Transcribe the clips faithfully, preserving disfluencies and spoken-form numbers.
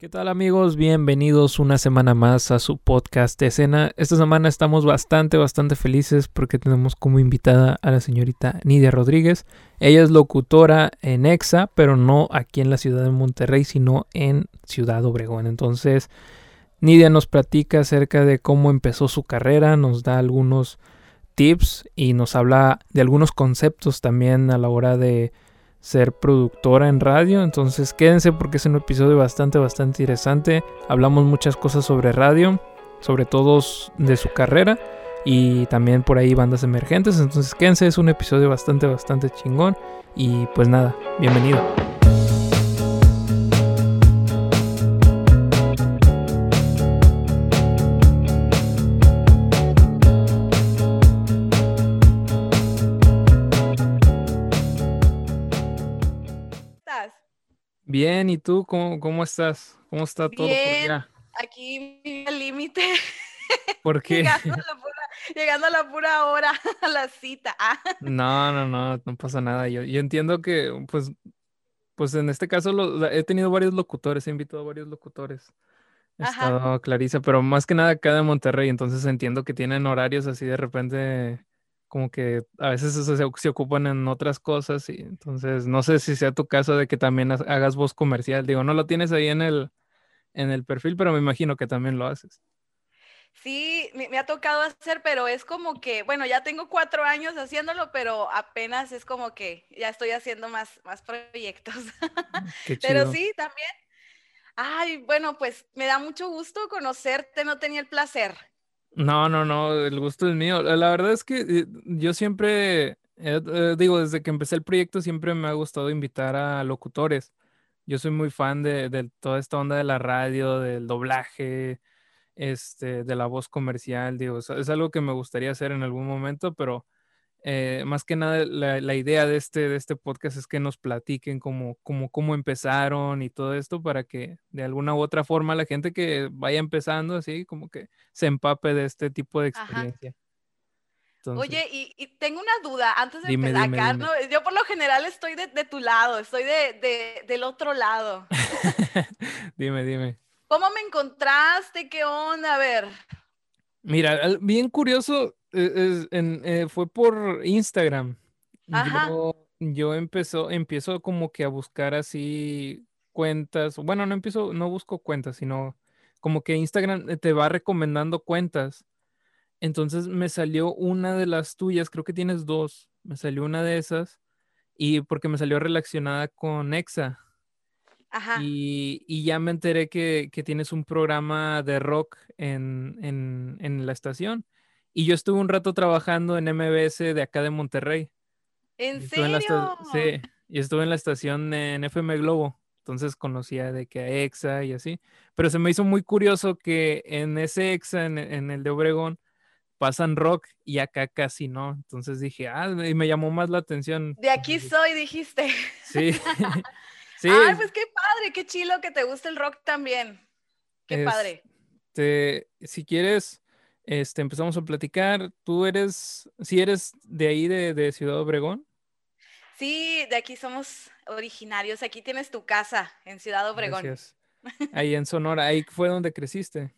¿Qué tal amigos? Bienvenidos una semana más a su podcast de escena. Esta semana estamos bastante, bastante felices porque tenemos como invitada a la señorita Nidia Rodríguez. Ella es locutora en EXA, pero no aquí en la ciudad de Monterrey, sino en Ciudad Obregón. Entonces, Nidia nos platica acerca de cómo empezó su carrera, nos da algunos tips y nos habla de algunos conceptos también a la hora de ser productora en radio. Entonces quédense porque es un episodio bastante bastante interesante. Hablamos muchas cosas sobre radio, sobre todo de su carrera y también por ahí bandas emergentes. Entonces quédense, es un episodio bastante bastante chingón. Y pues nada, bienvenido. Bien, ¿y tú cómo, cómo estás? ¿Cómo está todo por Bien, allá? aquí al límite, ¿Por qué? llegando a la pura, llegando a la pura hora, a la cita. Ah, No, no, no, no pasa nada. Yo, yo entiendo que, pues, pues en este caso lo- he tenido varios locutores, he invitado a varios locutores. He ajá, estado Clarisa, pero más que nada acá de Monterrey, entonces entiendo que tienen horarios así de repente, como que a veces se, se se ocupan en otras cosas y entonces no sé si sea tu caso de que también ha- hagas voz comercial. Digo, no lo tienes ahí en el, en el perfil, pero me imagino que también lo haces. sí, me, me ha tocado hacer, pero es como que, bueno, ya tengo cuatro años haciéndolo, pero apenas es como que ya estoy haciendo más, más proyectos. Qué Pero chido. sí, también. Ay, bueno, pues me da mucho gusto conocerte, no tenía el placer. No, no, no, el gusto es mío. La la verdad es que eh, yo siempre, eh, eh, digo, desde que empecé el proyecto siempre me ha gustado invitar a locutores. Yo soy muy fan de, de toda esta onda de la radio, del doblaje, este, de la voz comercial, digo, es, es algo que me gustaría hacer en algún momento, pero eh, más que nada la, la idea de este, de este podcast es que nos platiquen cómo, cómo, cómo empezaron y todo esto para que de alguna u otra forma la gente que vaya empezando así como que se empape de este tipo de Ajá. experiencia. Entonces, Oye, y, y tengo una duda antes de dime, empezar dime, acá, dime. ¿no? Yo por lo general estoy de, de tu lado, estoy de, de- del otro lado. Dime, dime. ¿Cómo me encontraste? ¿Qué onda? A ver. Mira, al- bien curioso, eh, es- en- eh, fue por Instagram. Ajá, Yo, yo empezó, empiezo como que a buscar así cuentas. Bueno, no empiezo, no busco cuentas, sino como que Instagram eh, te va recomendando cuentas. Entonces me salió una de las tuyas, creo que tienes dos. Me salió una de esas y porque me salió relacionada con Exa. ajá. Y, y ya me enteré que, que tienes un programa de rock en, en, en la estación. Y yo estuve un rato trabajando en M B S de acá de Monterrey. ¿En Y estuve en la esta- serio? sí, y estuve en la estación en F M Globo. Entonces conocía de que a EXA y así. Pero se me hizo muy curioso que en ese EXA, en, en el de Obregón, pasan rock y acá casi no. Entonces dije, ah, y me llamó más la atención. De aquí Entonces dije, soy, dijiste. sí, Ay, sí, pues qué padre, qué chilo que te guste el rock también. Qué padre. Este, si quieres, este, empezamos a platicar. Tú eres, si eres de ahí de, de Ciudad Obregón. Sí, de aquí somos originarios. Aquí tienes tu casa en Ciudad Obregón. Gracias. Ahí en Sonora, ahí fue donde creciste.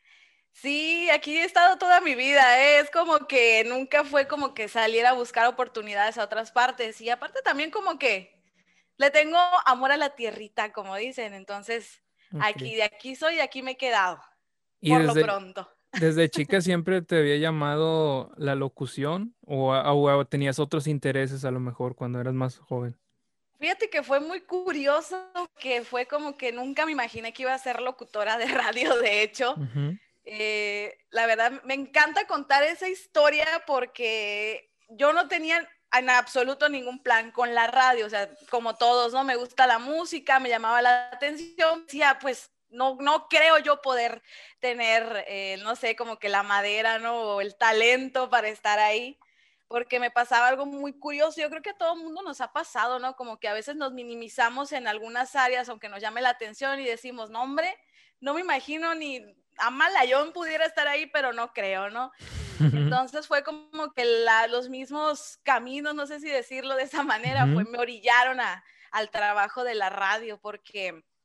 Sí, aquí he estado toda mi vida, ¿eh? Es como que nunca fue como que saliera a buscar oportunidades a otras partes. Y aparte también como que le tengo amor a la tierrita, como dicen. Entonces, Ok. aquí, de aquí soy, de aquí me he quedado, ¿Y por lo desde, pronto. desde chica siempre te había llamado la locución o, a- o tenías otros intereses a lo mejor cuando eras más joven? Fíjate que fue muy curioso, que fue como que nunca me imaginé que iba a ser locutora de radio, de hecho. Ujú. Eh, la verdad, me encanta contar esa historia porque yo no tenía en absoluto ningún plan con la radio, o sea, como todos, ¿no? Me gusta la música, me llamaba la atención, decía, pues no, no creo yo poder tener, eh, no sé, como que la madera, ¿no? O el talento para estar ahí, porque me pasaba algo muy curioso. Yo creo que a todo el mundo nos ha pasado, ¿no? Como que a veces nos minimizamos en algunas áreas, aunque nos llame la atención y decimos, no, hombre, no me imagino ni a Malayón pudiera estar ahí, pero no creo, ¿no? Entonces fue como que la, los mismos caminos, no sé si decirlo de esa manera, fue, Ujú. me orillaron a, al trabajo de la radio, porque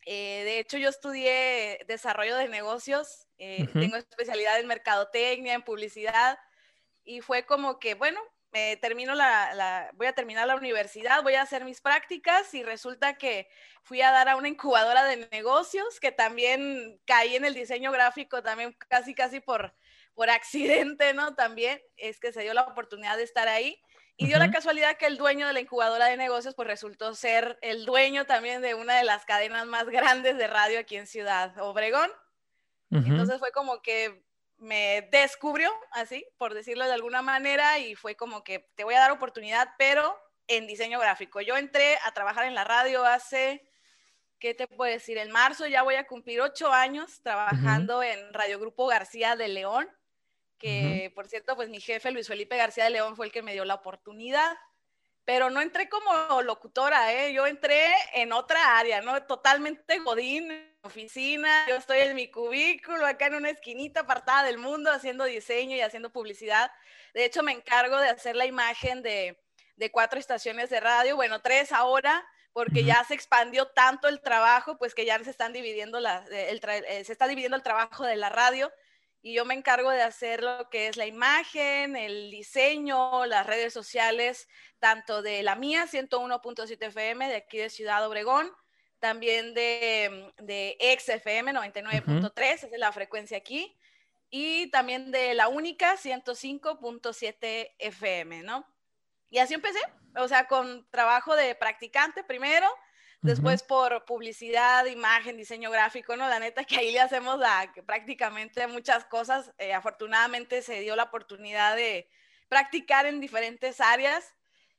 Eh, de hecho, yo estudié desarrollo de negocios, eh, Ujú, tengo especialidad en mercadotecnia, en publicidad, y fue como que, bueno, me termino la, la, voy a terminar la universidad, voy a hacer mis prácticas y resulta que fui a dar a una incubadora de negocios, que también caí en el diseño gráfico, también casi, casi por, por accidente, ¿no? También es que se dio la oportunidad de estar ahí. Y dio la ujú, casualidad que el dueño de la incubadora de negocios, pues resultó ser el dueño también de una de las cadenas más grandes de radio aquí en Ciudad Obregón. ujú. Entonces fue como que me descubrió, así, por decirlo de alguna manera, y fue como que te voy a dar oportunidad, pero en diseño gráfico. Yo entré a trabajar en la radio hace, ¿qué te puedo decir? En marzo ya voy a cumplir ocho años Ujú, trabajando en Radio Grupo García de León, ujú, que por cierto, pues mi jefe Luis Felipe García de León fue el que me dio la oportunidad, pero no entré como locutora, ¿eh? Yo entré en otra área, ¿no? Totalmente godín, oficina, yo estoy en mi cubículo, acá en una esquinita apartada del mundo, haciendo diseño y haciendo publicidad. De hecho, me encargo de hacer la imagen de, de cuatro estaciones de radio, bueno, tres ahora, porque ujú. ya se expandió tanto el trabajo, pues que ya se están dividiendo la, el, el, se está dividiendo el trabajo de la radio, y yo me encargo de hacer lo que es la imagen, el diseño, las redes sociales, tanto de la mía, ciento uno punto siete F M, de aquí de Ciudad Obregón, también de, de X F M noventa y nueve Ujú. punto tres, esa es la frecuencia aquí, y también de la única ciento cinco punto siete F M, ¿no? Y así empecé, o sea, con trabajo de practicante primero, Ujú. después por publicidad, imagen, diseño gráfico, ¿no? La neta que ahí le hacemos a, prácticamente muchas cosas. Eh, afortunadamente se dio la oportunidad de practicar en diferentes áreas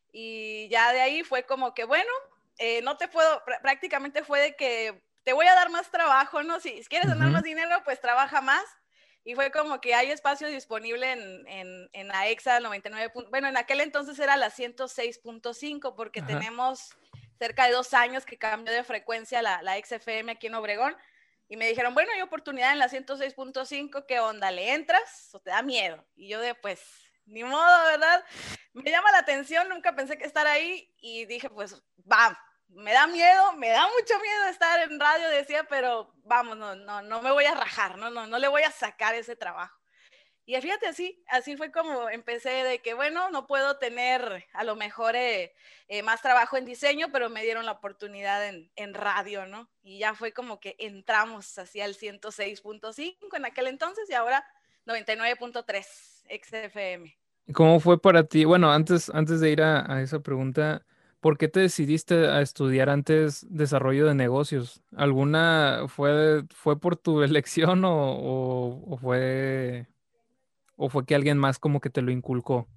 y ya de ahí fue como que, bueno, eh, no te puedo, prácticamente fue de que te voy a dar más trabajo, ¿no? Si quieres ganar Ujú. más dinero, pues trabaja más. Y fue como que hay espacio disponible en, en, en la EXA noventa y nueve. Bueno, en aquel entonces era la ciento seis punto cinco porque Ajá. tenemos cerca de dos años que cambió de frecuencia la, la X F M aquí en Obregón. Y me dijeron, bueno, hay oportunidad en la ciento seis punto cinco, ¿qué onda? ¿Le entras o te da miedo? Y yo de, pues, ni modo, ¿verdad? Me llama la atención, nunca pensé que estar ahí y dije, pues, va, me da miedo, me da mucho miedo estar en radio, decía, pero vamos, no, no, no me voy a rajar, no, no, no le voy a sacar ese trabajo. Y fíjate, así, así fue como empecé de que, bueno, no puedo tener a lo mejor eh, eh, más trabajo en diseño, pero me dieron la oportunidad en, en radio, ¿no? Y ya fue como que entramos hacia el ciento seis punto cinco en aquel entonces y ahora noventa y nueve punto tres X F M. ¿Cómo fue para ti? Bueno, antes, antes de ir a, a esa pregunta, ¿por qué te decidiste a estudiar antes desarrollo de negocios? ¿Alguna fue, fue por tu elección o, o, o fue, o fue que alguien más como que te lo inculcó?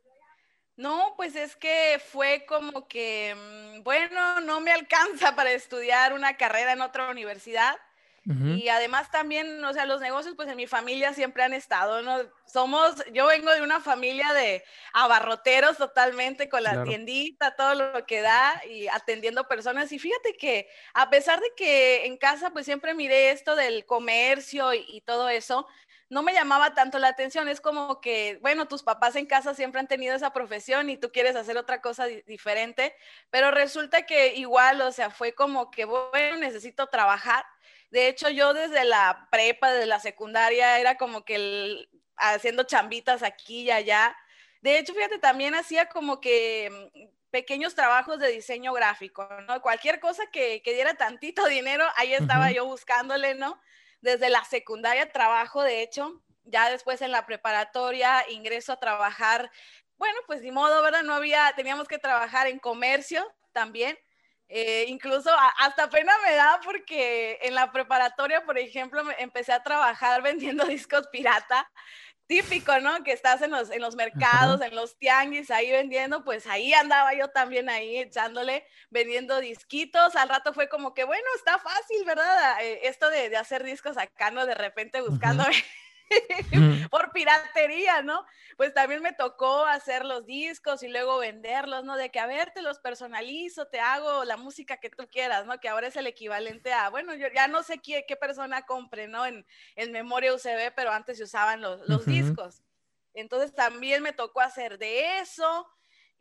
No, pues es que fue como que, mm, bueno, no me alcanza para estudiar una carrera en otra universidad. Ujú. Y además también, o sea, los negocios, pues en mi familia siempre han estado, ¿no? Somos, yo vengo de una familia de abarroteros totalmente, con la Claro. tiendita, todo lo que da y atendiendo personas. Y fíjate que a pesar de que en casa, pues siempre miré esto del comercio y, y todo eso, no me llamaba tanto la atención. Es como que, bueno, tus papás en casa siempre han tenido esa profesión y tú quieres hacer otra cosa di diferente, pero resulta que igual, o sea, fue como que, bueno, necesito trabajar. De hecho, yo desde la prepa, desde la secundaria, era como que el, haciendo chambitas aquí y allá. De hecho, fíjate, también hacía como que mm, pequeños trabajos de diseño gráfico, ¿no? Cualquier cosa que, que diera tantito dinero, ahí estaba Ujú. yo buscándole, ¿no? Desde la secundaria trabajo, de hecho, ya después en la preparatoria ingreso a trabajar, bueno, pues ni modo, ¿verdad? No había, teníamos que trabajar en comercio también. Eh, incluso a, hasta pena me da porque en la preparatoria, por ejemplo, me, empecé a trabajar vendiendo discos pirata, típico, ¿no? Que estás en los, en los Ajá. mercados, en los tianguis, ahí vendiendo, pues ahí andaba yo también ahí echándole, vendiendo disquitos. Al rato fue como que, bueno, está fácil, ¿verdad? Eh, esto de, de hacer discos acá, ¿no? De repente buscando Ujú. Ujú. por piratería, ¿no? Pues también me tocó hacer los discos y luego venderlos, ¿no? De que, a ver, te los personalizo, te hago la música que tú quieras, ¿no? Que ahora es el equivalente a, bueno, yo ya no sé qué, qué persona compre, ¿no? En, en memoria U S B, pero antes se usaban los, los Ujú. discos. Entonces también me tocó hacer de eso.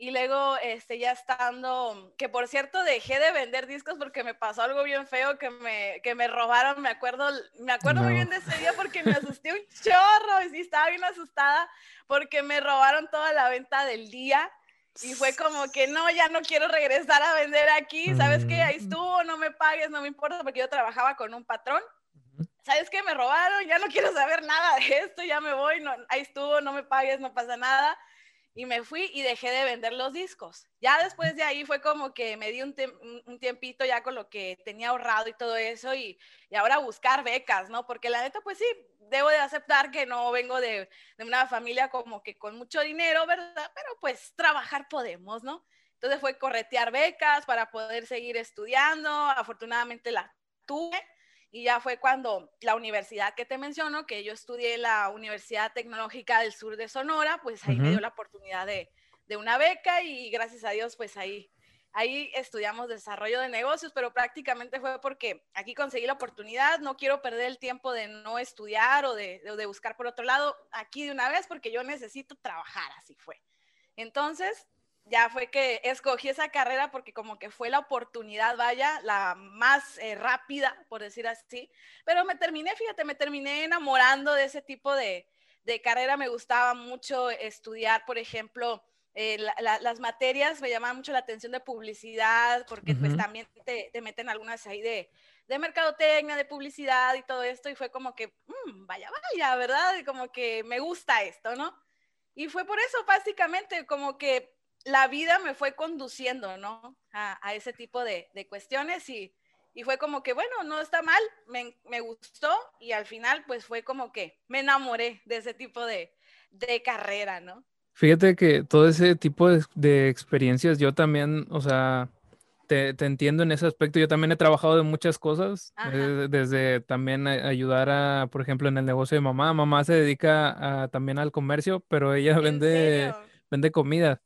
Y luego, este, ya estando, que por cierto dejé de vender discos porque me pasó algo bien feo, que me, que me robaron, me acuerdo, me acuerdo muy No. bien de ese día porque me asusté un chorro, y sí estaba bien asustada porque me robaron toda la venta del día. Y fue como que no, ya no quiero regresar a vender aquí, ¿sabes qué? Ahí Mm. estuvo, no me pagues, no me importa, porque yo trabajaba con un patrón. ¿Sabes qué? Me robaron, ya no quiero saber nada de esto, ya me voy, no, ahí estuvo, no me pagues, no pasa nada. Y me fui y dejé de vender los discos. Ya después de ahí fue como que me di un, te un tiempito ya con lo que tenía ahorrado y todo eso, y, y ahora buscar becas, ¿no? Porque la neta, pues sí, debo de aceptar que no vengo de, de una familia como que con mucho dinero, ¿verdad? Pero pues trabajar podemos, ¿no? Entonces fue corretear becas para poder seguir estudiando. Afortunadamente la tuve. Y ya fue cuando la universidad que te menciono, que yo estudié en la Universidad Tecnológica del Sur de Sonora, pues ahí uh-huh. me dio la oportunidad de, de una beca, y gracias a Dios, pues ahí, ahí estudiamos desarrollo de negocios, pero prácticamente fue porque aquí conseguí la oportunidad. No quiero perder el tiempo de no estudiar o de, de, de buscar por otro lado, aquí de una vez, porque yo necesito trabajar, así fue. Entonces, ya fue que escogí esa carrera porque como que fue la oportunidad, vaya, la más eh, rápida, por decir así, pero me terminé, fíjate, me terminé enamorando de ese tipo de, de carrera. Me gustaba mucho estudiar, por ejemplo, eh, la, la, las materias me llamaban mucho la atención de publicidad, porque uh-huh. pues también te, te meten algunas ahí de, de mercadotecnia, de publicidad y todo esto, y fue como que, mmm, vaya, vaya, ¿verdad? Y como que me gusta esto, ¿no? Y fue por eso, básicamente, como que la vida me fue conduciendo, ¿no? A, a ese tipo de, de cuestiones, y, y fue como que, bueno, no está mal, me, me gustó, y al final, pues fue como que me enamoré de ese tipo de, de carrera, ¿no? Fíjate que todo ese tipo de, de experiencias, yo también, o sea, te, te entiendo en ese aspecto. Yo también he trabajado de muchas cosas, eh, desde también a, ayudar a, por ejemplo, en el negocio de mamá. Mamá se dedica a, también al comercio, pero ella ¿En vende, serio? vende comida.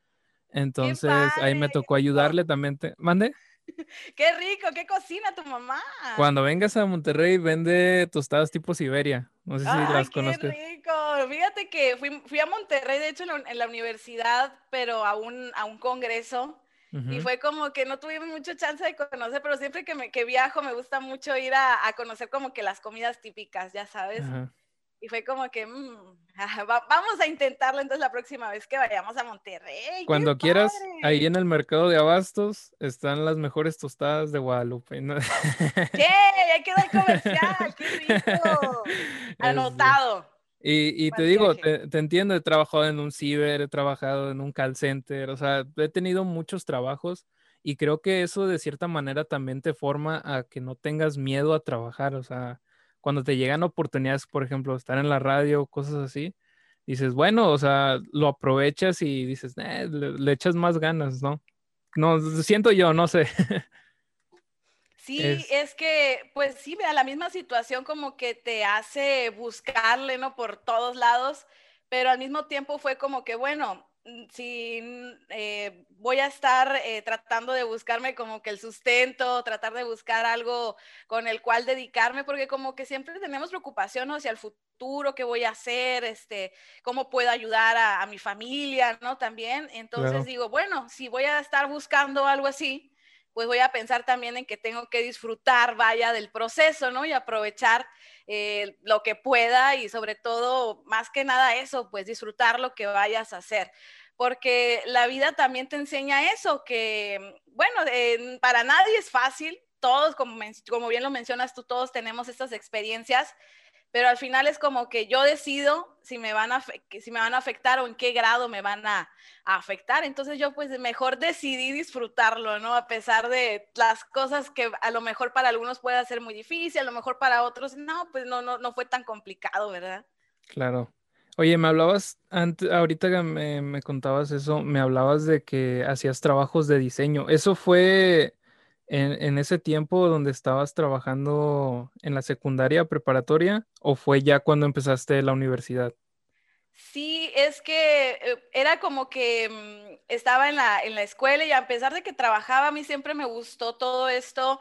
Entonces ¡Qué ahí me padre! tocó ayudarle también. Te... ¿Mande? ¡Qué rico! ¿Qué cocina tu mamá? Cuando vengas a Monterrey, vende tostadas tipo Siberia. No sé si ¡Ay, las qué conozcas. rico! Fíjate que fui, fui a Monterrey, de hecho, en la, en la universidad, pero a un, a un congreso. Uh-huh. Y fue como que no tuvimos mucha chance de conocer, pero siempre que, me, que viajo me gusta mucho ir a, a conocer como que las comidas típicas, ya sabes. Uh-huh. Y fue como que, mmm, va, vamos a intentarlo entonces la próxima vez que vayamos a Monterrey. Cuando quieras, ahí en el mercado de abastos están las mejores tostadas de Guadalupe, ¿no? ¡Che! ¡Ya quedó el comercial! ¡Qué rico! Anotado. Y, y te digo, te, te entiendo, he trabajado en un ciber, he trabajado en un call center, o sea, he tenido muchos trabajos, y creo que eso de cierta manera también te forma a que no tengas miedo a trabajar. O sea, cuando te llegan oportunidades, por ejemplo, estar en la radio, cosas así, dices, bueno, o sea, lo aprovechas y dices, eh, le, le echas más ganas, ¿no? No, siento yo, no sé. Sí, es... es que, pues sí, mira, la misma situación como que te hace buscarle, ¿no? Por todos lados, pero al mismo tiempo fue como que, bueno, si eh, voy a estar eh, tratando de buscarme como que el sustento, tratar de buscar algo con el cual dedicarme, porque como que siempre tenemos preocupación, ¿no? Hacia el futuro, qué voy a hacer, este, cómo puedo ayudar a, a mi familia, ¿no? También, entonces claro. digo, bueno, si voy a estar buscando algo así, pues voy a pensar también en que tengo que disfrutar, vaya, del proceso, ¿no? Y aprovechar eh, lo que pueda, y sobre todo, más que nada eso, pues disfrutar lo que vayas a hacer. Porque la vida también te enseña eso, que, bueno, eh, para nadie es fácil. Todos, como, como bien lo mencionas tú, todos tenemos estas experiencias, pero al final es como que yo decido si me van a, si me van a afectar o en qué grado me van a, a afectar. Entonces yo pues mejor decidí disfrutarlo, ¿no? A pesar de las cosas que a lo mejor para algunos pueda ser muy difícil, a lo mejor para otros no, pues no, no, no fue tan complicado, ¿verdad? Claro. Oye, me hablabas, antes, ahorita que me, me contabas eso, me hablabas de que hacías trabajos de diseño. ¿Eso fue en, en ese tiempo donde estabas trabajando en la secundaria preparatoria, o fue ya cuando empezaste la universidad? Sí, es que eh, era como que mmm, estaba en la, en la escuela, y a pesar de que trabajaba, a mí siempre me gustó todo esto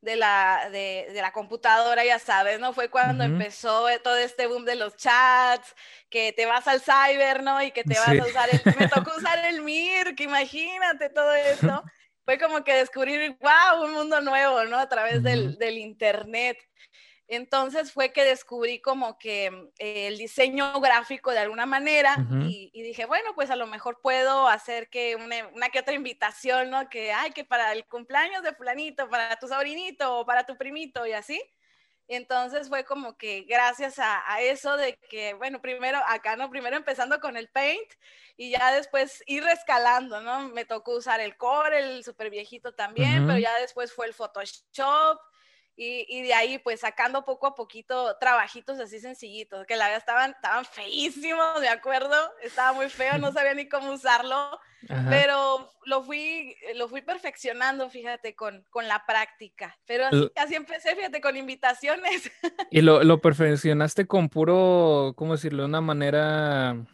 de la, de, de la computadora, ya sabes, ¿no? Fue cuando Ujú. empezó todo este boom de los chats, que te vas al cyber, ¿no? Y que te vas Sí. a usar el, me tocó usar el Mirk, imagínate todo eso. Fue como que descubrir, wow, un mundo nuevo, ¿no? A través Ujú. del, del internet. Entonces fue que descubrí como que eh, el diseño gráfico de alguna manera Ujú. y, y dije, bueno, pues a lo mejor puedo hacer que una, una que otra invitación, ¿no? Que, ay, que para el cumpleaños de fulanito, para tu sobrinito o para tu primito y así. Entonces fue como que gracias a, a eso de que, bueno, primero acá, ¿no? Primero empezando con el Paint y ya después ir rescalando, ¿no? Me tocó usar el Core, el súper viejito también, pero Ujú. ya después fue el Photoshop y, y de ahí pues sacando poco a poquito trabajitos así sencillitos, que la verdad estaban, estaban feísimos, me acuerdo, estaba muy feo, no sabía ni cómo usarlo, Ajá. pero lo fui, lo fui perfeccionando, fíjate, con, con la práctica. Pero así, L- así empecé, fíjate, con invitaciones. ¿Y lo, lo perfeccionaste con puro, cómo decirlo, de una manera,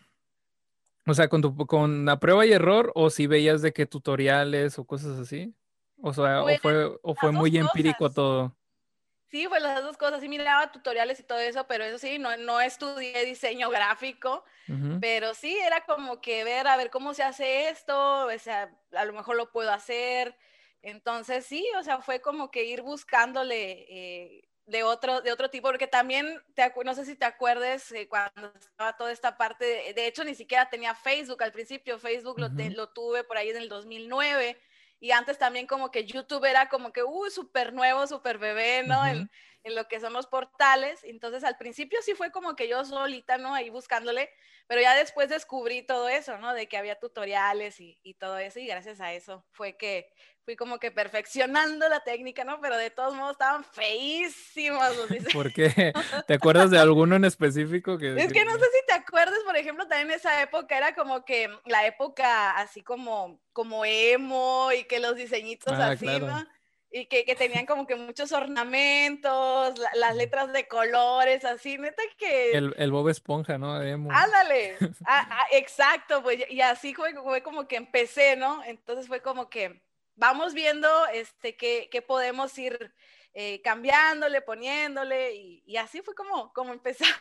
o sea, con tu, con la prueba y error, o si veías de qué tutoriales o cosas así? O sea, o Pues fue, o fue las dos muy empírico cosas. todo. Sí, pues las dos cosas. Sí miraba tutoriales y todo eso, pero eso sí, no, no estudié diseño gráfico, Ujú. pero sí era como que ver, a ver cómo se hace esto, o sea, a lo mejor lo puedo hacer. Entonces sí, o sea, fue como que ir buscándole eh, de otro, de otro tipo, porque también, te, no sé si te acuerdes, eh, cuando estaba toda esta parte, de, de, hecho ni siquiera tenía Facebook al principio, Facebook lo, te, Ujú. lo tuve por ahí en el dos mil nueve, y antes también como que YouTube era como que, uy, súper nuevo, súper bebé, ¿no? Ujú. En, en lo que son los portales. Entonces al principio sí fue como que yo solita, ¿no? Ahí buscándole, pero ya después descubrí todo eso, ¿no? De que había tutoriales y, y todo eso, y gracias a eso fue que fui como que perfeccionando la técnica, ¿no? Pero de todos modos estaban feísimos los diseños. ¿Por qué? ¿Te acuerdas de alguno en específico que, Es que no sé que- si te acuerdas, por ejemplo, también en esa época era como que la época así como, como emo y que los diseñitos Ah, así, ¿no? claro. Y que, que tenían como que muchos ornamentos, la, las letras de colores, así, neta que, El, el Bob Esponja, ¿no? Emo. ándale, ah, ah, exacto, pues y así fue, fue como que empecé, ¿no? Entonces fue como que vamos viendo este, qué, qué podemos ir eh, cambiándole, poniéndole, y, y así fue como, como empezamos.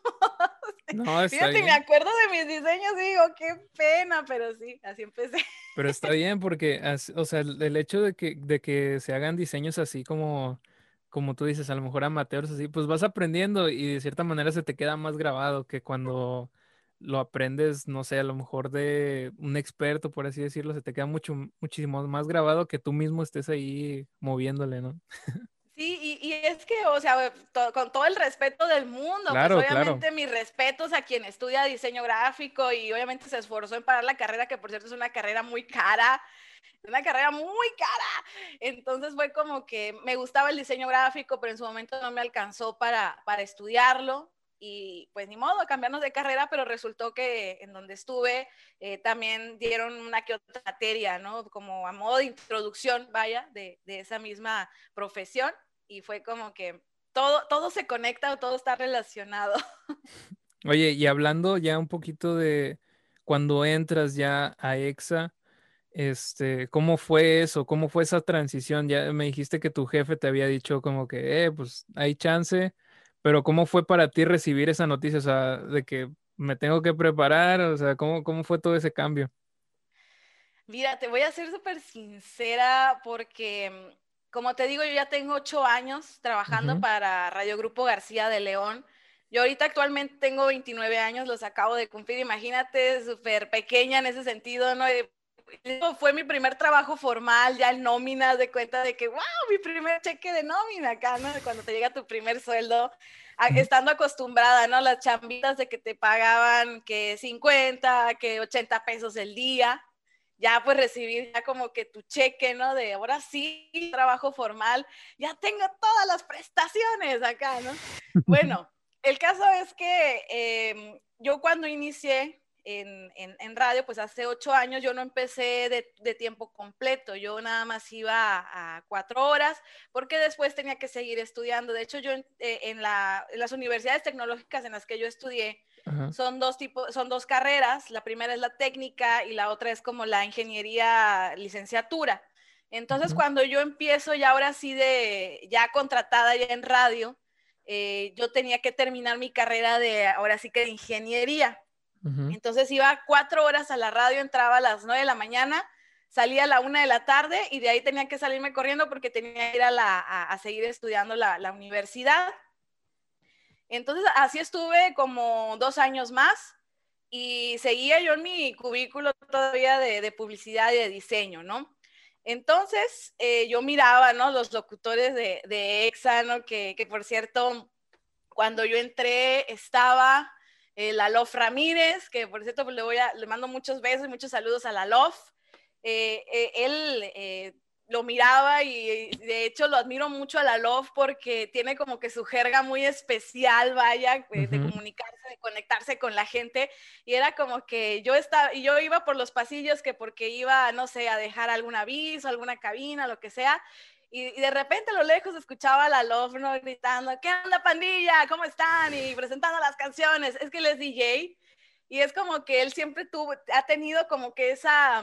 No, está Fíjate, me bien. acuerdo de mis diseños y digo, qué pena, pero sí, así empecé. Pero está bien porque, as- o sea, el, el hecho de que, de que se hagan diseños así como, como tú dices, a lo mejor amateurs así, pues vas aprendiendo y de cierta manera se te queda más grabado que cuando lo aprendes, no sé, a lo mejor de un experto, por así decirlo, se te queda mucho, muchísimo más grabado que tú mismo estés ahí moviéndole, ¿no? Sí, y, y es que, o sea, to- con todo el respeto del mundo, pues Claro, claro. obviamente mis respetos a quien estudia diseño gráfico y obviamente se esforzó en pagar la carrera, que por cierto es una carrera muy cara, es una carrera muy cara. Entonces fue como que me gustaba el diseño gráfico, pero en su momento no me alcanzó para, para estudiarlo. Y pues ni modo, cambiarnos de carrera, pero resultó que en donde estuve eh, también dieron una que otra materia, ¿no? Como a modo de introducción, vaya, de, de esa misma profesión. Y fue como que todo, todo se conecta, todo está relacionado. Oye, y hablando ya un poquito de cuando entras ya a EXA. Este, ¿cómo fue eso? ¿Cómo fue esa transición? Ya me dijiste que tu jefe te había dicho como que, eh, pues hay chance, pero ¿cómo fue para ti recibir esa noticia? O sea, de que me tengo que preparar, o sea, ¿cómo, cómo fue todo ese cambio? Mira, te voy a ser súper sincera porque, mm, como te digo, yo ya tengo ocho años trabajando Ujú. para Radio Grupo García de León. Yo ahorita actualmente tengo veintinueve años, los acabo de cumplir, imagínate, súper pequeña en ese sentido, ¿no? Y fue mi primer trabajo formal, ya en nómina, de cuenta de que, wow, mi primer cheque de nómina acá, ¿no? Cuando te llega tu primer sueldo, a- Ujú. estando acostumbrada, ¿no? Las chambitas de que te pagaban que cincuenta, que ochenta pesos el día, ya pues recibir ya como que tu cheque, ¿no? De ahora sí, trabajo formal, ya tengo todas las prestaciones acá, ¿no? Bueno, el caso es que eh, yo cuando inicié en, en, en, radio, pues hace ocho años yo no empecé de, de tiempo completo, yo nada más iba a, a, cuatro horas, porque después tenía que seguir estudiando. De hecho, yo en, eh, en, la, en las universidades tecnológicas en las que yo estudié, Ajá. son dos tipos, son dos carreras, la primera es la técnica y la otra es como la ingeniería licenciatura. Entonces, Ujú. cuando yo empiezo ya ahora sí de, ya contratada ya en radio, eh, yo tenía que terminar mi carrera de, ahora sí que de ingeniería. Ujú. Entonces iba cuatro horas a la radio, entraba a las nueve de la mañana, salía a la una de la tarde y de ahí tenía que salirme corriendo porque tenía que ir a, la, a, a seguir estudiando la, la universidad. Entonces así estuve como dos años más y seguía yo en mi cubículo todavía de, de publicidad y de diseño, ¿no? Entonces eh, yo miraba, ¿no? Los locutores de, de EXA, ¿no? Que, que por cierto, cuando yo entré estaba eh, la Lof Ramírez, que por cierto pues, le, voy a, le mando muchos besos y muchos saludos a la Lof. Eh, eh, él eh, lo miraba y de hecho lo admiro mucho a la Love porque tiene como que su jerga muy especial, vaya, de, de Ujú. comunicarse, de conectarse con la gente y era como que yo estaba, y yo iba por los pasillos que porque iba, no sé, a dejar algún aviso, alguna cabina, lo que sea, y, y de repente a lo lejos escuchaba a la Love, ¿no? Gritando, ¿qué onda pandilla? ¿Cómo están? Y presentando las canciones, es que él es D J. Y es como que él siempre tuvo, ha tenido como que esa,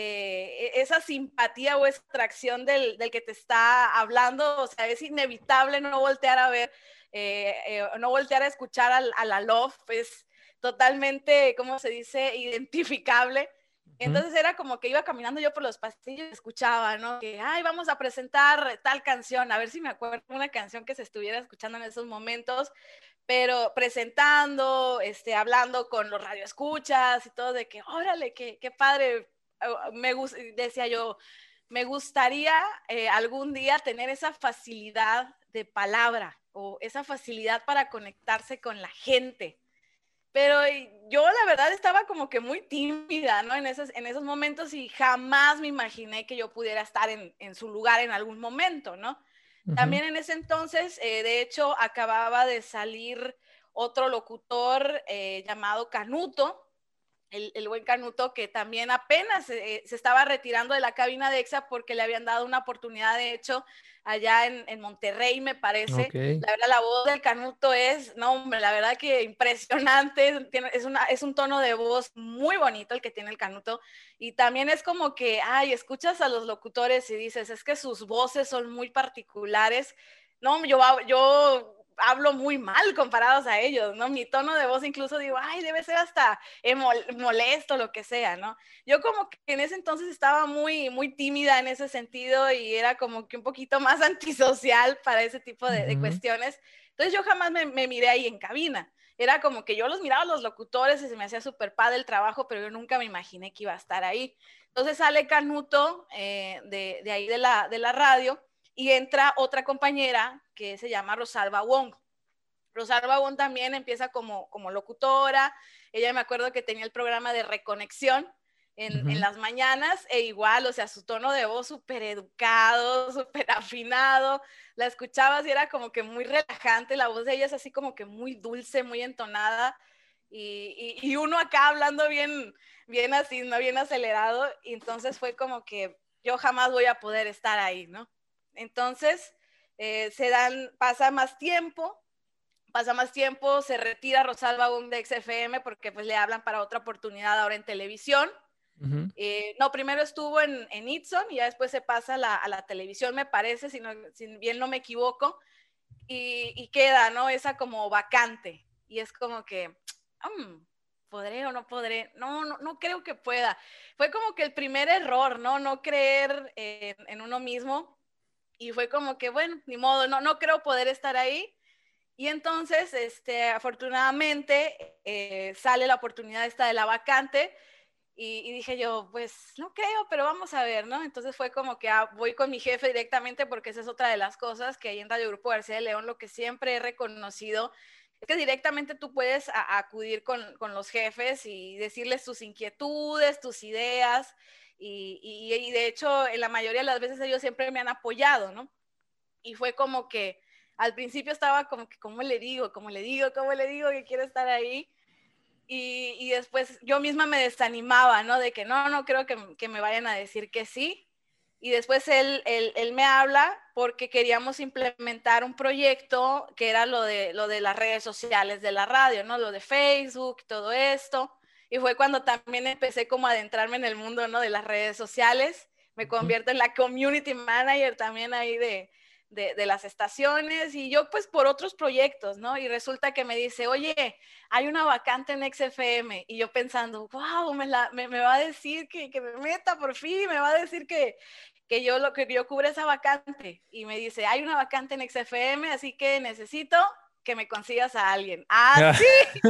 eh, esa simpatía o esa atracción del, del, que te está hablando, o sea, es inevitable no voltear a ver, eh, eh, no voltear a escuchar a, a la Love, es totalmente, ¿cómo se dice?, identificable. Ujú. Entonces era como que iba caminando yo por los pasillos y escuchaba, ¿no? Que, ay, vamos a presentar tal canción, a ver si me acuerdo una canción que se estuviera escuchando en esos momentos, pero presentando, este, hablando con los radioescuchas y todo, de que, órale, qué, qué padre, me decía yo, me gustaría eh, algún día tener esa facilidad de palabra o esa facilidad para conectarse con la gente. Pero yo la verdad estaba como que muy tímida, ¿no? En esos, en esos momentos y jamás me imaginé que yo pudiera estar en, en su lugar en algún momento, ¿no? Ujú. También en ese entonces, eh, de hecho, acababa de salir otro locutor eh, llamado Canuto, el, el, buen Canuto, que también apenas eh, se estaba retirando de la cabina de EXA porque le habían dado una oportunidad, de hecho, allá en, en Monterrey, me parece. Ok. La verdad, la voz del Canuto es, no, hombre, la verdad que impresionante. Tiene, es, una, es un tono de voz muy bonito el que tiene el Canuto. Y también es como que, ay, escuchas a los locutores y dices, es que sus voces son muy particulares. No, yo, yo hablo muy mal comparados a ellos, ¿no? Mi tono de voz incluso digo, ay, debe ser hasta eh, molesto, lo que sea, ¿no? Yo como que en ese entonces estaba muy, muy tímida en ese sentido y era como que un poquito más antisocial para ese tipo de, de Ujú. cuestiones. Entonces yo jamás me, me miré ahí en cabina. Era como que yo los miraba a los locutores y se me hacía súper padre el trabajo, pero yo nunca me imaginé que iba a estar ahí. Entonces sale Canuto eh, de, de ahí de la, de la radio y entra otra compañera que se llama Rosalba Wong. Rosalba Wong también empieza como, como locutora. Ella me acuerdo que tenía el programa de Reconexión en, en Ujú. las mañanas e igual, o sea, su tono de voz súper educado, súper afinado. La escuchabas y era como que muy relajante. La voz de ella es así como que muy dulce, muy entonada. Y, y, y uno acá hablando bien, bien así, no bien acelerado. Y entonces fue como que yo jamás voy a poder estar ahí, ¿no? Entonces, eh, se dan, pasa más tiempo, pasa más tiempo, se retira Rosalba Wong de X F M porque pues le hablan para otra oportunidad ahora en televisión. Ujú. Eh, no, primero estuvo en, en Itson y ya después se pasa a la, a la televisión, me parece, si, no, si bien no me equivoco, y, y queda, ¿no? Esa como vacante. Y es como que, um, ¿podré o no podré? No, no, no creo que pueda. Fue como que el primer error, ¿no? No creer en, en uno mismo. Y fue como que, bueno, ni modo, no, no creo poder estar ahí. Y entonces, este, afortunadamente, eh, sale la oportunidad esta de la vacante y, y, dije yo, pues no creo, pero vamos a ver, ¿no? Entonces fue como que ah, voy con mi jefe directamente porque esa es otra de las cosas que ahí en Radio Grupo García de León lo que siempre he reconocido es que directamente tú puedes a, a acudir con, con los jefes y decirles tus inquietudes, tus ideas y, y, y de hecho en la mayoría de las veces ellos siempre me han apoyado, ¿no? Y fue como que al principio estaba como que, ¿cómo le digo? ¿Cómo le digo? ¿Cómo le digo que quiero estar ahí? Y, y después yo misma me desanimaba, ¿no? De que no, no creo que, que me vayan a decir que sí. Y después él, él, él me habla porque queríamos implementar un proyecto que era lo de, lo de las redes sociales de la radio, ¿no? Lo de Facebook, todo esto. Y fue cuando también empecé como a adentrarme en el mundo, ¿no? De las redes sociales. me convierto en la community manager también ahí de, de, de las estaciones, y yo pues por otros proyectos, ¿no? Y resulta que me dice, oye, hay una vacante en X F M, y yo pensando, wow, me, la, me, me va a decir que, que me meta por fin, me va a decir que, que yo lo que yo cubre esa vacante, y me dice, hay una vacante en X F M, así que necesito que me consigas a alguien. ¡Ah, sí!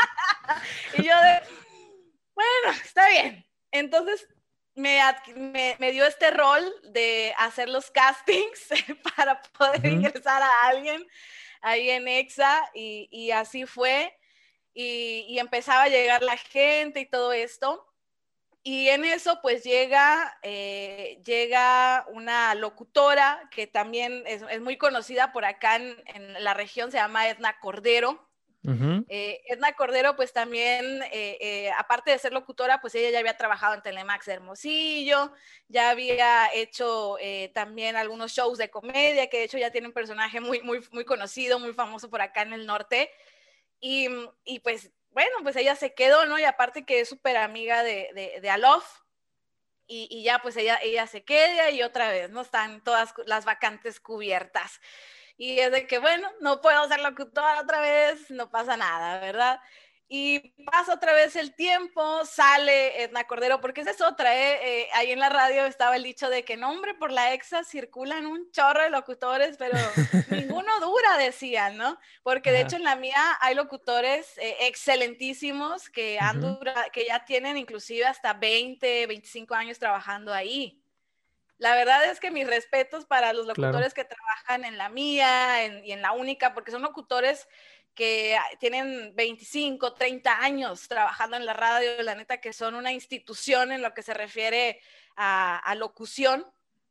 Y yo de, bueno, está bien. Entonces me, me, me dio este rol de hacer los castings para poder uh-huh. ingresar a alguien ahí en EXA, y, y así fue, y, y empezaba a llegar la gente y todo esto. Y en eso pues llega, eh, llega una locutora que también es, es muy conocida por acá en, en la región, se llama Edna Cordero. Uh-huh. eh, Edna Cordero pues también, eh, eh, aparte de ser locutora, pues ella ya había trabajado en Telemax de Hermosillo, ya había hecho eh, también algunos shows de comedia, que de hecho ya tiene un personaje muy, muy, muy conocido, muy famoso por acá en el norte. Y, y pues bueno, pues ella se quedó, ¿no? Y aparte que es súper amiga de, de, de Alof, y, y ya pues ella, ella se queda, y otra vez, ¿no? Están todas las vacantes cubiertas. Y es de que, bueno, no puedo ser locutora otra vez, no pasa nada, ¿verdad? Y pasa otra vez el tiempo, sale Edna Cordero, porque esa es otra, ¿eh? Eh, ahí en la radio estaba el dicho de que, no, hombre, por la EXA circulan un chorro de locutores, pero ninguno dura, decían, ¿no? Porque de Ajá. hecho en la mía hay locutores eh, excelentísimos que, han uh-huh. durado, que ya tienen inclusive hasta veinte, veinticinco años trabajando ahí. La verdad es que mis respetos para los locutores claro. que trabajan en la mía en, y en la única, porque son locutores que tienen veinticinco, treinta años trabajando en la radio, la neta que son una institución en lo que se refiere a, a locución.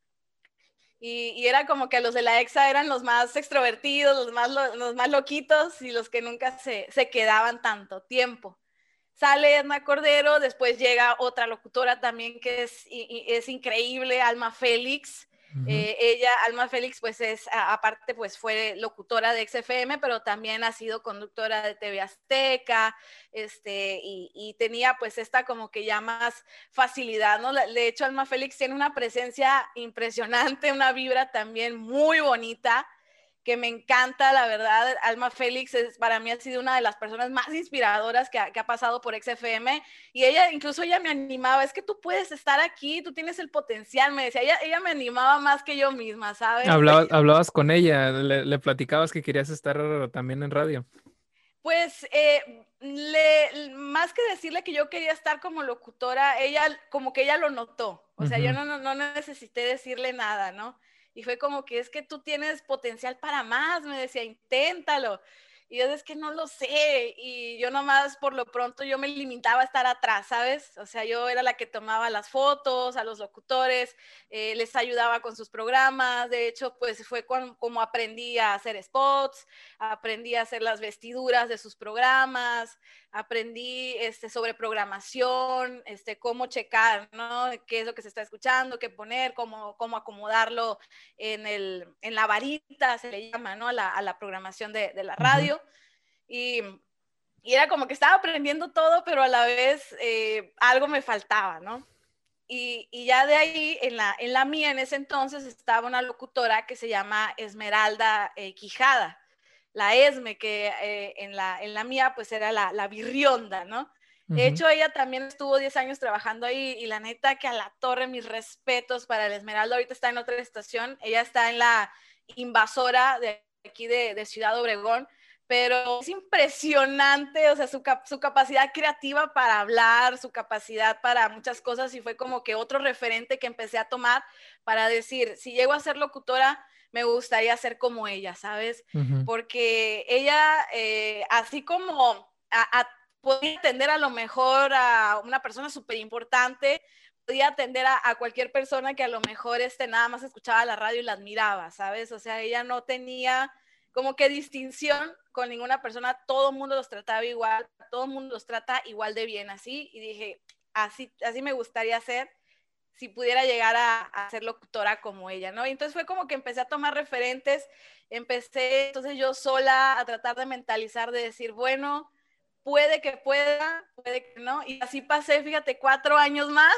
Y, y era como que los de la EXA eran los más extrovertidos, los más, los más loquitos, y los que nunca se, se quedaban tanto tiempo. Sale Edna Cordero, después llega otra locutora también que es, y, y es increíble, Alma Félix. Uh-huh. Eh, ella, Alma Félix, pues es, a, aparte, pues fue locutora de X F M, pero también ha sido conductora de T V Azteca, este, y, y tenía pues esta como que ya más facilidad, ¿no? De hecho, Alma Félix tiene una presencia impresionante, una vibra también muy bonita, que me encanta, la verdad. Alma Félix es, para mí ha sido una de las personas más inspiradoras que ha, que ha pasado por X F M, y ella, incluso ella me animaba, es que tú puedes estar aquí, tú tienes el potencial, me decía, ella, ella me animaba más que yo misma, ¿sabes? Hablabas, hablabas con ella, le, le platicabas que querías estar también en radio. Pues eh, le, más que decirle que yo quería estar como locutora, ella como que ella lo notó, o sea, uh-huh. yo no, no, no necesité decirle nada, ¿no? Y fue como que es que tú tienes potencial para más, me decía, inténtalo. Y yo es que no lo sé, y yo nomás por lo pronto yo me limitaba a estar atrás, ¿sabes? O sea, yo era la que tomaba las fotos a los locutores, eh, les ayudaba con sus programas. De hecho, pues fue con, como aprendí a hacer spots, aprendí a hacer las vestiduras de sus programas, aprendí este, sobre programación, este, cómo checar, ¿no? Qué es lo que se está escuchando, qué poner, cómo, cómo acomodarlo en, el, en la varita, se le llama, ¿no? A la, a la programación de, de la radio. Uh-huh. Y, y era como que estaba aprendiendo todo, pero a la vez eh, algo me faltaba, ¿no? Y, y ya de ahí, en la, en la mía, en ese entonces, estaba una locutora que se llama Esmeralda eh, Quijada. La Esme, que eh, en, la, en la mía, pues era la, la virrionda, ¿no? De uh-huh. hecho, ella también estuvo diez años trabajando ahí, y la neta que a la torre, mis respetos para la Esmeralda. Ahorita está en otra estación, ella está en la Invasora de aquí de, de Ciudad Obregón, pero es impresionante, o sea, su, cap su capacidad creativa para hablar, su capacidad para muchas cosas, y fue como que otro referente que empecé a tomar para decir, si llego a ser locutora, me gustaría ser como ella, ¿sabes? Uh-huh. Porque ella, eh, así como a, a, podía atender a lo mejor a una persona súper importante, podía atender a, a cualquier persona que a lo mejor este, nada más escuchaba la radio y la admiraba, ¿sabes? O sea, ella no tenía como que distinción con ninguna persona, todo el mundo los trataba igual, todo el mundo los trata igual de bien, así, y dije, así, así me gustaría ser, si pudiera llegar a, a ser locutora como ella, ¿no? Y entonces fue como que empecé a tomar referentes, empecé entonces yo sola a tratar de mentalizar, de decir, bueno, puede que pueda, puede que no. Y así pasé, fíjate, cuatro años más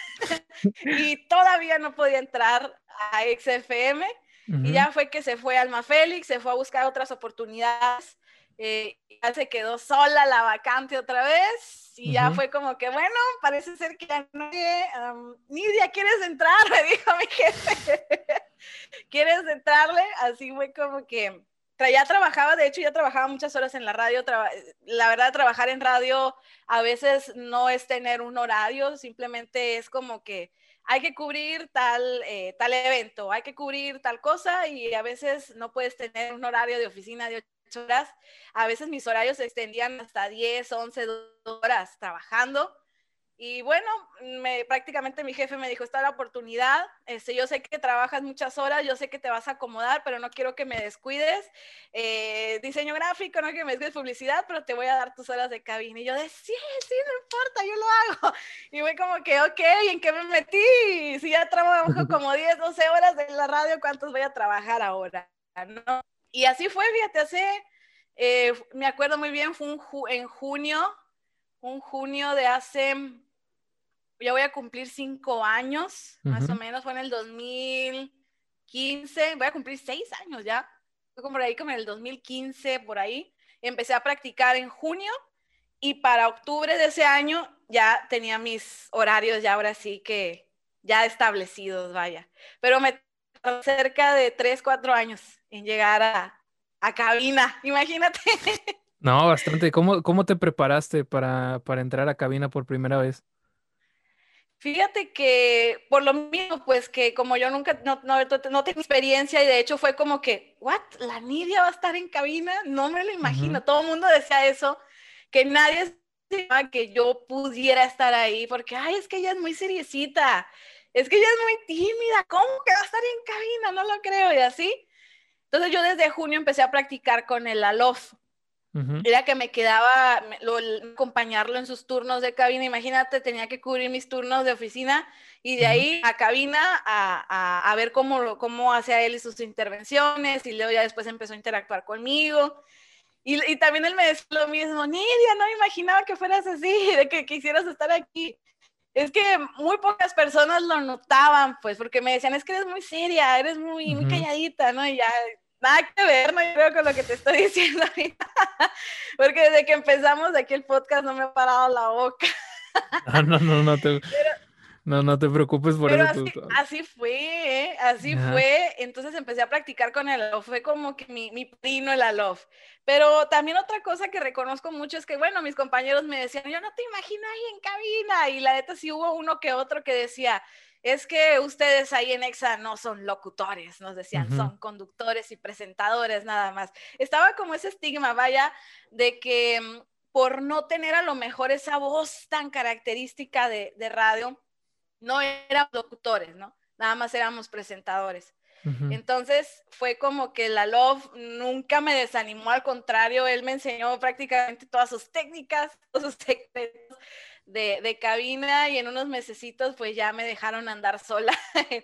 y todavía no podía entrar a X F M. Uh-huh. Y ya fue que se fue Alma Félix, se fue a buscar otras oportunidades. Eh, ya se quedó sola la vacante otra vez y uh-huh. ya fue como que, bueno, parece ser que ya no, um, Nidia, ¿quieres entrar? Me dijo mi jefe, ¿quieres entrarle? Así fue como que ya trabajaba, de hecho ya trabajaba muchas horas en la radio, traba, la verdad trabajar en radio a veces no es tener un horario, simplemente es como que hay que cubrir tal, eh, tal evento, hay que cubrir tal cosa y a veces no puedes tener un horario de oficina de ocho horas, a veces mis horarios se extendían hasta diez, once horas trabajando. Y bueno, me, prácticamente mi jefe me dijo, está la oportunidad, este, yo sé que trabajas muchas horas, yo sé que te vas a acomodar, pero no quiero que me descuides, eh, diseño gráfico, no quiero que me descuides publicidad, pero te voy a dar tus horas de cabina. Y yo de, sí, sí, no importa, yo lo hago. Y fue como que, ok, ¿en qué me metí? Si ya trabajo como diez, doce horas en la radio, ¿cuántos voy a trabajar ahora? ¿No? Y así fue, fíjate, hace, eh, me acuerdo muy bien, fue un ju en junio, un junio de hace... ya voy a cumplir cinco años, uh-huh. más o menos, fue en el dos mil quince, voy a cumplir seis años ya, fue como por ahí, como en el dos mil quince, por ahí, empecé a practicar en junio, y para octubre de ese año ya tenía mis horarios ya ahora sí que ya establecidos, vaya, pero me tardó cerca de tres, cuatro años en llegar a, a cabina, imagínate. No, bastante. ¿Cómo, cómo te preparaste para, para entrar a cabina por primera vez? Fíjate que por lo mismo, pues que como yo nunca, no, no, no tengo experiencia y de hecho fue como que, ¿what? ¿La Nidia va a estar en cabina? No me lo imagino. Uh-huh. Todo el mundo decía eso, que nadie esperaba que yo pudiera estar ahí porque, ay, es que ella es muy seriecita, es que ella es muy tímida, ¿cómo que va a estar en cabina? No lo creo y así. Entonces yo desde junio empecé a practicar con el Alof. Uh-huh. Era que me quedaba lo, acompañarlo en sus turnos de cabina, imagínate, tenía que cubrir mis turnos de oficina y de uh-huh. ahí a cabina a, a, a ver cómo, cómo hacía él sus intervenciones y luego ya después empezó a interactuar conmigo y, y también él me decía lo mismo, Nidia, no me imaginaba que fueras así, de que quisieras estar aquí. Es que muy pocas personas lo notaban, pues, porque me decían, es que eres muy seria, eres muy, uh-huh. muy calladita, ¿no? Y ya, nada que ver, no creo con lo que te estoy diciendo ahorita, porque desde que empezamos de aquí el podcast no me ha parado la boca. No, no, no, no te, pero, no, no te preocupes por pero eso. Así, así fue, ¿eh? así Ajá. fue, entonces empecé a practicar con el Alof, fue como que mi, mi primo el Alof. Pero también otra cosa que reconozco mucho es que, bueno, mis compañeros me decían, yo no te imagino ahí en cabina, y la neta sí hubo uno que otro que decía, es que ustedes ahí en Exa no son locutores, nos decían, uh-huh. son conductores y presentadores nada más. Estaba como ese estigma, vaya, de que por no tener a lo mejor esa voz tan característica de, de radio, no éramos locutores, ¿no? Nada más éramos presentadores. Uh-huh. Entonces fue como que la Love nunca me desanimó, al contrario, él me enseñó prácticamente todas sus técnicas, todos sus secretos de, de cabina y en unos mesecitos pues ya me dejaron andar sola.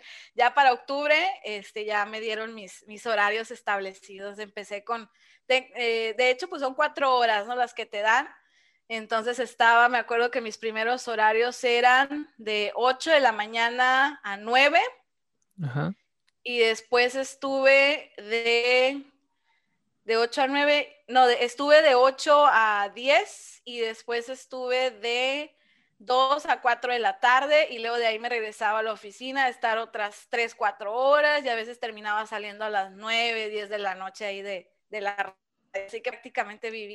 Ya para octubre este, ya me dieron mis, mis horarios establecidos, empecé con, de, eh, de hecho pues son cuatro horas, ¿no? Las que te dan. Entonces estaba, me acuerdo que mis primeros horarios eran de ocho de la mañana a nueve. Ajá. Y después estuve de, de ocho a nueve, no, de, estuve de ocho a diez y después estuve de dos a cuatro de la tarde y luego de ahí me regresaba a la oficina a estar otras tres, cuatro horas y a veces terminaba saliendo a las nueve, diez de la noche ahí de, de la radio. Así que prácticamente viví.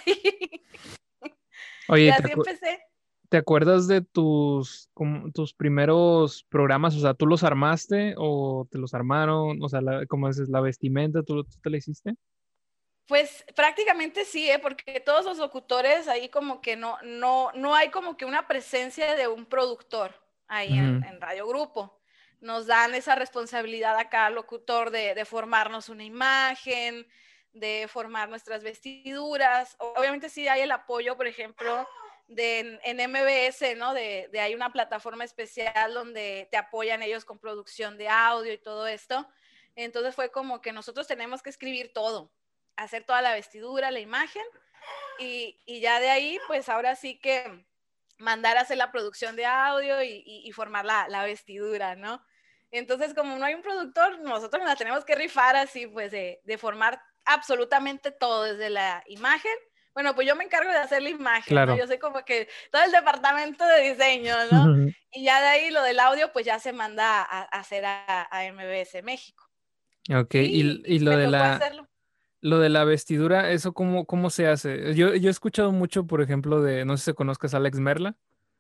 Oye, y así te empecé. ¿Te acuerdas de tus, como, tus primeros programas? O sea, ¿tú los armaste o te los armaron? O sea, la, ¿cómo dices? ¿La vestimenta tú, tú te la hiciste? Pues prácticamente sí, ¿eh? Porque todos los locutores ahí como que no, no, no hay como que una presencia de un productor ahí uh-huh. en, en Radio Grupo. Nos dan esa responsabilidad a cada locutor de, de formarnos una imagen, de formar nuestras vestiduras. Obviamente sí hay el apoyo, por ejemplo, de, en, en M B S, ¿no? De, de hay una plataforma especial donde te apoyan ellos con producción de audio y todo esto. Entonces fue como que nosotros tenemos que escribir todo, hacer toda la vestidura, la imagen, y, y ya de ahí, pues ahora sí que mandar a hacer la producción de audio y, y, y formar la, la vestidura, ¿no? Entonces, como no hay un productor, nosotros nos la tenemos que rifar así, pues de, de formar absolutamente todo, desde la imagen. Bueno, pues yo me encargo de hacer la imagen, ¿no? Claro. Yo soy como que todo el departamento de diseño, ¿no? Y ya de ahí lo del audio, pues ya se manda a, a hacer a, a M B S México. Ok, y, Sí, y lo me de tocó la, hacerlo. lo de la vestidura, ¿eso cómo, cómo se hace? Yo, yo he escuchado mucho, por ejemplo, de, no sé si conozcas a Alex Merla.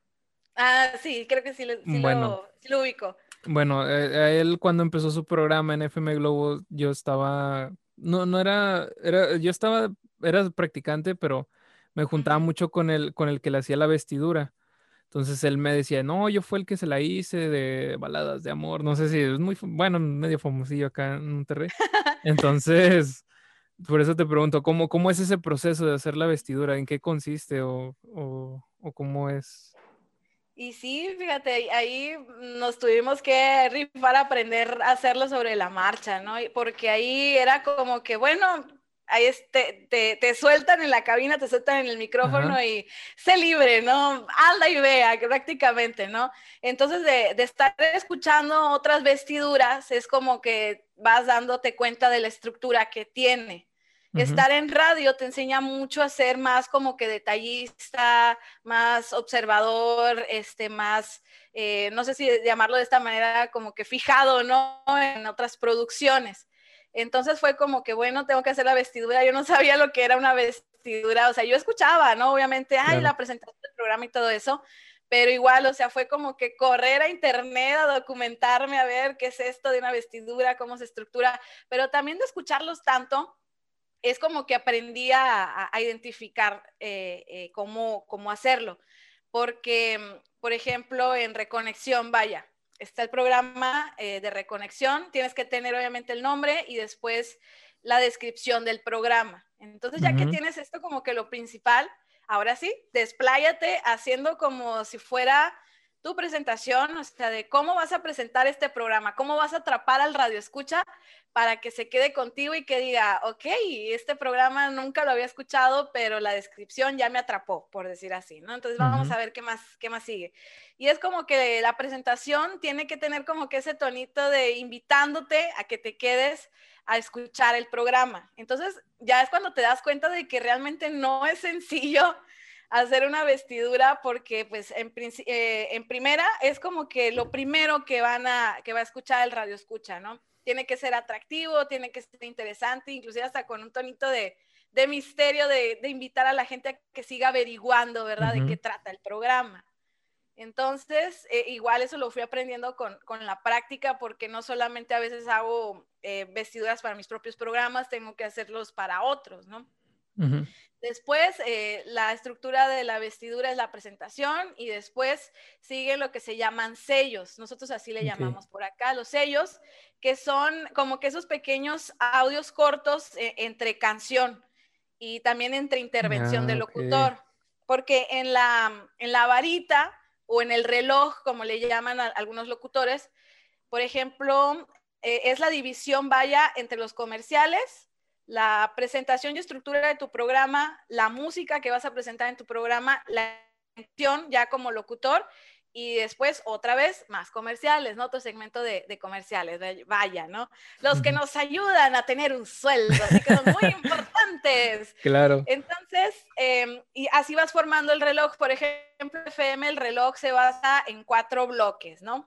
Ah, sí, creo que sí, lo- sí, Bueno, lo, sí lo ubico. bueno, eh, a él cuando empezó su programa en F M Globo, yo estaba, no, no era, era, yo estaba, era practicante, pero me juntaba Ujú. mucho con el, con el que le hacía la vestidura. Entonces él me decía, no, yo fue el que se la hice de baladas de amor, no sé si es muy, fam- bueno, medio famosillo acá en Monterrey. Entonces, por eso te pregunto, ¿cómo, cómo es ese proceso de hacer la vestidura? ¿En qué consiste o, o, o cómo es? Y sí, fíjate, ahí nos tuvimos que rifar a aprender a hacerlo sobre la marcha, ¿no? Y porque ahí era como que, bueno, ahí es- te, te, te sueltan en la cabina, te sueltan en el Ajá. micrófono y sé libre, ¿no? Anda y vea, que prácticamente, ¿no? Entonces, de, de estar escuchando otras vestiduras, es como que vas dándote cuenta de la estructura que tiene. Ujú, Estar en radio te enseña mucho a ser más como que detallista, más observador, este, más, eh, no sé si llamarlo de esta manera, como que fijado, ¿no? En otras producciones. Entonces fue como que, bueno, tengo que hacer la vestidura. Yo no sabía lo que era una vestidura. O sea, yo escuchaba, ¿no? Obviamente, ay, claro. la presentación del programa y todo eso. Pero igual, o sea, fue como que correr a internet a documentarme, a ver qué es esto de una vestidura, cómo se estructura, pero también de escucharlos tanto, es como que aprendí a, a identificar eh, eh, cómo, cómo hacerlo. Porque, por ejemplo, en Reconexión, vaya, está el programa eh, de Reconexión, tienes que tener obviamente el nombre y después la descripción del programa. Entonces, ya que Ujú, tienes esto como que lo principal, ahora sí, despláyate haciendo como si fuera tu presentación, o sea, de cómo vas a presentar este programa, cómo vas a atrapar al radio escucha para que se quede contigo y que diga, ok, este programa nunca lo había escuchado, pero la descripción ya me atrapó, por decir así, ¿no? Entonces vamos ujú, a ver qué más, qué más sigue. Y es como que la presentación tiene que tener como que ese tonito de invitándote a que te quedes a escuchar el programa. Entonces ya es cuando te das cuenta de que realmente no es sencillo hacer una vestidura porque pues en, eh, en primera es como que lo primero que van a, que va a escuchar el radio escucha, ¿no? Tiene que ser atractivo, tiene que ser interesante, inclusive hasta con un tonito de, de misterio, de, de, invitar a la gente a que siga averiguando, ¿verdad?, de qué ujú. trata el programa. Entonces, eh, igual eso lo fui aprendiendo con, con, la práctica, porque no solamente a veces hago eh, vestiduras para mis propios programas, tengo que hacerlos para otros, ¿no? Ujú. Después, eh, la estructura de la vestidura es la presentación y después sigue lo que se llaman sellos. Nosotros así le Ok. llamamos por acá, los sellos, que son como que esos pequeños audios cortos eh, entre canción y también entre intervención Ah, del ok. locutor. Porque en la, en la varita o en el reloj, como le llaman a algunos locutores, por ejemplo, eh, es la división, vaya, entre los comerciales, la presentación y estructura de tu programa, la música que vas a presentar en tu programa, la gestión ya como locutor y después otra vez más comerciales, ¿no? Otro segmento de, de comerciales, vaya, ¿no? Los que Ujú. nos ayudan a tener un sueldo, así que son muy importantes. Claro. Entonces, eh, y así vas formando el reloj. Por ejemplo, F M, el reloj se basa en cuatro bloques, ¿no?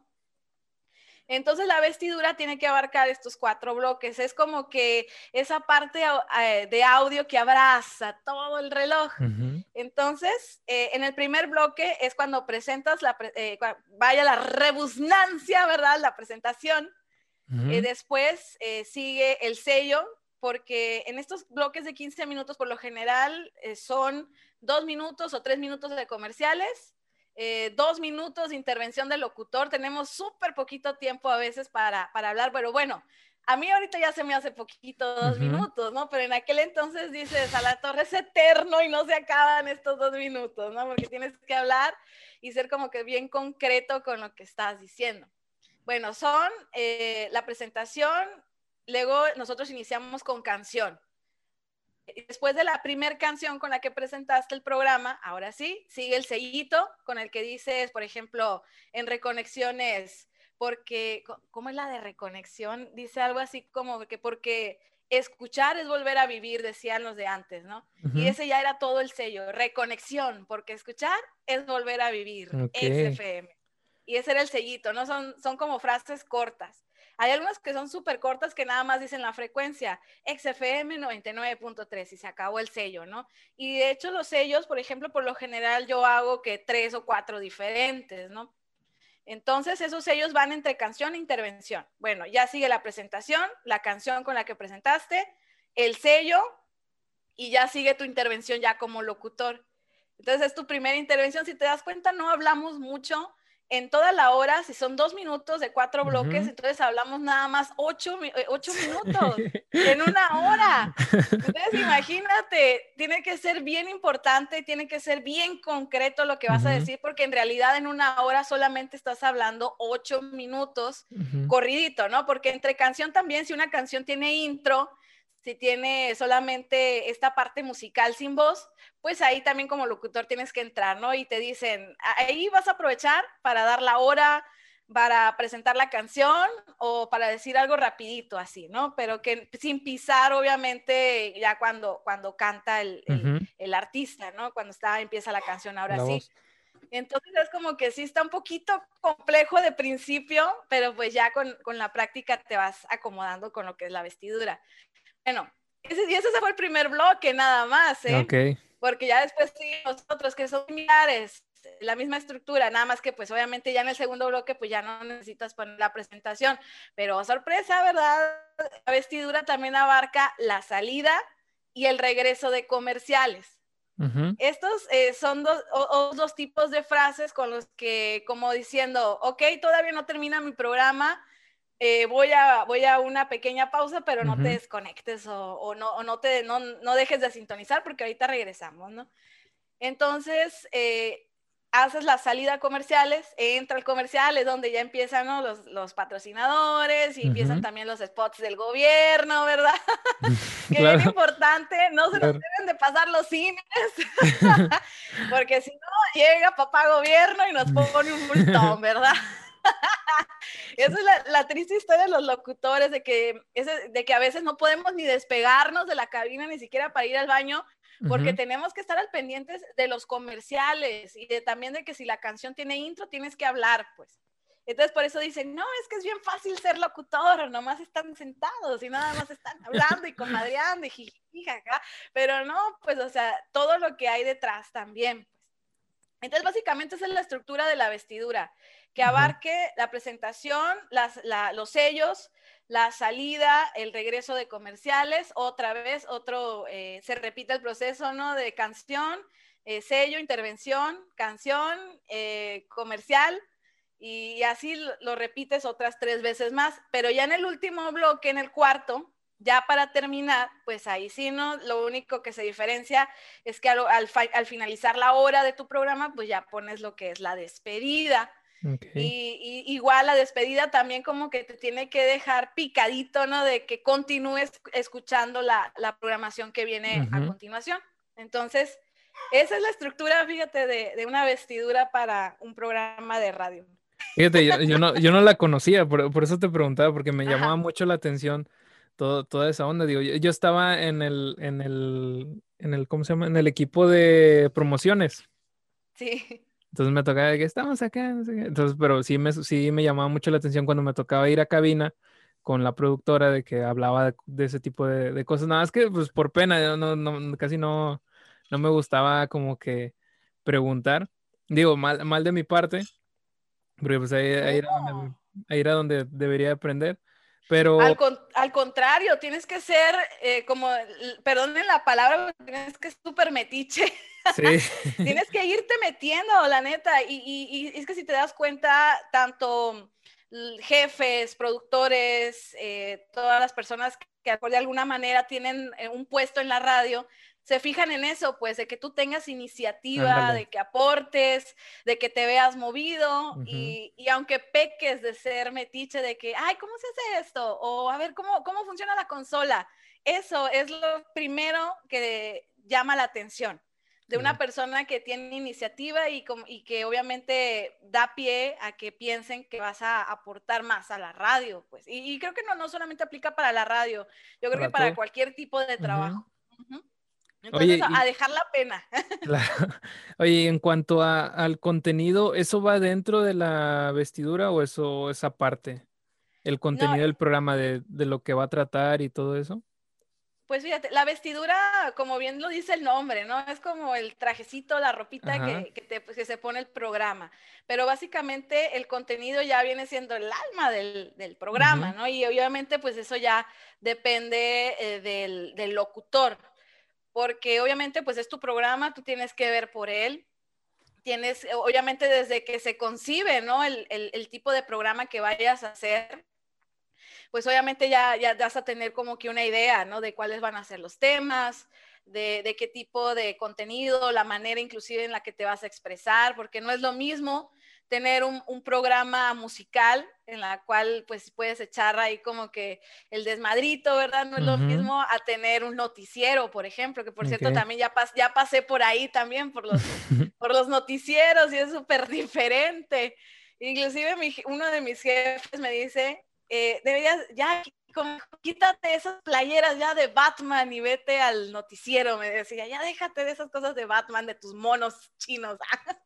Entonces la vestidura tiene que abarcar estos cuatro bloques. Es como que esa parte eh, de audio que abraza todo el reloj. Ujú. Entonces, eh, en el primer bloque es cuando presentas, la, eh, vaya la rebusnancia, ¿verdad? La presentación. Eh, Ujú. después eh, sigue el sello, porque en estos bloques de quince minutos, por lo general, eh, son dos minutos o tres minutos de comerciales, eh, dos minutos de intervención del locutor. Tenemos súper poquito tiempo a veces para, para hablar, pero bueno, a mí ahorita ya se me hace poquito dos Ujú. minutos, ¿no? Pero en aquel entonces dices, a la torre es eterno y no se acaban estos dos minutos, ¿no? Porque tienes que hablar y ser como que bien concreto con lo que estás diciendo. Bueno, son eh, la presentación, luego nosotros iniciamos con canción. después de la primera canción con la que presentaste el programa, ahora sí, sigue el sellito con el que dices, por ejemplo, en Reconexiones, porque, ¿cómo es la de Reconexión? Dice algo así como que porque escuchar es volver a vivir, decían los de antes, ¿no? Uh-huh. Y ese ya era todo el sello, Reconexión, porque escuchar es volver a vivir, okay. X F M. Y ese era el sellito, ¿no? Son, son como frases cortas. Hay algunas que son súper cortas que nada más dicen la frecuencia, X F M noventa y nueve punto tres y se acabó el sello, ¿no? Y de hecho los sellos, por ejemplo, por lo general yo hago que tres o cuatro diferentes, ¿no? Entonces esos sellos van entre canción e intervención. Bueno, ya sigue la presentación, la canción con la que presentaste, el sello y ya sigue tu intervención ya como locutor. Entonces es tu primera intervención. Si te das cuenta, no hablamos mucho en toda la hora. Si son dos minutos de cuatro bloques, uh-huh. entonces hablamos nada más ocho, ocho minutos en una hora. Entonces imagínate, tiene que ser bien importante, tiene que ser bien concreto lo que vas uh-huh. a decir, porque en realidad en una hora solamente estás hablando ocho minutos uh-huh. corridito, ¿no? Porque entre canción también, si una canción tiene intro, si tiene solamente esta parte musical sin voz, pues ahí también como locutor tienes que entrar, ¿no? Y te dicen, ahí vas a aprovechar para dar la hora, para presentar la canción o para decir algo rapidito así, ¿no? Pero que sin pisar, obviamente, ya cuando, cuando canta el, el, uh-huh. el artista, ¿no? Cuando está, empieza la canción, ahora la sí. Voz. Entonces es como que sí está un poquito complejo de principio, pero pues ya con, con la práctica te vas acomodando con lo que es la vestidura. Bueno, ese, y ese fue el primer bloque nada más, ¿eh? Okay. Porque ya después sí, nosotros que son similares, la misma estructura, nada más que pues obviamente ya en el segundo bloque pues ya no necesitas poner la presentación, pero sorpresa, ¿verdad? La vestidura también abarca la salida y el regreso de comerciales. Uh-huh. Estos eh, son dos, o, o, dos tipos de frases con los que, como diciendo, ok, todavía no termina mi programa, Eh, voy, a, voy a una pequeña pausa, pero no uh-huh. te desconectes o, o, no, o no, te, no, no dejes de sintonizar porque ahorita regresamos, ¿no? Entonces, eh, haces la salida a comerciales, entra el comercial, es donde ya empiezan, ¿no? los, los patrocinadores y uh-huh. empiezan también los spots del gobierno, ¿verdad? Que claro. Es importante, no se claro. nos deben de pasar los cines, porque si no, llega papá gobierno y nos pone un multón, ¿verdad? Esa es la, la triste historia de los locutores, de que, ese, de que a veces no podemos ni despegarnos de la cabina ni siquiera para ir al baño, porque uh-huh. tenemos que estar al pendientes de los comerciales y de, también de que si la canción tiene intro tienes que hablar, pues. Entonces por eso dicen, no, es que es bien fácil ser locutor, nomás están sentados y nada más están hablando y comadreando y jiji, jaja, pero no, pues o sea, todo lo que hay detrás también. Entonces básicamente esa es la estructura de la vestidura, que abarque uh-huh. la presentación, las, la, los sellos, la salida, el regreso de comerciales, otra vez, otro, eh, se repite el proceso, ¿no? De canción, eh, sello, intervención, canción, eh, comercial, y, y así lo, lo repites otras tres veces más, pero ya en el último bloque, en el cuarto, ya para terminar, pues ahí sí, ¿no? Lo único que se diferencia es que al, al, al finalizar la hora de tu programa, pues ya pones lo que es la despedida. Okay. Y, y igual la despedida también como que te tiene que dejar picadito, ¿no? De que continúes escuchando la, la programación que viene uh-huh. a continuación. Entonces, esa es la estructura, fíjate, de, de una vestidura para un programa de radio. Fíjate, yo, yo, no, yo no la conocía, por, por eso te preguntaba, porque me llamaba Ajá. mucho la atención todo, toda esa onda. Digo, yo, yo estaba en el, en el, en el, ¿cómo se llama? En el equipo de promociones. Sí. Entonces me tocaba que estamos acá, no sé qué. Entonces, pero sí me, sí me llamaba mucho la atención cuando me tocaba ir a cabina con la productora de que hablaba de, de ese tipo de, de cosas. Nada más que pues por pena, no, no, casi no, no me gustaba como que preguntar. Digo, mal, mal de mi parte, porque pues ahí, ahí, era, donde, ahí era donde debería aprender. Pero... Al, con, al contrario, tienes que ser, eh, como, perdonen la palabra, tienes que ser súper metiche. Sí. Tienes que irte metiendo, la neta. Y, y, y es que si te das cuenta, tanto jefes, productores, eh, todas las personas que de alguna manera tienen un puesto en la radio, se fijan en eso, pues, de que tú tengas iniciativa, Ándale. de que aportes, de que te veas movido, uh-huh. y, y aunque peques de ser metiche, de que, ay, ¿cómo se hace esto? O a ver, ¿cómo, cómo funciona la consola? eso es lo primero que llama la atención de una persona que tiene iniciativa y, y que obviamente da pie a que piensen que vas a aportar más a la radio, pues. Y, y creo que no, no solamente aplica para la radio, yo creo para que para todo. cualquier tipo de trabajo. Uh-huh. Uh-huh. Entonces, Oye, a, y, a dejar la pena. claro. Oye, en cuanto a, al contenido, ¿eso va dentro de la vestidura o eso es aparte? El No, contenido del programa de, de lo que va a tratar y todo eso. pues fíjate, la vestidura, como bien lo dice el nombre, ¿no? Es como el trajecito, la ropita Ajá. que, que, te, pues, que se pone el programa. Pero básicamente el contenido ya viene siendo el alma del, del programa, Uh-huh. ¿no? Y obviamente pues eso ya depende eh, del, del locutor, porque obviamente pues es tu programa, tú tienes que ver por él. Tienes, obviamente desde que se concibe, ¿no? El, el, el tipo de programa que vayas a hacer, pues obviamente ya, ya vas a tener como que una idea, ¿no? De cuáles van a ser los temas, de, de qué tipo de contenido, la manera inclusive en la que te vas a expresar, porque no es lo mismo tener un, un programa musical en la cual pues puedes echar ahí como que el desmadrito, ¿verdad? No es lo Uh-huh. mismo a tener un noticiero, por ejemplo, que por cierto Okay. también ya, pas, ya pasé por ahí también, por los, por los noticieros y es súper diferente. Inclusive mi, uno de mis jefes me dice, eh, deberías, ya, como, quítate esas playeras ya de Batman y vete al noticiero, me decía, ya déjate de esas cosas de Batman, de tus monos chinos.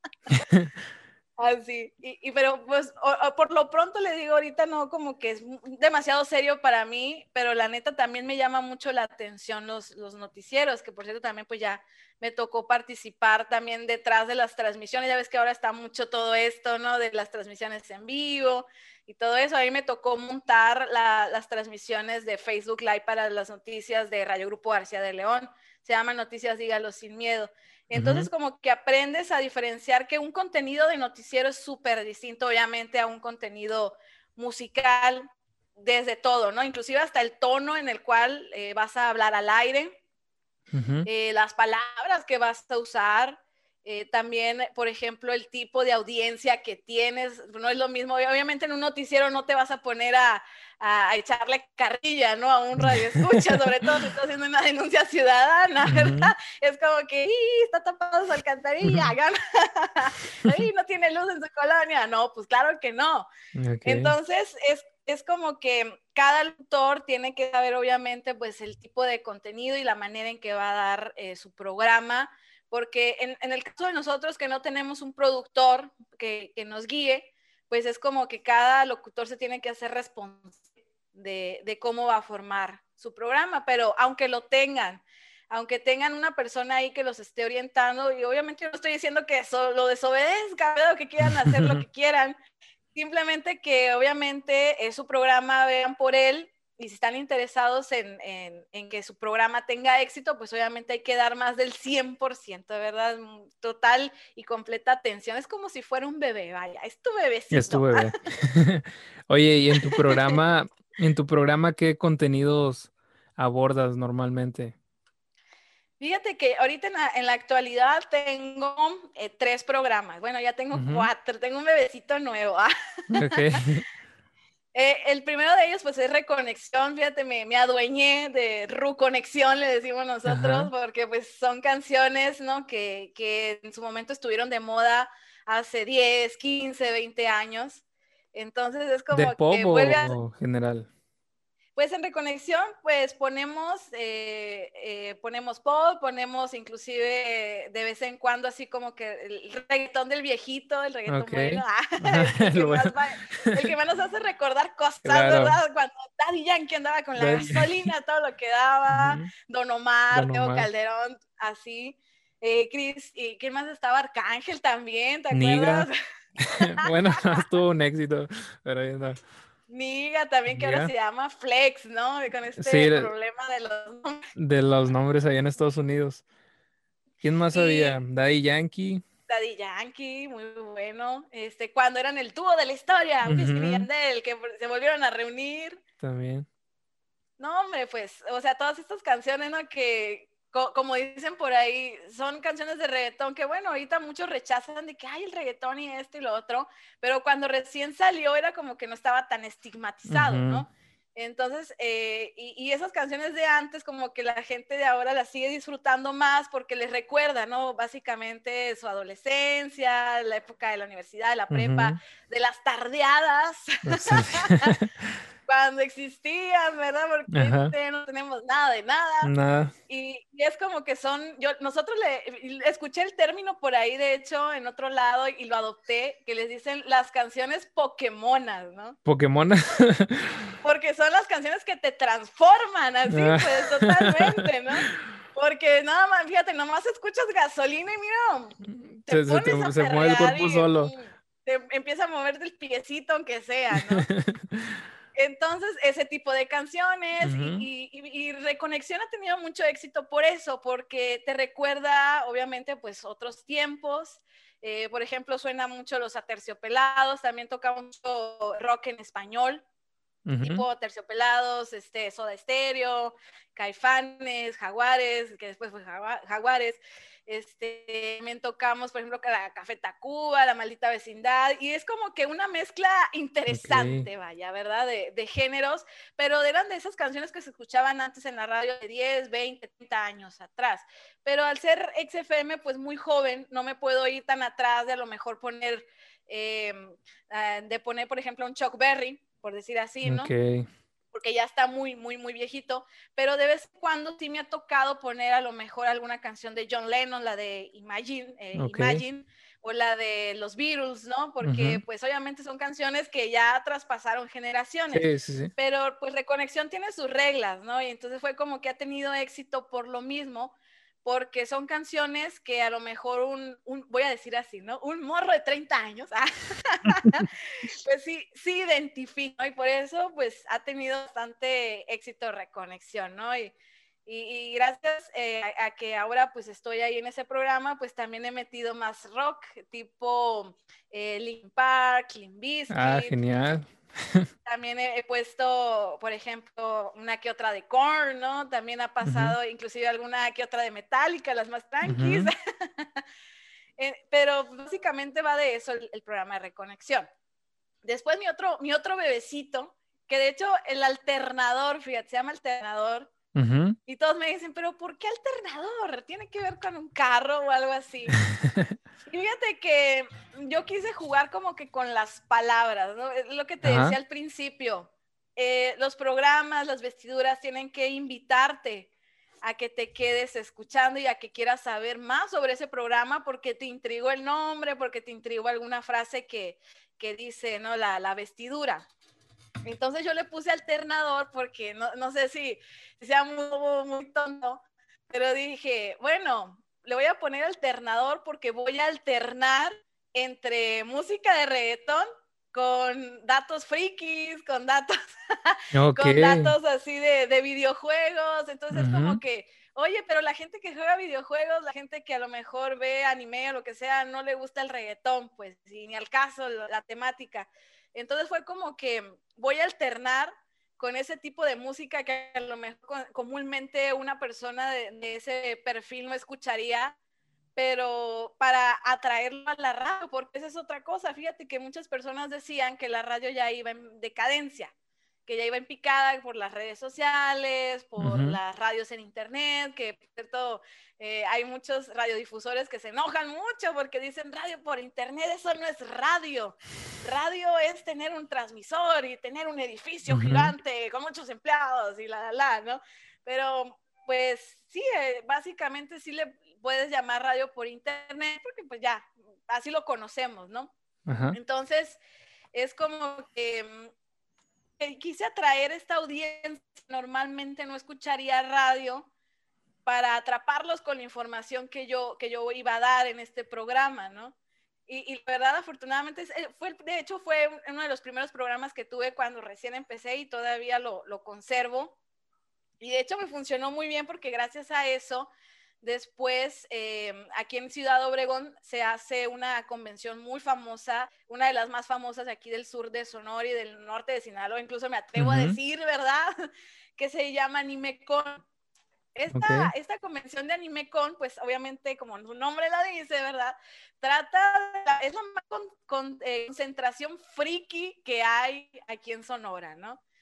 Así, y, y pero pues o, o por lo pronto le digo ahorita no, como que es demasiado serio para mí, pero la neta también me llama mucho la atención los, los noticieros, que por cierto también pues ya me tocó participar también detrás de las transmisiones, ya ves que ahora está mucho todo esto, ¿no? De las transmisiones en vivo y todo eso, a mí me tocó montar la, las transmisiones de Facebook Live para las noticias de Radio Grupo García de León, se llama Noticias Dígalo Sin Miedo. Uh-huh. Entonces, como que aprendes a diferenciar que un contenido de noticiero es súper distinto, obviamente, a un contenido musical, desde todo, ¿no? Inclusive hasta el tono en el cual eh, vas a hablar al aire, Uh-huh. eh, las palabras que vas a usar, eh, también, por ejemplo, el tipo de audiencia que tienes, no es lo mismo, obviamente en un noticiero no te vas a poner a, a, a echarle carrilla, ¿no? A un radio escucha, sobre todo si estás haciendo una denuncia ciudadana, ¿verdad? Uh-huh. Es como que, ¡y! Está tapado su alcantarilla, ¡y! No tiene luz en su colonia, no, pues claro que no. Okay. Entonces, es es como que cada autor tiene que saber obviamente pues el tipo de contenido y la manera en que va a dar eh, su programa, porque en, en, el caso de nosotros que no tenemos un productor que, que, nos guíe, pues es como que cada locutor se tiene que hacer responsable de, de cómo va a formar su programa, pero aunque lo tengan, aunque tengan una persona ahí que los esté orientando, y obviamente yo no estoy diciendo que eso lo desobedezcan, o que quieran hacer lo que quieran, simplemente que obviamente es su programa, vean por él, y si están interesados en, en, en, que su programa tenga éxito, pues obviamente hay que dar más del cien por ciento, de verdad, total y completa atención. Es como si fuera un bebé, vaya, es tu Es tu bebecito. bebé. Oye, y en tu programa, en tu programa, ¿qué contenidos abordas normalmente? Fíjate que ahorita en la, en la actualidad tengo eh, tres programas. Bueno, ya tengo Uh-huh. cuatro. Tengo un bebecito nuevo. Okay. eh, el primero de ellos, pues, es Reconexión. Fíjate, me, me adueñé de Ruconexión, le decimos nosotros, Ajá. porque pues son canciones, ¿no? Que, que en su momento estuvieron de moda hace diez, quince, veinte años. Entonces es ¿De como pop que vuelve a, o general? pues en Reconexión, pues ponemos, eh, eh, ponemos pop, ponemos inclusive eh, de vez en cuando así como que el reggaetón del viejito, el reggaetón bueno, Okay. ah, el, Ajá, el, que lo bueno. más va, el que más nos hace recordar cosas, Claro. ¿verdad? Cuando Daddy Yankee andaba con la Daddy Yankee. gasolina, todo lo que daba, Ujú. Don Omar, Don Tego Omar. Calderón, así. Eh, Chris, ¿y quién más estaba? Arcángel también, ¿te acuerdas? Niga. Bueno, no estuvo un éxito, pero ahí está. Niga también, que ahora Niga. se llama Flex, ¿no? Con Sí, este de problema de los nombres. de los nombres allá en Estados Unidos. ¿Quién más había? Y Daddy Yankee. Daddy Yankee, muy bueno. Este, cuando eran el dúo de la historia, Wisin y Ujú. Yandel, que se volvieron a reunir. También. No, hombre, pues, o sea, todas estas canciones, ¿no? Que, co como dicen por ahí, son canciones de reggaetón que, bueno, ahorita muchos rechazan de que hay el reggaetón y esto y lo otro, pero cuando recién salió era como que no estaba tan estigmatizado, Ujú. ¿no? Entonces, eh, y, y esas canciones de antes, como que la gente de ahora las sigue disfrutando más porque les recuerda, ¿no? Básicamente su adolescencia, la época de la universidad, de la prepa, Ujú. de las tardeadas, Bastante. cuando existían, ¿verdad? Porque Ajá. ahorita no tenemos nada de nada. Nada. Y, y es como que son, yo, nosotros le, escuché el término por ahí, de hecho, en otro lado, y lo adopté, que les dicen las canciones Pokémonas, ¿no? Pokémon. Porque son las canciones que te transforman, así, Ah. pues, totalmente, ¿no? Porque nada más, fíjate, nomás escuchas gasolina y mira, te Se, se, pones te- a se mueve el perrear cuerpo y solo. mm, te empieza a moverte el piecito, aunque sea, ¿no? Entonces, ese tipo de canciones y, Ujú. y, y, y Reconexión ha tenido mucho éxito por eso, porque te recuerda, obviamente, pues otros tiempos. Eh, por ejemplo, suena mucho Los Aterciopelados, también toca mucho rock en español, Ujú. tipo Terciopelados, este, Soda Stereo, Caifanes, Jaguares, que después fue Jaguares. Este, también tocamos, por ejemplo, la Café Tacuba, La Maldita Vecindad, y es como que una mezcla Ok. interesante, vaya, ¿verdad? De, de géneros, pero eran de esas canciones que se escuchaban antes en la radio de diez, veinte, treinta años atrás. Pero al ser X F M, pues muy joven, no me puedo ir tan atrás de a lo mejor poner, eh, de poner, por ejemplo, un Chuck Berry, por decir así, ¿no? Ok. Porque ya está muy, muy, muy viejito, pero de vez en cuando sí me ha tocado poner a lo mejor alguna canción de John Lennon, la de Imagine, eh, Ok. Imagine, o la de los Beatles, ¿no? Porque Ujú. pues obviamente son canciones que ya traspasaron generaciones, Sí, sí, sí. pero pues Reconexión tiene sus reglas, ¿no? Y entonces fue como que ha tenido éxito por lo mismo, porque son canciones que a lo mejor un, un voy a decir así, ¿no? Un morro de treinta años, pues sí, sí identifico, ¿no? Y por eso pues ha tenido bastante éxito Reconexión, ¿no? Y, y, y gracias eh, a, a, que ahora pues estoy ahí en ese programa, pues también he metido más rock, tipo eh, Linkin Park, Limp Ah, Bizkit. genial. También he, he, puesto, por ejemplo, una que otra de Korn, ¿no? También ha Ujú. pasado inclusive alguna que otra de Metallica, las más tranquis. Ujú. eh, pero básicamente va de eso el, el programa de Reconexión. Después mi otro, mi otro bebecito, que de hecho el alternador, fíjate, se llama alternador, Ujú. y todos me dicen, pero ¿por qué alternador? ¿Tiene que ver con un carro o algo así? Y fíjate que yo quise jugar como que con las palabras, ¿no? Es lo que te decía Ajá. al principio. Eh, los programas, las vestiduras tienen que invitarte a que te quedes escuchando y a que quieras saber más sobre ese programa porque te intrigó el nombre, porque te intrigó alguna frase que, que dice, ¿no? La, la vestidura. Entonces yo le puse alternador porque no, no sé si, si sea muy, muy tonto, pero dije, bueno, le voy a poner alternador porque voy a alternar entre música de reggaetón con datos frikis, con datos, Ok. con datos así de, de videojuegos. Entonces es como Ujú. que, oye, pero la gente que juega videojuegos, la gente que a lo mejor ve anime o lo que sea, no le gusta el reggaetón, pues, y ni al caso la, la temática. Entonces fue como que voy a alternar con ese tipo de música que a lo mejor comúnmente una persona de, de ese perfil no escucharía, pero para atraerlo a la radio, porque esa es otra cosa. Fíjate que muchas personas decían que la radio ya iba en decadencia, que ya iba en picada por las redes sociales, por Ujú. las radios en internet, que por cierto, eh, hay muchos radiodifusores que se enojan mucho porque dicen radio por internet, eso no es radio. Radio es tener un transmisor y tener un edificio Ujú. gigante con muchos empleados y la, la, la, ¿no? Pero pues sí, eh, básicamente sí le puedes llamar radio por internet porque pues ya, así lo conocemos, ¿no? Ajá. Entonces, es como que, que quise atraer esta audiencia que normalmente no escucharía radio para atraparlos con la información que yo, que yo iba a dar en este programa, ¿no? Y, y la verdad, afortunadamente, fue, de hecho, fue uno de los primeros programas que tuve cuando recién empecé y todavía lo, lo conservo. Y de hecho me funcionó muy bien porque gracias a eso, después eh, aquí en Ciudad Obregón se hace una convención muy famosa, una de las más famosas de aquí del sur de Sonora y del norte de Sinaloa, incluso me atrevo a Ujú. decir, ¿verdad? Que se llama AnimeCon. Esta, Ok. esta convención de AnimeCon, pues obviamente como su nombre la dice, ¿verdad? Trata, de, es la más con, con, eh, concentración friki que hay aquí en Sonora, ¿no?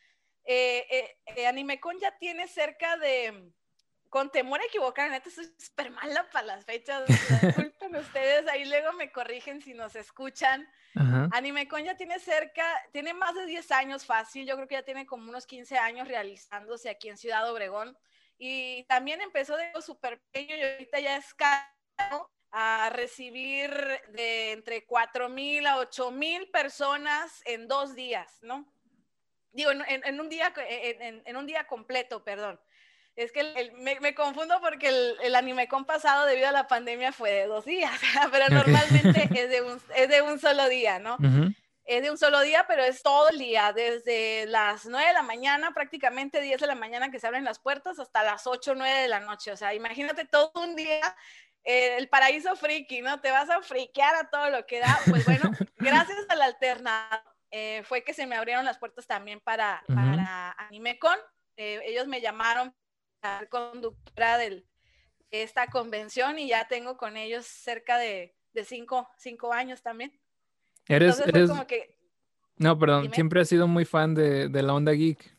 eh, eh, eh, Animecon ya tiene cerca de, con temor a equivocar, neta, soy súper mala para las fechas, disculpen ustedes, ahí luego me corrigen si nos escuchan. Ajá. Animecon ya tiene cerca, tiene más de diez años fácil, yo creo que ya tiene como unos quince años realizándose aquí en Ciudad Obregón, y también empezó de súper pequeño y ahorita ya es caro a recibir de entre cuatro mil a ocho mil personas en dos días, ¿no? Digo, en, en, un, día, en, en un día completo, perdón. Es que el, el, me, me confundo porque el, el Animecon pasado debido a la pandemia fue de dos días, pero okay. Normalmente es de, un, es de un solo día, ¿no? Uh-huh. Es de un solo día, pero es todo el día, desde las nueve de la mañana, prácticamente diez de la mañana que se abren las puertas, hasta las ocho o nueve de la noche. O sea, imagínate todo un día, eh, el paraíso friki, ¿no? Te vas a friquear a todo lo que da. Pues bueno, gracias al alternador, eh, fue que se me abrieron las puertas también para, uh-huh. para Animecon. Eh, ellos me llamaron a ser conductora del, de esta convención y ya tengo con ellos cerca de, de cinco, cinco años también. Eres, Entonces eres... fue como que... No, perdón, Dime. Siempre has sido muy fan de, de la onda geek.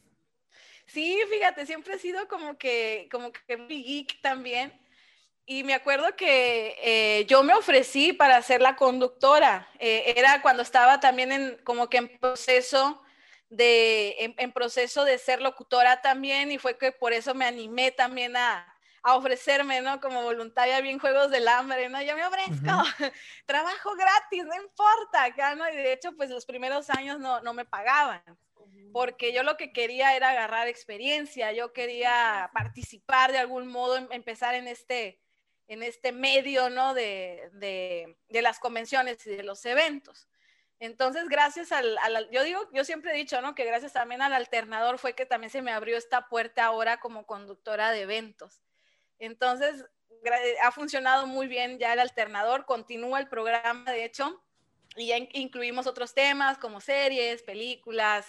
Sí, fíjate, siempre he sido como que, como que muy geek también. Y me acuerdo que eh, yo me ofrecí para ser la conductora. Eh, era cuando estaba también en, como que en proceso de, en, en proceso de ser locutora también, y fue que por eso me animé también a, a ofrecerme, ¿no? Como voluntaria bien Juegos del Hambre, ¿no? Yo me ofrezco, uh-huh. trabajo gratis, no importa acá, ¿no? Y de hecho, pues los primeros años no, no me pagaban, porque yo lo que quería era agarrar experiencia, yo quería participar de algún modo, em, empezar en este, en este medio, ¿no? De, de, de las convenciones y de los eventos. Entonces, gracias al, al, yo digo, yo siempre he dicho, ¿no? Que gracias también al alternador fue que también se me abrió esta puerta ahora como conductora de eventos. Entonces, ha funcionado muy bien ya el alternador, continúa el programa, de hecho, y ya incluimos otros temas como series, películas,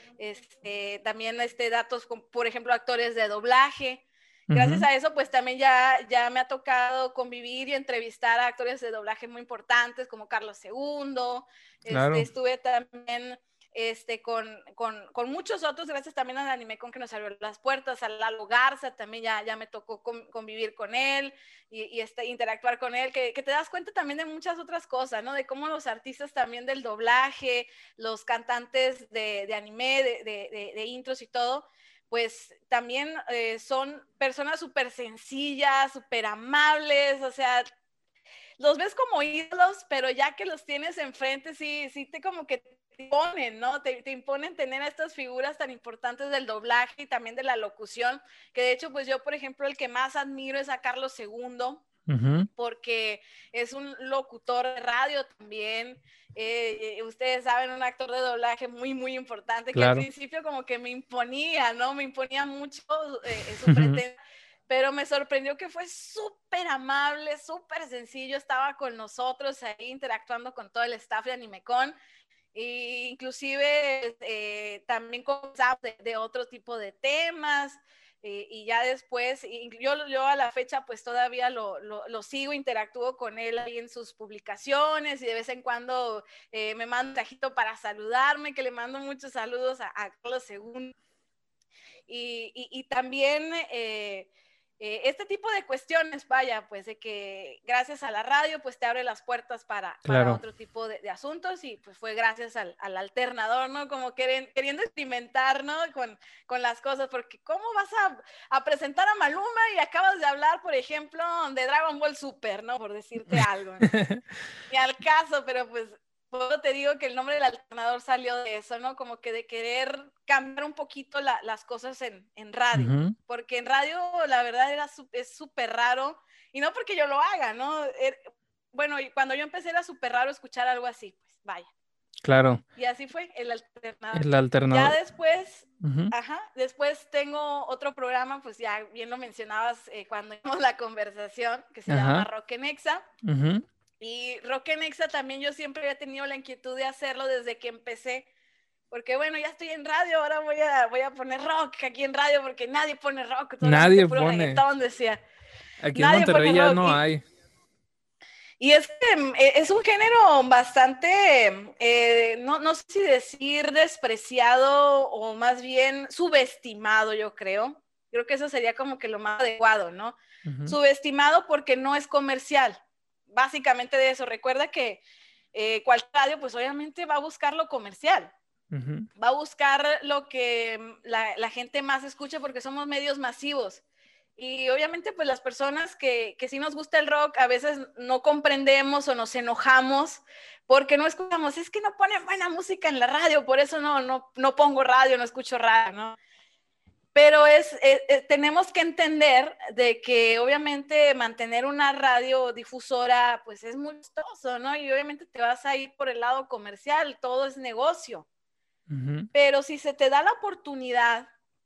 este, también este, datos, como, por ejemplo, actores de doblaje. Gracias uh-huh. a eso, pues también ya, ya me ha tocado convivir y entrevistar a actores de doblaje muy importantes como Carlos segundo. Claro. Este, estuve también este, con, con, con muchos otros, gracias también al Animecon que nos abrió las puertas, a Lalo Garza también ya, ya me tocó con, convivir con él y, y este, interactuar con él, que, que te das cuenta también de muchas otras cosas, ¿no? De cómo los artistas también del doblaje, los cantantes de, de anime, de, de, de, de intros y todo, pues también eh, son personas súper sencillas, súper amables, o sea, los ves como ídolos, pero ya que los tienes enfrente, sí, sí te como que te imponen, ¿no? Te, te imponen tener a estas figuras tan importantes del doblaje y también de la locución, que de hecho, pues yo, por ejemplo, el que más admiro es a Carlos segundo, uh-huh. porque es un locutor de radio también, eh, ustedes saben, un actor de doblaje muy, muy importante, claro. Que al principio como que me imponía, ¿no? Me imponía mucho eh, su presencia. Pero me sorprendió que fue súper amable, súper sencillo, estaba con nosotros ahí interactuando con todo el staff de Animecon, e inclusive eh, también conversamos de, de otro tipo de temas, eh, y ya después, y yo, yo a la fecha pues todavía lo, lo, lo sigo, interactúo con él ahí en sus publicaciones, y de vez en cuando eh, me manda un mensajito para saludarme, que le mando muchos saludos a, a Carlos segundo, y, y, y también... Eh, Eh, este tipo de cuestiones, vaya, pues de que gracias a la radio, pues te abre las puertas para, claro. para otro tipo de, de asuntos, y pues fue gracias al, al alternador, ¿no? Como queriendo, queriendo experimentar, ¿no? Con, con las cosas, porque ¿cómo vas a, a presentar a Maluma y acabas de hablar, por ejemplo, de Dragon Ball Super, ¿no? Por decirte algo, ¿no? Ni al caso, pero pues... Puedo te digo que el nombre del alternador salió de eso, ¿no? Como que de querer cambiar un poquito la, las cosas en, en radio, uh-huh. porque en radio la verdad era es súper raro, y no porque yo lo haga, ¿no? Er, bueno, cuando yo empecé era súper raro escuchar algo así, pues vaya. Claro. Y así fue el alternador. El alternador. Ya después, uh-huh. ajá, después tengo otro programa, pues ya bien lo mencionabas eh, cuando hicimos la conversación, que se uh-huh. llama Rock en Exa. Uh-huh. Y Rock en Exa también yo siempre había tenido la inquietud de hacerlo desde que empecé, porque bueno, ya estoy en radio, ahora voy a, voy a poner rock aquí en radio, porque nadie pone rock. Nadie pone. Reggaetón, decía. Aquí nadie en Monterrey ya no y, hay. Y es que mm, e- es un género bastante, eh, no, no sé si decir despreciado o más bien subestimado, yo creo. Creo que eso sería como que lo más adecuado, ¿no? Ujú, Subestimado porque no es comercial. Básicamente de eso. Recuerda que eh, cualquier radio, pues obviamente va a buscar lo comercial. ujú, Va a buscar lo que mm, la, la gente más escucha porque somos medios masivos. Y obviamente pues las personas que, que sí nos gusta el rock a veces no comprendemos o nos enojamos porque no escuchamos, es que no ponen buena música en la radio, por eso no, no, no pongo radio, no escucho radio, ¿no? Pero es, eh, eh, tenemos que entender de que obviamente mantener una radiodifusora pues es muy costoso, ¿no? Y obviamente te vas a ir por el lado comercial, todo es negocio. ujú, Pero si se te da la oportunidad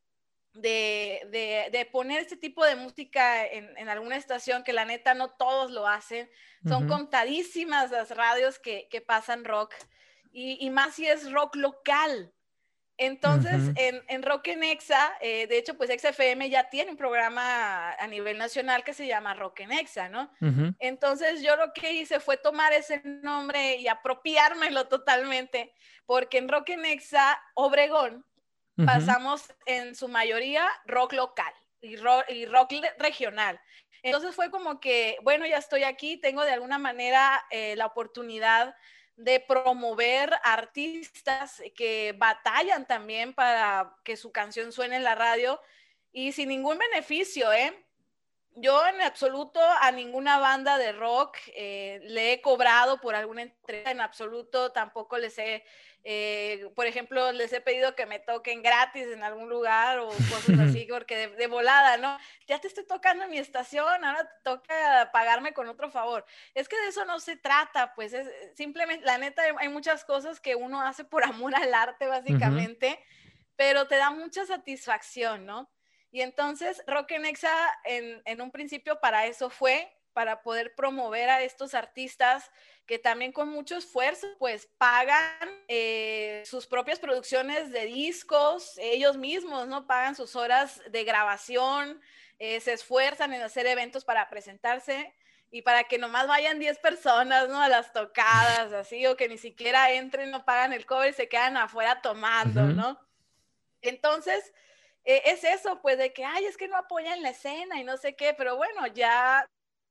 de, de, de poner este tipo de música en, en, alguna estación, que la neta no todos lo hacen, son ujú, contadísimas las radios que, que pasan rock, y, y más si es rock local. Entonces, ujú, en, en Rock en Exa, eh, de hecho, pues Exa F M ya tiene un programa a nivel nacional que se llama Rock en Exa, ¿no? ujú, Entonces, yo lo que hice fue tomar ese nombre y apropiármelo totalmente, porque en Rock en Exa, Obregón, ujú, pasamos en su mayoría rock local y rock, y rock regional. Entonces fue como que, bueno, ya estoy aquí, tengo de alguna manera eh, la oportunidad de promover artistas que batallan también para que su canción suene en la radio y sin ningún beneficio, ¿eh? Yo en absoluto a ninguna banda de rock eh, le he cobrado por alguna entrega, en absoluto tampoco les he, eh, por ejemplo, les he pedido que me toquen gratis en algún lugar o cosas así, porque de, de volada, ¿no? Ya te estoy tocando en mi estación, ahora te toca pagarme con otro favor. Es que de eso no se trata, pues es simplemente, la neta, hay muchas cosas que uno hace por amor al arte, ujú, básicamente, pero te da mucha satisfacción, ¿no? Y entonces Rock en Exa en, en un principio para eso fue, para poder promover a estos artistas que también con mucho esfuerzo pues pagan eh, sus propias producciones de discos, ellos mismos, ¿no? Pagan sus horas de grabación, eh, se esfuerzan en hacer eventos para presentarse y para que nomás vayan diez personas, ¿no? A las tocadas, así, o que ni siquiera entren, no pagan el cover y se quedan afuera tomando, ujú, ¿no? Entonces, eh, es eso, pues de que, ay, es que no apoyan la escena y no sé qué, pero bueno, ya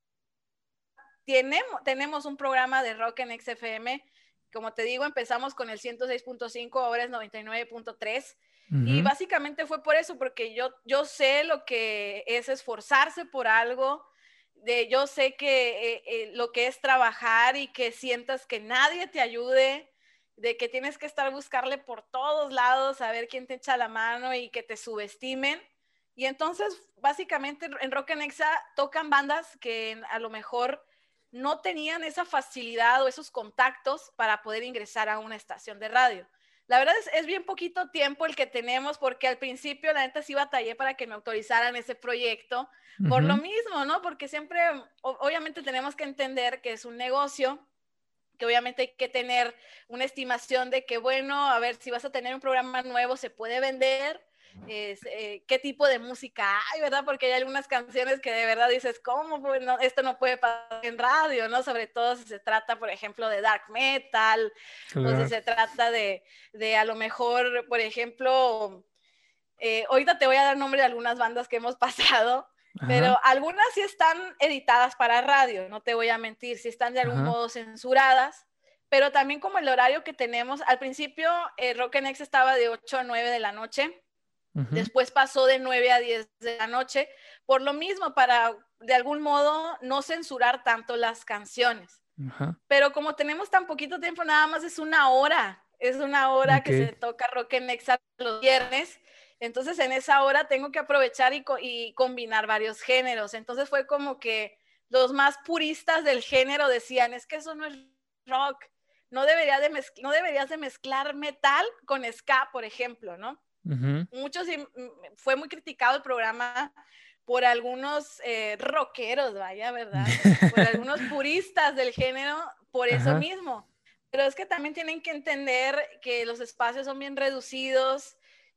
tenemos, tenemos un programa de rock en X F M. Como te digo, empezamos con el ciento seis punto cinco, ahora es noventa y nueve punto tres. Y ujú, básicamente fue por eso, porque yo, yo sé lo que es esforzarse por algo, de, yo sé que eh, eh, lo que es trabajar y que sientas que nadie te ayude, de que tienes que estar buscarle por todos lados a ver quién te echa la mano y que te subestimen. Y entonces, básicamente, en Rock en Exa tocan bandas que a lo mejor no tenían esa facilidad o esos contactos para poder ingresar a una estación de radio. La verdad es, es bien poquito tiempo el que tenemos porque al principio la neta sí batallé para que me autorizaran ese proyecto por lo ujú, mismo, ¿no? Porque siempre, obviamente tenemos que entender que es un negocio, que obviamente hay que tener una estimación de que, bueno, a ver, si vas a tener un programa nuevo, se puede vender, es, eh, qué tipo de música hay, ¿verdad? Porque hay algunas canciones que de verdad dices, ¿cómo? Pues no, esto no puede pasar en radio, ¿no? Sobre todo si se trata, por ejemplo, de dark metal, o si claro, se trata de, de a lo mejor, por ejemplo, eh, ahorita te voy a dar nombre de algunas bandas que hemos pasado, ajá, pero algunas sí están editadas para radio, no te voy a mentir, sí están de algún ajá, modo censuradas, pero también como el horario que tenemos, al principio eh, Rock and X estaba de ocho a nueve de la noche, ujú, después pasó de nueve a diez de la noche, por lo mismo, para de algún modo no censurar tanto las canciones. ajá, Pero como tenemos tan poquito tiempo, nada más es una hora. Es una hora que ok, se toca Rock en Exa los viernes. Entonces, en esa hora tengo que aprovechar y, co y combinar varios géneros. Entonces, fue como que los más puristas del género decían, es que eso no es rock. No, debería de no deberías de mezclar metal con ska, por ejemplo, ¿no? ujú, Muchos, fue muy criticado el programa por algunos eh, rockeros, vaya, ¿verdad? Por algunos puristas del género, por eso ajá, mismo. Pero es que también tienen que entender que los espacios son bien reducidos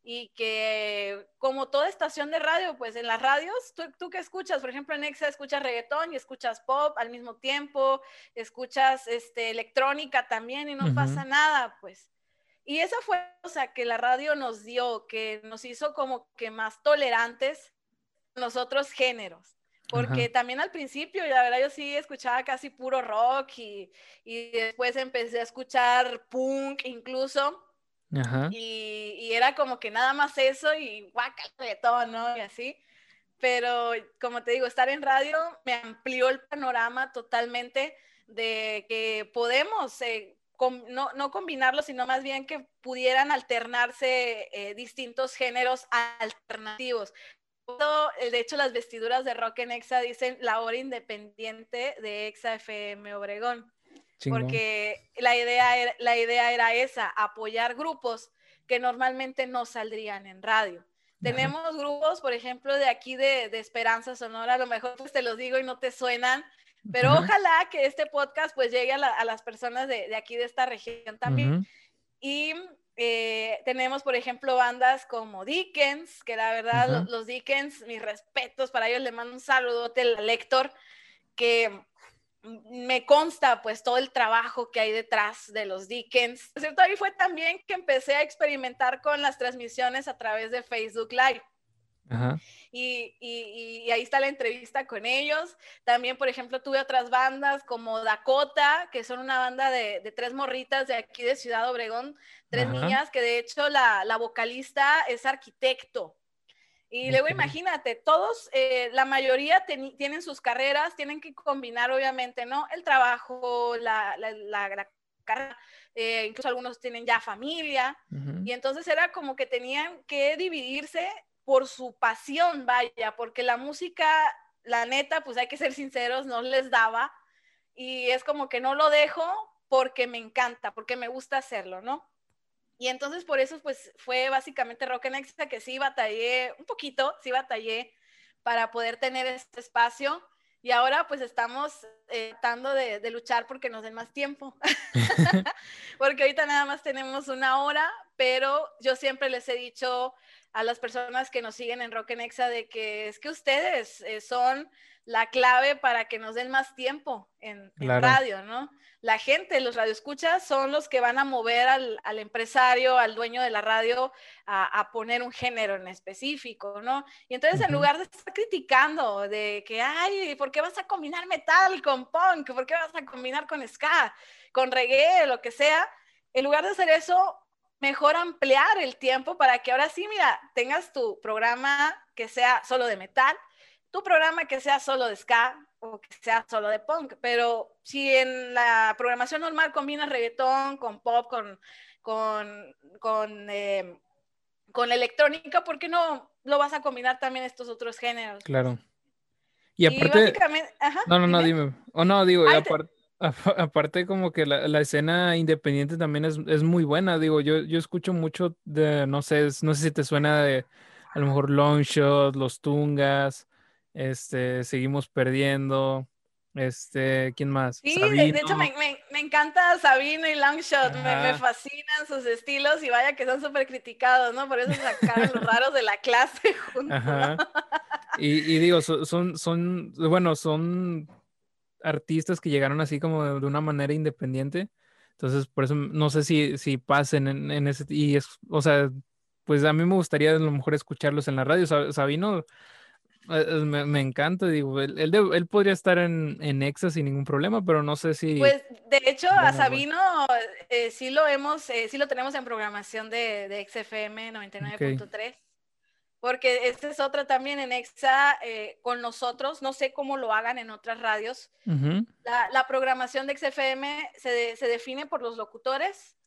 y que como toda estación de radio, pues en las radios, ¿tú, tú qué escuchas? Por ejemplo, en Exa escuchas reggaetón y escuchas pop al mismo tiempo, escuchas este, electrónica también y no uh-huh. pasa nada, pues. Y esa fue la cosa que la radio nos dio, que nos hizo como que más tolerantes a los otros géneros. Porque uh-huh. también al principio, la verdad, yo sí escuchaba casi puro rock y, y después empecé a escuchar punk incluso. Uh-huh. Y, y era como que nada más eso y guácala de todo, ¿no? Y así. Pero como te digo, estar en radio me amplió el panorama totalmente de que podemos... Eh, Com, no, no combinarlo, sino más bien que pudieran alternarse eh, distintos géneros alternativos. De hecho, las vestiduras de rock en Exa dicen la hora independiente de Exa F M Obregón. Chingón. Porque la idea, era, la idea era esa, apoyar grupos que normalmente no saldrían en radio. Ajá. Tenemos grupos, por ejemplo, de aquí de, de Esperanza Sonora, a lo mejor pues te los digo y no te suenan, pero uh-huh. ojalá que este podcast pues llegue a, la, a las personas de, de aquí de esta región también. Uh-huh. Y eh, tenemos, por ejemplo, bandas como Dickens, que la verdad, uh-huh. los, los Dickens, mis respetos para ellos, le mando un saludote al Lector, que me consta pues todo el trabajo que hay detrás de los Dickens. Por cierto, ahí fue también que empecé a experimentar con las transmisiones a través de Facebook Live. Uh-huh. Y, y, y ahí está la entrevista con ellos. También, por ejemplo, tuve otras bandas como Dakota, que son una banda de, de tres morritas de aquí de Ciudad Obregón, tres uh-huh. niñas, que de hecho la, la vocalista es arquitecto. Y okay. luego imagínate, todos, eh, la mayoría ten, tienen sus carreras, tienen que combinar obviamente, ¿no? El trabajo, la, la, la, la carrera, eh, incluso algunos tienen ya familia. Uh-huh. Y entonces era como que tenían que dividirse por su pasión, vaya, porque la música, la neta, pues hay que ser sinceros, no les daba, y es como que no lo dejo porque me encanta, porque me gusta hacerlo, ¿no? Y entonces por eso, pues, fue básicamente Rock en Exa, que sí batallé un poquito, sí batallé para poder tener este espacio, y ahora, pues, estamos eh, tratando de, de luchar porque nos den más tiempo, porque ahorita nada más tenemos una hora, pero yo siempre les he dicho a las personas que nos siguen en Rock en Exa de que es que ustedes eh, son la clave para que nos den más tiempo en, en claro. radio, ¿no? La gente, los radioescuchas son los que van a mover al, al empresario, al dueño de la radio a, a poner un género en específico, ¿no? Y entonces uh-huh. en lugar de estar criticando de que, ay, ¿por qué vas a combinar metal con punk? ¿Por qué vas a combinar con ska, con reggae, lo que sea? En lugar de hacer eso, mejor ampliar el tiempo para que ahora sí, mira, tengas tu programa que sea solo de metal, tu programa que sea solo de ska o que sea solo de punk, pero si en la programación normal combinas reggaetón con pop, con, con, con, eh, con electrónica, ¿por qué no lo vas a combinar también estos otros géneros? Claro. Y aparte... Y básicamente, ajá, no, no, no, dime. dime. O oh, no, digo, Ay, aparte... Te... Aparte como que la, la escena independiente también es, es muy buena, digo, yo, yo escucho mucho de, no sé, no sé si te suena de a lo mejor Longshot, Los Tungas, este, Seguimos Perdiendo, este, ¿quién más? Sí, Sabino. De, de hecho me, me, me encanta Sabino y Longshot, me, me fascinan sus estilos y vaya que son súper criticados, ¿no? Por eso sacaron los raros de la clase juntos. Ajá. Y, y digo, son, son, son, bueno, son... artistas que llegaron así como de, de una manera independiente, entonces por eso no sé si, si pasen en, en ese, y es, o sea, pues a mí me gustaría a lo mejor escucharlos en la radio. Sabino eh, me, me encanta, digo, él, él, de, él podría estar en, en Exa sin ningún problema, pero no sé si... Pues de hecho bueno, a Sabino eh, sí lo hemos, eh, sí lo tenemos en programación de, de X F M noventa y nueve punto tres. Okay. Porque esta es otra también en Exa eh, con nosotros, no sé cómo lo hagan en otras radios. Uh-huh. La, la programación de X F M se, de, se define por los locutores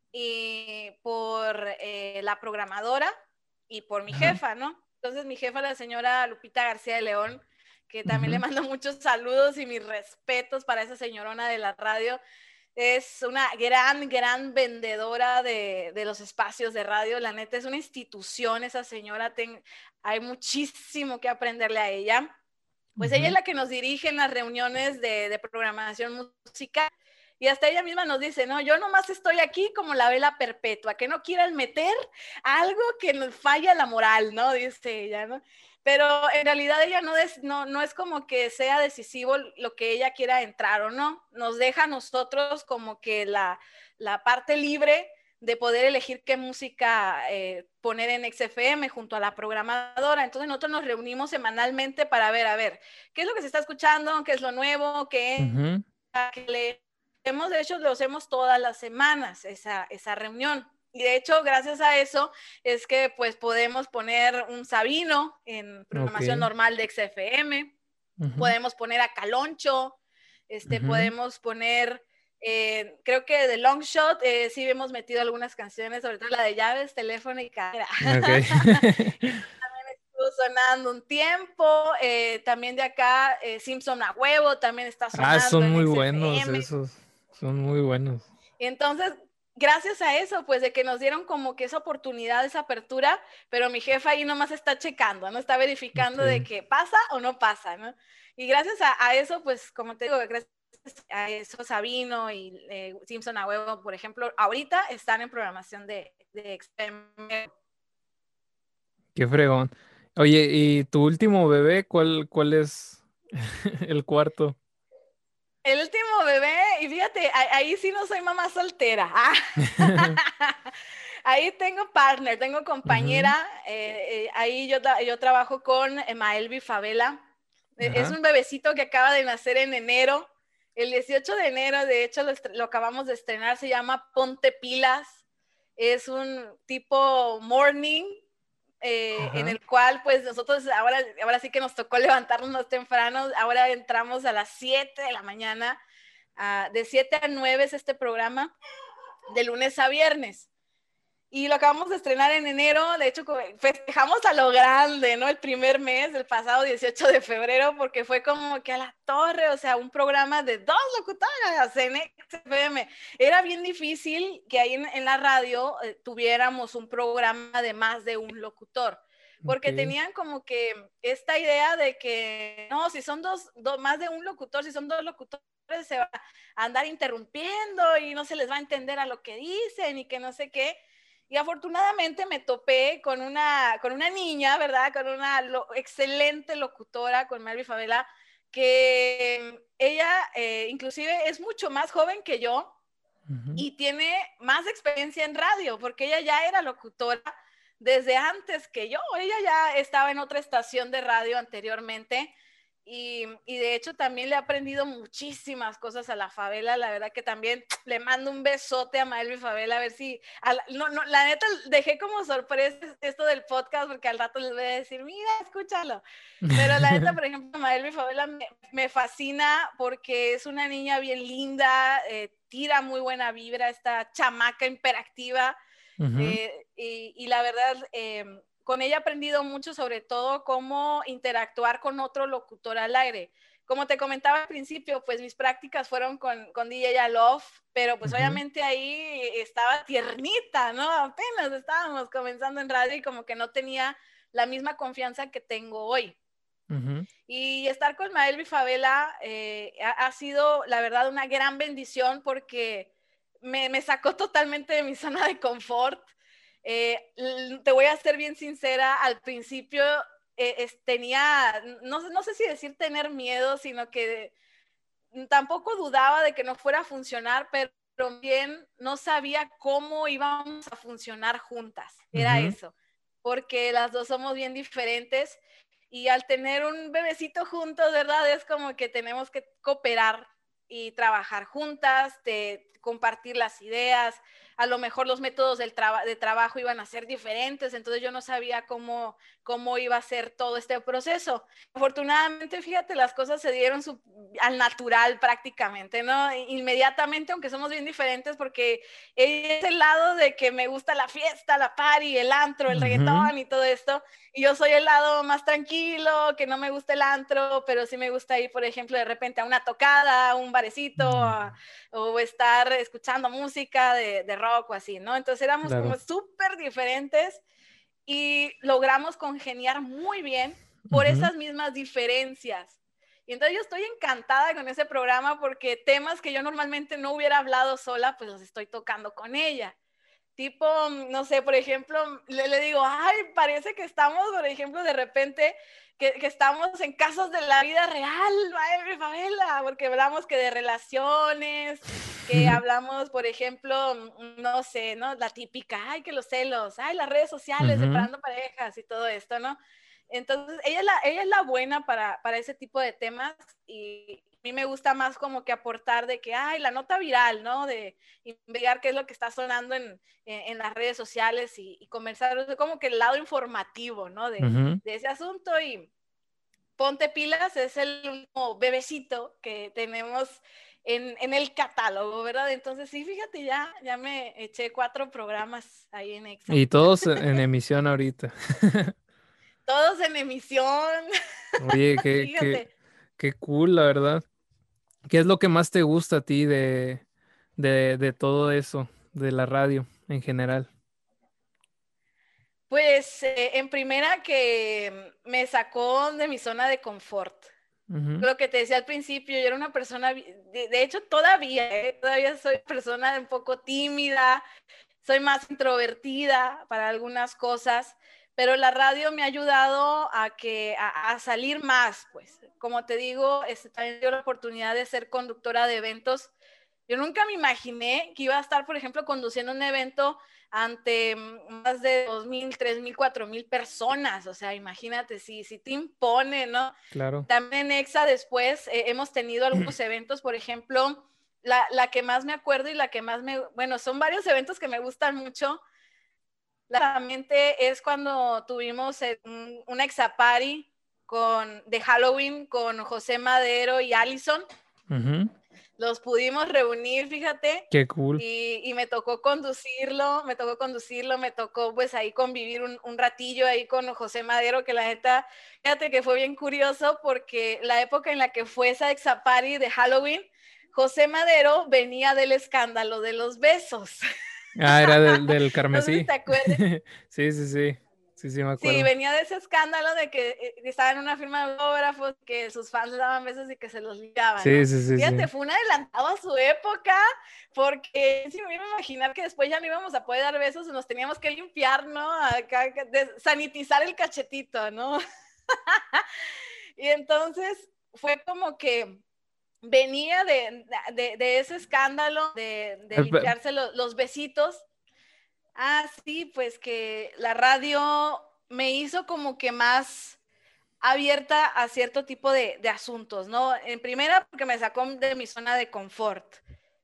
y por eh, la programadora y por mi uh-huh. jefa, ¿no? Entonces mi jefa, la señora Lupita García de León, que también uh-huh. le mando muchos saludos y mis respetos para esa señorona de la radio. Es una gran, gran vendedora de, de los espacios de radio. La neta es una institución esa señora. Ten, hay muchísimo que aprenderle a ella. Pues uh-huh. ella es la que nos dirige en las reuniones de, de programación musical. Y hasta ella misma nos dice, no, yo nomás estoy aquí como la vela perpetua, que no quieran meter algo que nos falla la moral, ¿no? Dice ella, ¿no? Pero en realidad ella no es, no, no es como que sea decisivo lo que ella quiera entrar o no. Nos deja a nosotros como que la, la parte libre de poder elegir qué música eh, poner en X F M junto a la programadora. Entonces nosotros nos reunimos semanalmente para ver, a ver, qué es lo que se está escuchando, qué es lo nuevo, qué, Uh-huh. qué leemos. De hecho, lo hacemos todas las semanas, esa, esa reunión. Y de hecho, gracias a eso, es que pues podemos poner un Sabino en programación Ok. normal de X F M, Uh-huh. podemos poner a Caloncho, este, Uh-huh. podemos poner, eh, creo que de Long Shot, eh, sí hemos metido algunas canciones, sobre todo la de Llaves, Teléfono y Cara. Ok. Estuvo sonando un tiempo, eh, también de acá, eh, Simpson a huevo, también está Ah, sonando son en muy X F buenos M. esos. Son muy buenos. Entonces, gracias a eso, pues de que nos dieron como que esa oportunidad, esa apertura, pero mi jefa ahí nomás está checando, ¿no? Está verificando de Ok. que pasa o no pasa, ¿no? Y gracias a, a eso, pues como te digo, gracias a eso Sabino y eh, Simpson a huevo, por ejemplo, ahorita están en programación de, de X M. Qué fregón. Oye, ¿y tu último bebé, cuál, cuál es el cuarto? El último bebé, y fíjate, ahí sí no soy mamá soltera. Ah. Ahí tengo partner, tengo Ujú. compañera. Eh, eh, ahí yo, yo trabajo con Maelvi Favela. Es Ajá. un bebecito que acaba de nacer en enero. El dieciocho de enero, de hecho, lo, lo acabamos de estrenar. Se llama Ponte Pilas. Es un tipo morning. Eh, en Ajá. el cual pues nosotros ahora, ahora sí que nos tocó levantarnos más temprano, ahora entramos a las siete de la mañana, uh, de siete a nueve es este programa, de lunes a viernes. Y lo acabamos de estrenar en enero, de hecho festejamos a lo grande, ¿no? El primer mes, el pasado dieciocho de febrero, porque fue como que a la torre, o sea, un programa de dos locutoras en X F M. Era bien difícil que ahí en, en la radio eh, tuviéramos un programa de más de un locutor, porque Ok. tenían como que esta idea de que, no, si son dos, dos más de un locutor, si son dos locutores, se va a andar interrumpiendo y no se les va a entender a lo que dicen y que no sé qué. Y afortunadamente me topé con una, con una niña, ¿verdad? Con una lo, excelente locutora, con Melvi Favela, que ella eh, inclusive es mucho más joven que yo Ujú. y tiene más experiencia en radio, porque ella ya era locutora desde antes que yo. Ella ya estaba en otra estación de radio anteriormente. Y, y, de hecho también le he aprendido muchísimas cosas a la Favela. La verdad que también le mando un besote a Maelvi Favela, a ver si a la, no, no, la neta dejé como sorpresa esto del podcast, porque al rato les voy a decir, mira, escúchalo. Pero la neta, por ejemplo, Maelvi Favela me, me fascina porque es una niña bien linda, eh, tira muy buena vibra, esta chamaca hiperactiva, Ujú. eh, y, y la verdad eh, con ella he aprendido mucho, sobre todo cómo interactuar con otro locutor al aire. Como te comentaba al principio, pues mis prácticas fueron con, con D J Love, pero pues Ujú. obviamente ahí estaba tiernita, ¿no? Apenas estábamos comenzando en radio y como que no tenía la misma confianza que tengo hoy. Ujú. Y estar con Maelvi Favela eh, ha, ha sido, la verdad, una gran bendición porque me, me sacó totalmente de mi zona de confort. Eh, te voy a ser bien sincera, al principio eh, es, tenía, no, no sé si decir tener miedo, sino que tampoco dudaba de que no fuera a funcionar, pero bien no sabía cómo íbamos a funcionar juntas. Era Ujú. eso, porque las dos somos bien diferentes y al tener un bebecito juntos, ¿verdad? Es como que tenemos que cooperar y trabajar juntas, de compartir las ideas. A lo mejor los métodos del traba de trabajo iban a ser diferentes, entonces yo no sabía cómo, cómo iba a ser todo este proceso. Afortunadamente, fíjate, las cosas se dieron su, al natural prácticamente, ¿no? Inmediatamente, aunque somos bien diferentes, porque es el lado de que me gusta la fiesta, la party, el antro, el Ujú. reggaetón y todo esto, y yo soy el lado más tranquilo, que no me gusta el antro, pero sí me gusta ir, por ejemplo, de repente a una tocada, a un barecito, Mm. a, o estar escuchando música de, de rock o así, ¿no? Entonces éramos Claro. como súper diferentes y logramos congeniar muy bien por Ujú. esas mismas diferencias. Y entonces yo estoy encantada con ese programa porque temas que yo normalmente no hubiera hablado sola, pues los estoy tocando con ella. Tipo, no sé, por ejemplo, le, le digo, ay, parece que estamos, por ejemplo, de repente, que, que estamos en casos de la vida real, ay, Pamela, porque hablamos que de relaciones, que hablamos, por ejemplo, no sé, ¿no? La típica, ay, que los celos, ay, las redes sociales, Ujú. separando parejas y todo esto, ¿no? Entonces, ella es la, ella es la buena para, para ese tipo de temas y a mí me gusta más como que aportar de que, ay, la nota viral, ¿no? De investigar qué es lo que está sonando en, en, en las redes sociales y, y conversar como que el lado informativo, ¿no? De, Ujú. de ese asunto y Ponte Pilas es el último bebecito que tenemos en, en el catálogo, ¿verdad? Entonces sí, fíjate, ya, ya me eché cuatro programas ahí en Exa. Y todos en en emisión ahorita. Todos en emisión, Oye, qué, qué, fíjate. qué cool, la verdad. ¿Qué es lo que más te gusta a ti de, de, de todo eso, de la radio en general? Pues eh, en primera que me sacó de mi zona de confort. Ujú. Lo que te decía al principio, yo era una persona, de, de hecho todavía, ¿eh? Todavía soy persona un poco tímida, soy más introvertida para algunas cosas, pero la radio me ha ayudado a, que, a, a salir más, pues. Como te digo, este, también dio la oportunidad de ser conductora de eventos. Yo nunca me imaginé que iba a estar, por ejemplo, conduciendo un evento ante más de dos mil, tres mil, cuatro mil personas. O sea, imagínate, si, si te impone, ¿no? Claro. También en EXA después eh, hemos tenido algunos eventos, por ejemplo, la, la que más me acuerdo y la que más me, bueno, son varios eventos que me gustan mucho. Claramente es cuando tuvimos un, un EXA Party con, de Halloween con José Madero y Allison. Ujú. Los pudimos reunir, fíjate, Qué cool. y, y, me tocó conducirlo, me tocó conducirlo, me tocó pues ahí convivir un, un ratillo ahí con José Madero, que la neta, fíjate que fue bien curioso porque la época en la que fue esa exapari de Halloween, José Madero venía del escándalo de los besos. Ah, era del, del No sé si Carmesí. te acuerdas. Sí, sí, sí. Sí, sí, me Sí, acuerdo. venía de ese escándalo de que eh, estaba en una firma de autógrafos, que sus fans le daban besos y que se los ligaban, Sí, ¿no? sí, sí, Fíjate, sí. fue un adelantado a su época, porque sí me iba a imaginar que después ya no íbamos a poder dar besos, nos teníamos que limpiar, ¿no? Acá, de, sanitizar el cachetito, ¿no? Y entonces fue como que venía de, de, de ese escándalo de, de Eh, pe- limpiarse lo, los besitos. Ah, sí, pues que la radio me hizo como que más abierta a cierto tipo de, de asuntos, ¿no? En primera, porque me sacó de mi zona de confort.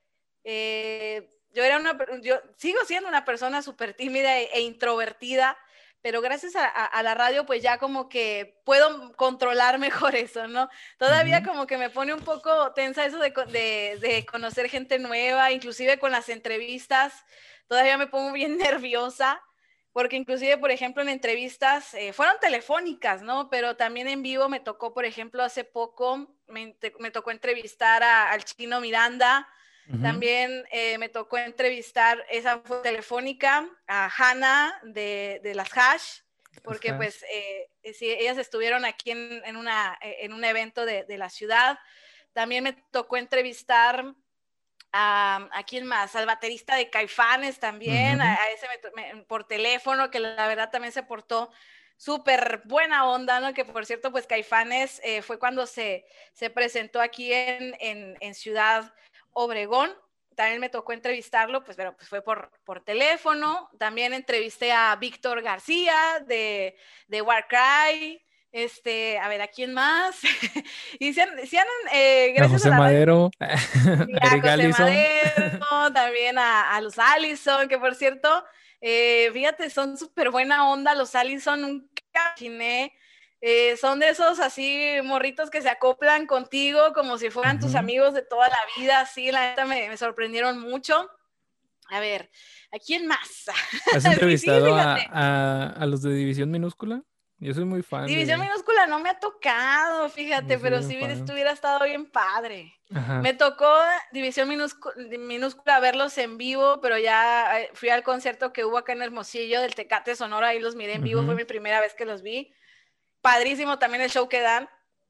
Eh, yo era una, yo sigo siendo una persona súper tímida e, e, introvertida, pero gracias a, a, a, la radio, pues ya como que puedo controlar mejor eso, ¿no? Todavía ujú. como que me pone un poco tensa eso de, de, de conocer gente nueva, inclusive con las entrevistas, todavía me pongo bien nerviosa, porque inclusive, por ejemplo, en entrevistas, eh, fueron telefónicas, ¿no? Pero también en vivo me tocó, por ejemplo, hace poco, me, me tocó entrevistar a, al Chino Miranda. Ujú. También eh, me tocó entrevistar, esa fue telefónica, a Hannah de, de las Hash, Las porque hash. pues eh, sí, ellas estuvieron aquí en, en, una, en un evento de, de la ciudad. También me tocó entrevistar a, ¿a quién más? Al baterista de Caifanes también, a, Ujú. a ese me, me, por teléfono, que la verdad también se portó súper buena onda, ¿no? Que por cierto, pues Caifanes eh, fue cuando se, se presentó aquí en, en, en Ciudad Obregón. También me tocó entrevistarlo, pues, pero pues fue por, por teléfono. También entrevisté a Víctor García de, de Warcry. Este, a ver, ¿a quién más? Y si han, si han eh, A gracias a José la radio, Madero, sí, a a Eric José Allison. Madero, también a, a los Allison, que por cierto, eh, fíjate, son súper buena onda los Allison, nunca imaginé. Eh, son de esos así morritos que se acoplan contigo como si fueran tus Ujú. amigos de toda la vida, así, la neta me, me sorprendieron mucho. A ver, ¿a quién más? ¿Has Sí, sí, entrevistado a, fíjate. a, a los de División Minúscula? Yo soy muy fan División de... minúscula no me ha tocado, Yo fíjate, soy pero bien sí hubiera, fan. estuviera estado bien padre. Ajá. Me tocó División minúscula, minúscula verlos en vivo, pero ya eh, fui al concierto que hubo acá en Hermosillo del Tecate Sonora, ahí los miré en vivo, fue Ujú. mi primera vez que los vi. Padrísimo también el show que dan.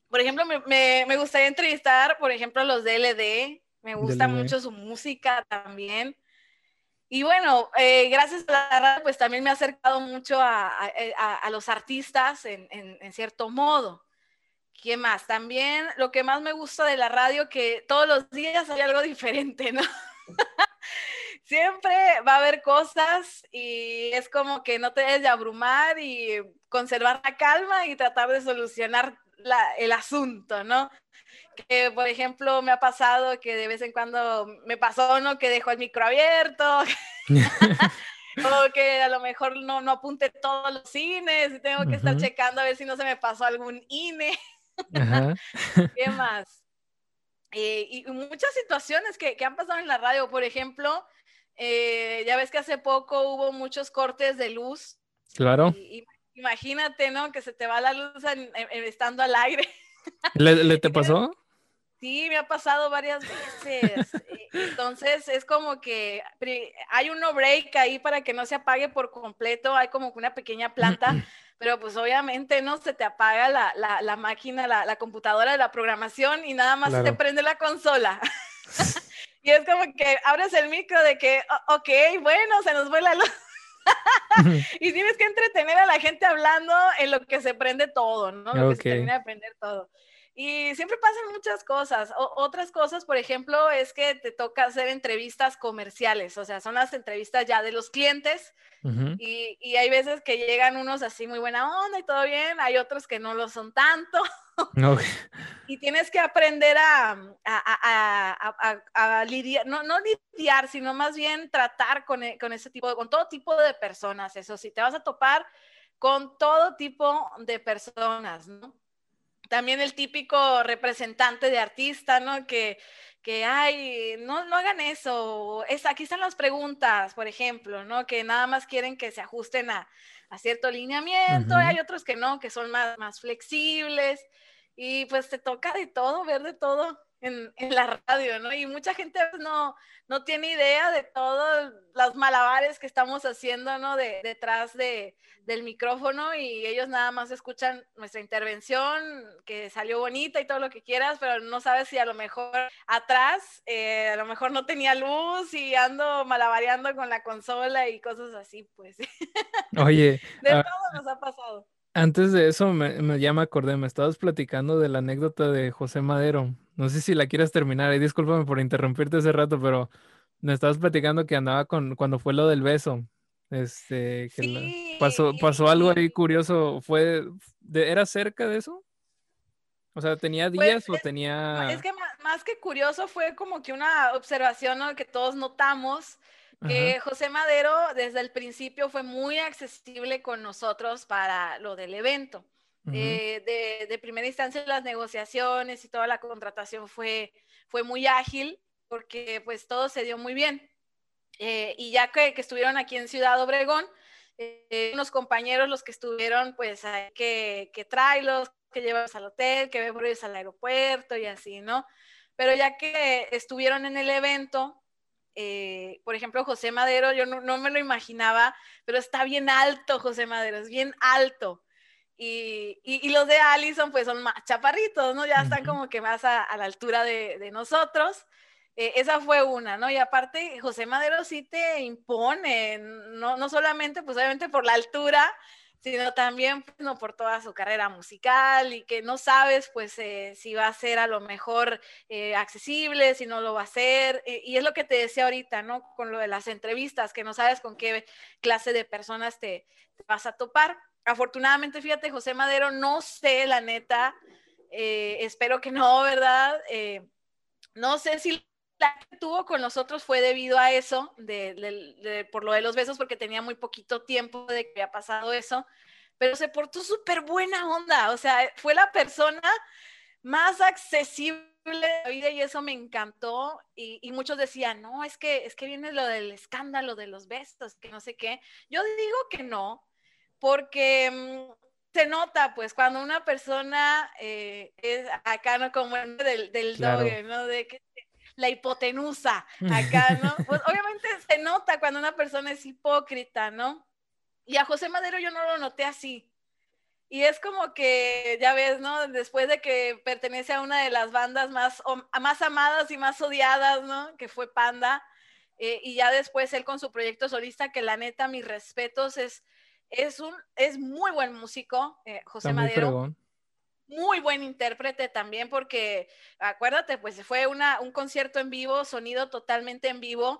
por ejemplo, me, me, me gustaría entrevistar, por ejemplo, a los D L D. Me gusta D L D. mucho su música también. Y bueno, eh, gracias a la radio, pues también me ha acercado mucho a, a, a, a los artistas en, en, en cierto modo. ¿Qué más? También lo que más me gusta de la radio, que todos los días hay algo diferente, ¿no? Siempre va a haber cosas y es como que no te debes de abrumar y conservar la calma y tratar de solucionar la, el asunto, ¿no? Que, por ejemplo, me ha pasado que de vez en cuando me pasó, ¿no? Que dejo el micro abierto, o que a lo mejor no, no apunte todos los cines y tengo que estar Uh-huh. checando a ver si no se me pasó algún I N E. Ajá. ¿Qué más? Eh, y muchas situaciones que, que han pasado en la radio, por ejemplo, eh, ya ves que hace poco hubo muchos cortes de luz. Claro. Y, y imagínate, ¿no? Que se te va la luz en, en, estando al aire. ¿Le, le te pasó? Sí, me ha pasado varias veces. Entonces es como que hay un no break ahí para que no se apague por completo, hay como una pequeña planta, pero pues obviamente no se te apaga la, la, la máquina, la, la computadora de la programación y nada más claro. Se te prende la consola. Y es como que abres el micro de que, ok, bueno, se nos fue la luz. Y tienes que entretener a la gente hablando en lo que se prende todo, ¿no? Lo okay. que se termina de prender todo. Y siempre pasan muchas cosas. O, otras cosas, por ejemplo, es que te toca hacer entrevistas comerciales, o sea, son las entrevistas ya de los clientes. Uh-huh. y, y hay veces que llegan unos así muy buena onda y todo bien, hay otros que no lo son tanto. Okay. Y tienes que aprender a, a, a, a, a, a lidiar, no, no lidiar, sino más bien tratar con, con ese tipo, de, con todo tipo de personas. Eso sí, te vas a topar con todo tipo de personas, ¿no? También el típico representante de artista, ¿no? Que, que ay, no, no hagan eso. Es, aquí están las preguntas, por ejemplo, ¿no? Que nada más quieren que se ajusten a, a cierto lineamiento. Uh-huh. Hay otros que no, que son más, más flexibles. Y pues te toca de todo, ver de todo en, en la radio, ¿no? Y mucha gente no, no tiene idea de todos los malabares que estamos haciendo, ¿no? De, detrás de, del micrófono y ellos nada más escuchan nuestra intervención, que salió bonita y todo lo que quieras, pero no sabes si a lo mejor atrás, eh, a lo mejor no tenía luz y ando malabareando con la consola y cosas así, pues. Oye. De uh... todo nos ha pasado. Antes de eso, me, me, ya me acordé, me estabas platicando de la anécdota de José Madero. No sé si la quieres terminar, y discúlpame por interrumpirte hace rato, pero me estabas platicando que andaba con cuando fue lo del beso. Este, que sí, la, pasó, pasó algo ahí curioso. ¿Fue, de, ¿Era cerca de eso? O sea, ¿tenía días pues, o tenía...? Es que más, más que curioso fue como que una observación, ¿no? Que todos notamos, que Ajá. José Madero desde el principio fue muy accesible con nosotros para lo del evento. Uh-huh. eh, de, de primera instancia las negociaciones y toda la contratación fue, fue muy ágil porque pues todo se dio muy bien. Eh, y ya que, que estuvieron aquí en Ciudad Obregón, eh, unos compañeros los que estuvieron pues hay que, que tráelos, que llevarlos al hotel, que ve por ellos al aeropuerto y así, ¿no? Pero ya que estuvieron en el evento, eh, por ejemplo, José Madero, yo no, no me lo imaginaba, pero está bien alto José Madero, es bien alto. Y, y, y los de Allison pues son más chaparritos, ¿no? Ya están como que más a, a la altura de, de nosotros. Eh, esa fue una, ¿no? Y aparte, José Madero sí te impone, no, no solamente, pues obviamente por la altura, sino también pues, no, por toda su carrera musical y que no sabes, pues, eh, si va a ser a lo mejor eh, accesible, si no lo va a ser. Eh, y es lo que te decía ahorita, ¿no? Con lo de las entrevistas, que no sabes con qué clase de personas te, te vas a topar. Afortunadamente, fíjate, José Madero, no sé, la neta, eh, espero que no, ¿verdad? Eh, no sé si la que tuvo con nosotros fue debido a eso, de, de, de, por lo de los besos, porque tenía muy poquito tiempo de que había pasado eso, pero se portó súper buena onda, o sea, fue la persona más accesible de la vida y eso me encantó, y, y muchos decían, no, es que, es que viene lo del escándalo de los besos, que no sé qué. Yo digo que no, porque mmm, se nota, pues, cuando una persona eh, es acá, ¿no? Como el del, del claro. Doge, ¿no? De que la hipotenusa acá, ¿no? Pues obviamente se nota cuando una persona es hipócrita, ¿no? Y a José Madero yo no lo noté así. Y es como que, ya ves, ¿no? Después de que pertenece a una de las bandas más, más amadas y más odiadas, ¿no? Que fue Panda. Eh, y ya después él con su proyecto solista, que la neta, mis respetos, es, es, un, es muy buen músico, eh, José Está muy Madero. fregón. Muy buen intérprete también, porque acuérdate, pues fue una, un concierto en vivo, sonido totalmente en vivo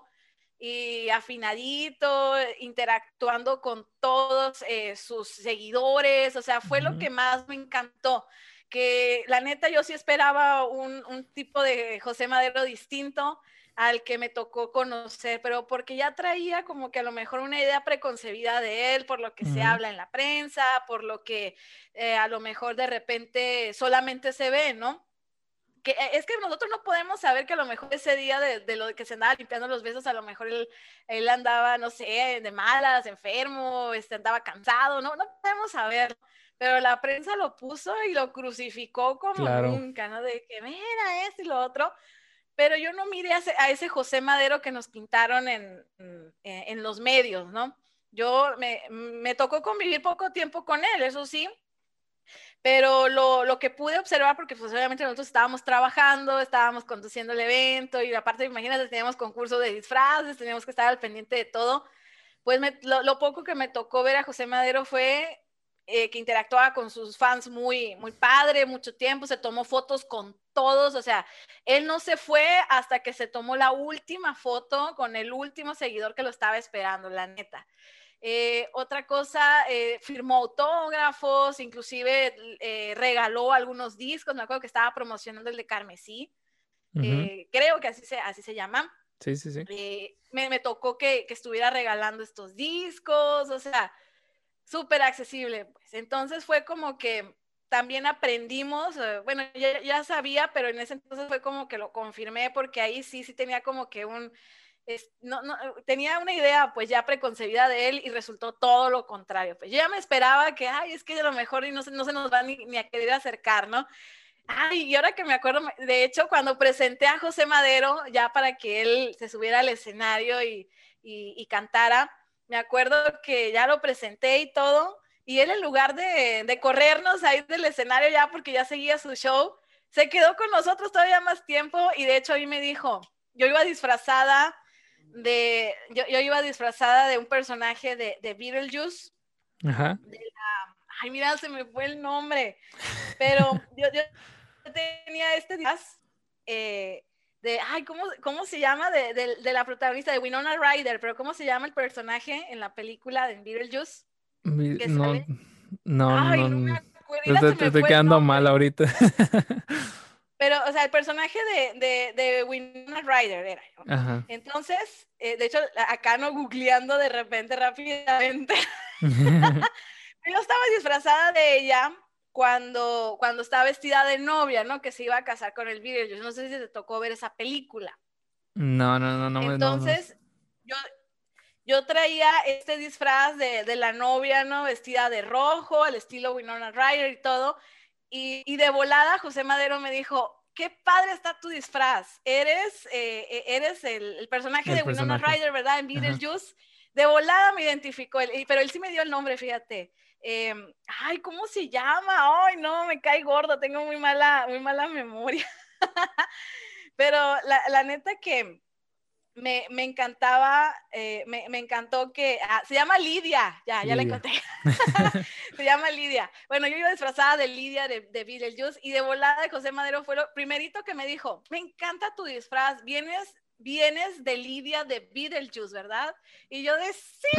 y afinadito, interactuando con todos eh, sus seguidores, o sea, fue uh-huh. lo que más me encantó, que la neta yo sí esperaba un, un tipo de José Madero distinto al que me tocó conocer, pero porque ya traía como que a lo mejor una idea preconcebida de él, por lo que uh-huh. se habla en la prensa, por lo que eh, a lo mejor de repente solamente se ve, ¿no? Que es que nosotros no podemos saber que a lo mejor ese día de, de lo que se andaba limpiando los besos, a lo mejor él, él andaba, no sé, de malas, enfermo, este, andaba cansado, no, no podemos saber, pero la prensa lo puso y lo crucificó como claro. nunca, ¿no? De que mira esto y lo otro, pero yo no miré a ese, a ese José Madero que nos pintaron en, en, en los medios, ¿no? Yo me, me tocó convivir poco tiempo con él, eso sí, pero lo, lo que pude observar, porque pues obviamente nosotros estábamos trabajando, estábamos conduciendo el evento y aparte, imagínate, teníamos concurso de disfraces, teníamos que estar al pendiente de todo, pues me, lo, lo poco que me tocó ver a José Madero fue eh, que interactuaba con sus fans muy, muy padre, mucho tiempo, se tomó fotos con todos, o sea, él no se fue hasta que se tomó la última foto con el último seguidor que lo estaba esperando, la neta. Eh, otra cosa, eh, firmó autógrafos, inclusive eh, regaló algunos discos, me acuerdo que estaba promocionando el de Carmesí, uh-huh. eh, creo que así se, así se llama. Sí, sí, sí. Eh, me, me tocó que, que estuviera regalando estos discos, o sea, súper accesible, pues. Entonces fue como que también aprendimos, eh, bueno, ya, ya sabía, pero en ese entonces fue como que lo confirmé, porque ahí sí, sí tenía como que un... Es, no, no, tenía una idea pues ya preconcebida de él y resultó todo lo contrario. Pues yo ya me esperaba que, ay, es que a lo mejor y no, se, no se nos va ni, ni a querer acercar, ¿no? Ay, y ahora que me acuerdo, de hecho, cuando presenté a José Madero, ya para que él se subiera al escenario y, y, y cantara, me acuerdo que ya lo presenté y todo, y él en lugar de, de corrernos ahí del escenario ya porque ya seguía su show, se quedó con nosotros todavía más tiempo y de hecho a mí me dijo, yo iba disfrazada de, yo, yo iba disfrazada de un personaje de, de Beetlejuice. Ajá. De la, ay, mira, se me fue el nombre. Pero yo, yo tenía este disfraz eh, de, ay, ¿cómo, cómo se llama? De, de, de la protagonista de Winona Ryder, pero ¿cómo se llama el personaje en la película de Beetlejuice? Mi, ¿Que no, sale? no, Ay, no, no me no. acuerdo. Te, Mira, te, se te me estoy fue el quedando mal nombre. ahorita. Pero, o sea, el personaje de, de, de Winona Ryder era. Ajá. Entonces, eh, de hecho, acá no googleando de repente rápidamente. Yo estaba disfrazada de ella cuando, cuando estaba vestida de novia, ¿no? Que se iba a casar con el Beetlejuice. No sé si te tocó ver esa película. No, no, no, no. Entonces, no, no. yo, yo traía este disfraz de, de la novia, ¿no? Vestida de rojo, al estilo Winona Ryder y todo. Y, y de volada José Madero me dijo, qué padre está tu disfraz. Eres, eh, eres el, el personaje el de Winona personaje. Ryder, ¿verdad? En Beetlejuice. De volada me identificó, él, pero él sí me dio el nombre, fíjate. Eh, ay, ¿cómo se llama? Ay, no, me cae gordo, tengo muy mala, muy mala memoria. Pero la, la neta que me, me encantaba, eh, me, me encantó que, ah, se llama Lidia, ya, ya Lidia. La encontré. Se llama Lidia. Bueno, yo iba disfrazada de Lidia de, de Beetlejuice y de volada de José Madero fue lo primerito que me dijo, me encanta tu disfraz, vienes, vienes de Lidia de Beetlejuice, ¿verdad? Y yo de, sí,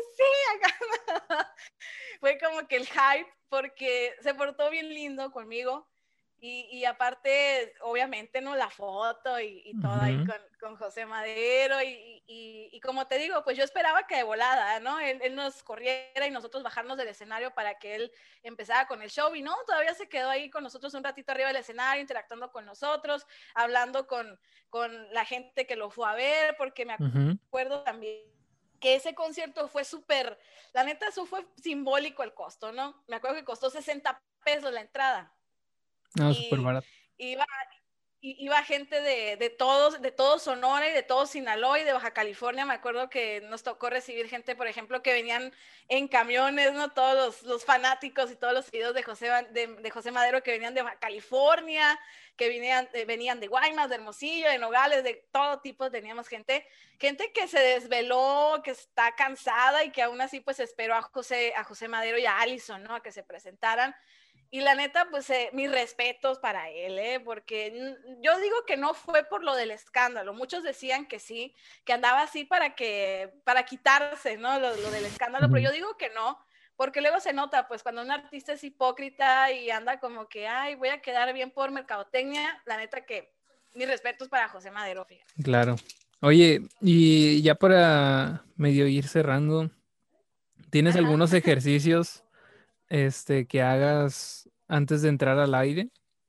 sí, acá. Fue como que el hype porque se portó bien lindo conmigo. Y, y aparte, obviamente, ¿no? La foto y, y todo uh-huh. ahí con, con José Madero y, y, y como te digo, pues yo esperaba que de volada, ¿no? Él, él nos corriera y nosotros bajarnos del escenario para que él empezara con el show y no, todavía se quedó ahí con nosotros un ratito arriba del escenario, interactuando con nosotros, hablando con, con la gente que lo fue a ver, porque me acuerdo uh-huh. también que ese concierto fue súper, la neta, eso fue simbólico el costo, ¿no? Me acuerdo que costó sesenta pesos la entrada. No, súper barato. Iba, y iba gente de, de todos, de todo Sonora y de todo Sinaloa y de Baja California. Me acuerdo que nos tocó recibir gente, por ejemplo, que venían en camiones, ¿no? Todos los, los fanáticos y todos los seguidores de José, de, de José Madero que venían de Baja California, que venían, eh, venían de Guaymas, de Hermosillo, de Nogales, de todo tipo teníamos gente, gente que se desveló, que está cansada y que aún así pues esperó a José, a José Madero y a Allison, ¿no? A que se presentaran. Y la neta, pues eh, mis respetos para él, ¿eh? Porque yo digo que no fue por lo del escándalo. Muchos decían que sí, que andaba así para que, para quitarse, ¿no? Lo, lo del escándalo, pero yo digo que no, porque luego se nota, pues cuando un artista es hipócrita y anda como que, ay, voy a quedar bien por mercadotecnia, la neta que mis respetos para José Madero, fíjate. Claro. Oye, y ya para medio ir cerrando, ¿tienes Ajá. algunos ejercicios este, que hagas antes de entrar al aire?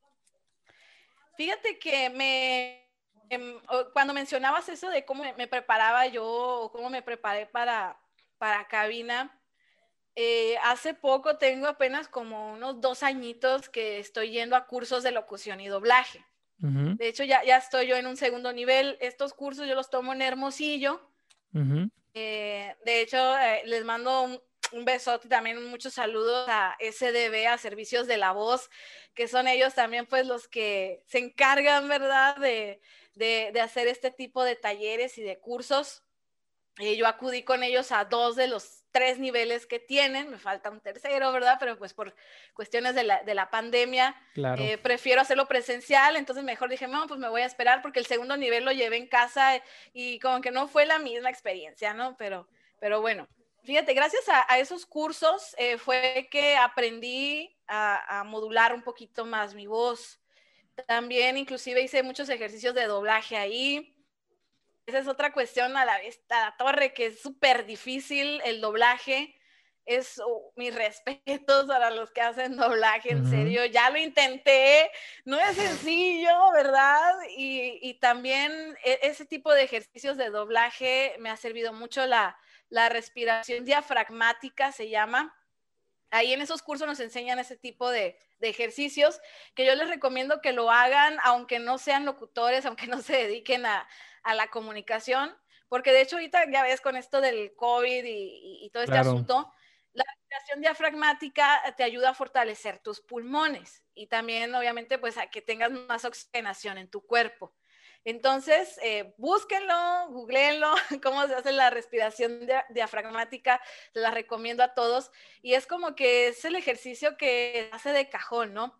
Fíjate que me, em, cuando mencionabas eso de cómo me preparaba yo o cómo me preparé para, para cabina, eh, hace poco tengo apenas como unos dos añitos que estoy yendo a cursos de locución y doblaje. Uh-huh. De hecho, ya, ya estoy yo en un segundo nivel. Estos cursos yo los tomo en Hermosillo. Uh-huh. Eh, de hecho, eh, les mando un, un besote, también muchos saludos a S D B, a Servicios de la Voz, que son ellos también pues los que se encargan, ¿verdad?, de, de, de hacer este tipo de talleres y de cursos. Eh, yo acudí con ellos a dos de los tres niveles que tienen, me falta un tercero, ¿verdad? Pero pues por cuestiones de la, de la pandemia, Claro. eh, prefiero hacerlo presencial, entonces mejor dije, no, pues me voy a esperar porque el segundo nivel lo llevé en casa y como que no fue la misma experiencia, ¿no? Pero, pero bueno, fíjate, gracias a, a esos cursos eh, fue que aprendí a, a modular un poquito más mi voz. También inclusive hice muchos ejercicios de doblaje ahí. Esa es otra cuestión a la vista, a la torre, que es súper difícil el doblaje. Es uh, mis respetos para los que hacen doblaje, en uh-huh. serio. Ya lo intenté, no es sencillo, ¿verdad? Y, y también ese tipo de ejercicios de doblaje me ha servido mucho la, la respiración diafragmática, se llama. Ahí en esos cursos nos enseñan ese tipo de, de ejercicios que yo les recomiendo que lo hagan, aunque no sean locutores, aunque no se dediquen a, a la comunicación, porque de hecho ahorita ya ves con esto del COVID y, y, y todo este claro. asunto, la respiración diafragmática te ayuda a fortalecer tus pulmones y también obviamente pues a que tengas más oxigenación en tu cuerpo. Entonces, eh, búsquenlo, googleenlo, cómo se hace la respiración dia diafragmática, se la recomiendo a todos. Y es como que es el ejercicio que hace de cajón, ¿no?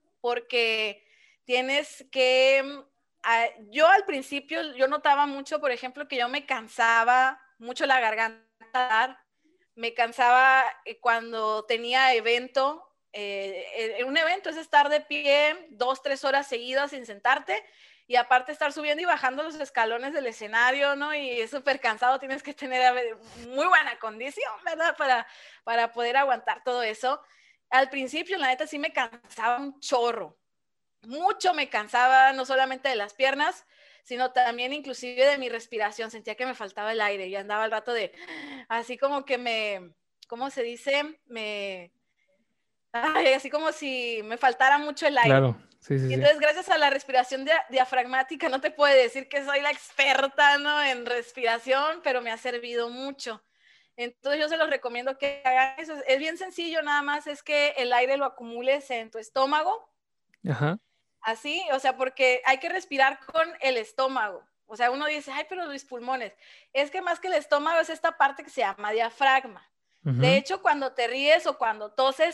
Porque tienes que... Uh, yo al principio, yo notaba mucho, por ejemplo, que yo me cansaba mucho la garganta, me cansaba cuando tenía evento. Eh, en un evento es estar de pie dos, tres horas seguidas sin sentarte, y aparte estar subiendo y bajando los escalones del escenario, ¿no? Y es súper cansado, tienes que tener muy buena condición, ¿verdad? Para, para poder aguantar todo eso. Al principio, la neta, sí me cansaba un chorro. Mucho me cansaba, no solamente de las piernas, sino también inclusive de mi respiración. Sentía que me faltaba el aire. Yo andaba al rato de, así como que me, ¿cómo se dice? Me... Ay, así como si me faltara mucho el aire. Claro. Sí, sí, y entonces, sí. gracias a la respiración dia diafragmática, no te puedo decir que soy la experta, ¿no?, en respiración, pero me ha servido mucho. Entonces, yo se los recomiendo que hagan eso. Es bien sencillo, nada más es que el aire lo acumules en tu estómago. Ajá. Así, o sea, porque hay que respirar con el estómago. O sea, uno dice, ay, pero mis pulmones. Es que más que el estómago es esta parte que se llama diafragma. Uh-huh. De hecho, cuando te ríes o cuando toses,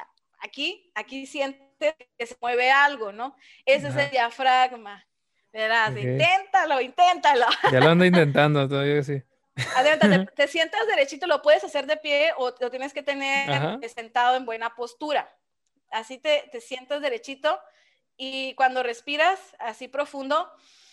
aquí, aquí sientes que se mueve algo, ¿no? Ese Ajá. es el diafragma, ¿verdad? Okay. Inténtalo, inténtalo. Ya lo ando intentando, todavía sí. Adelante, te, te sientas derechito, lo puedes hacer de pie o lo tienes que tener Ajá. sentado en buena postura. Así te, te sientas derechito y cuando respiras así profundo,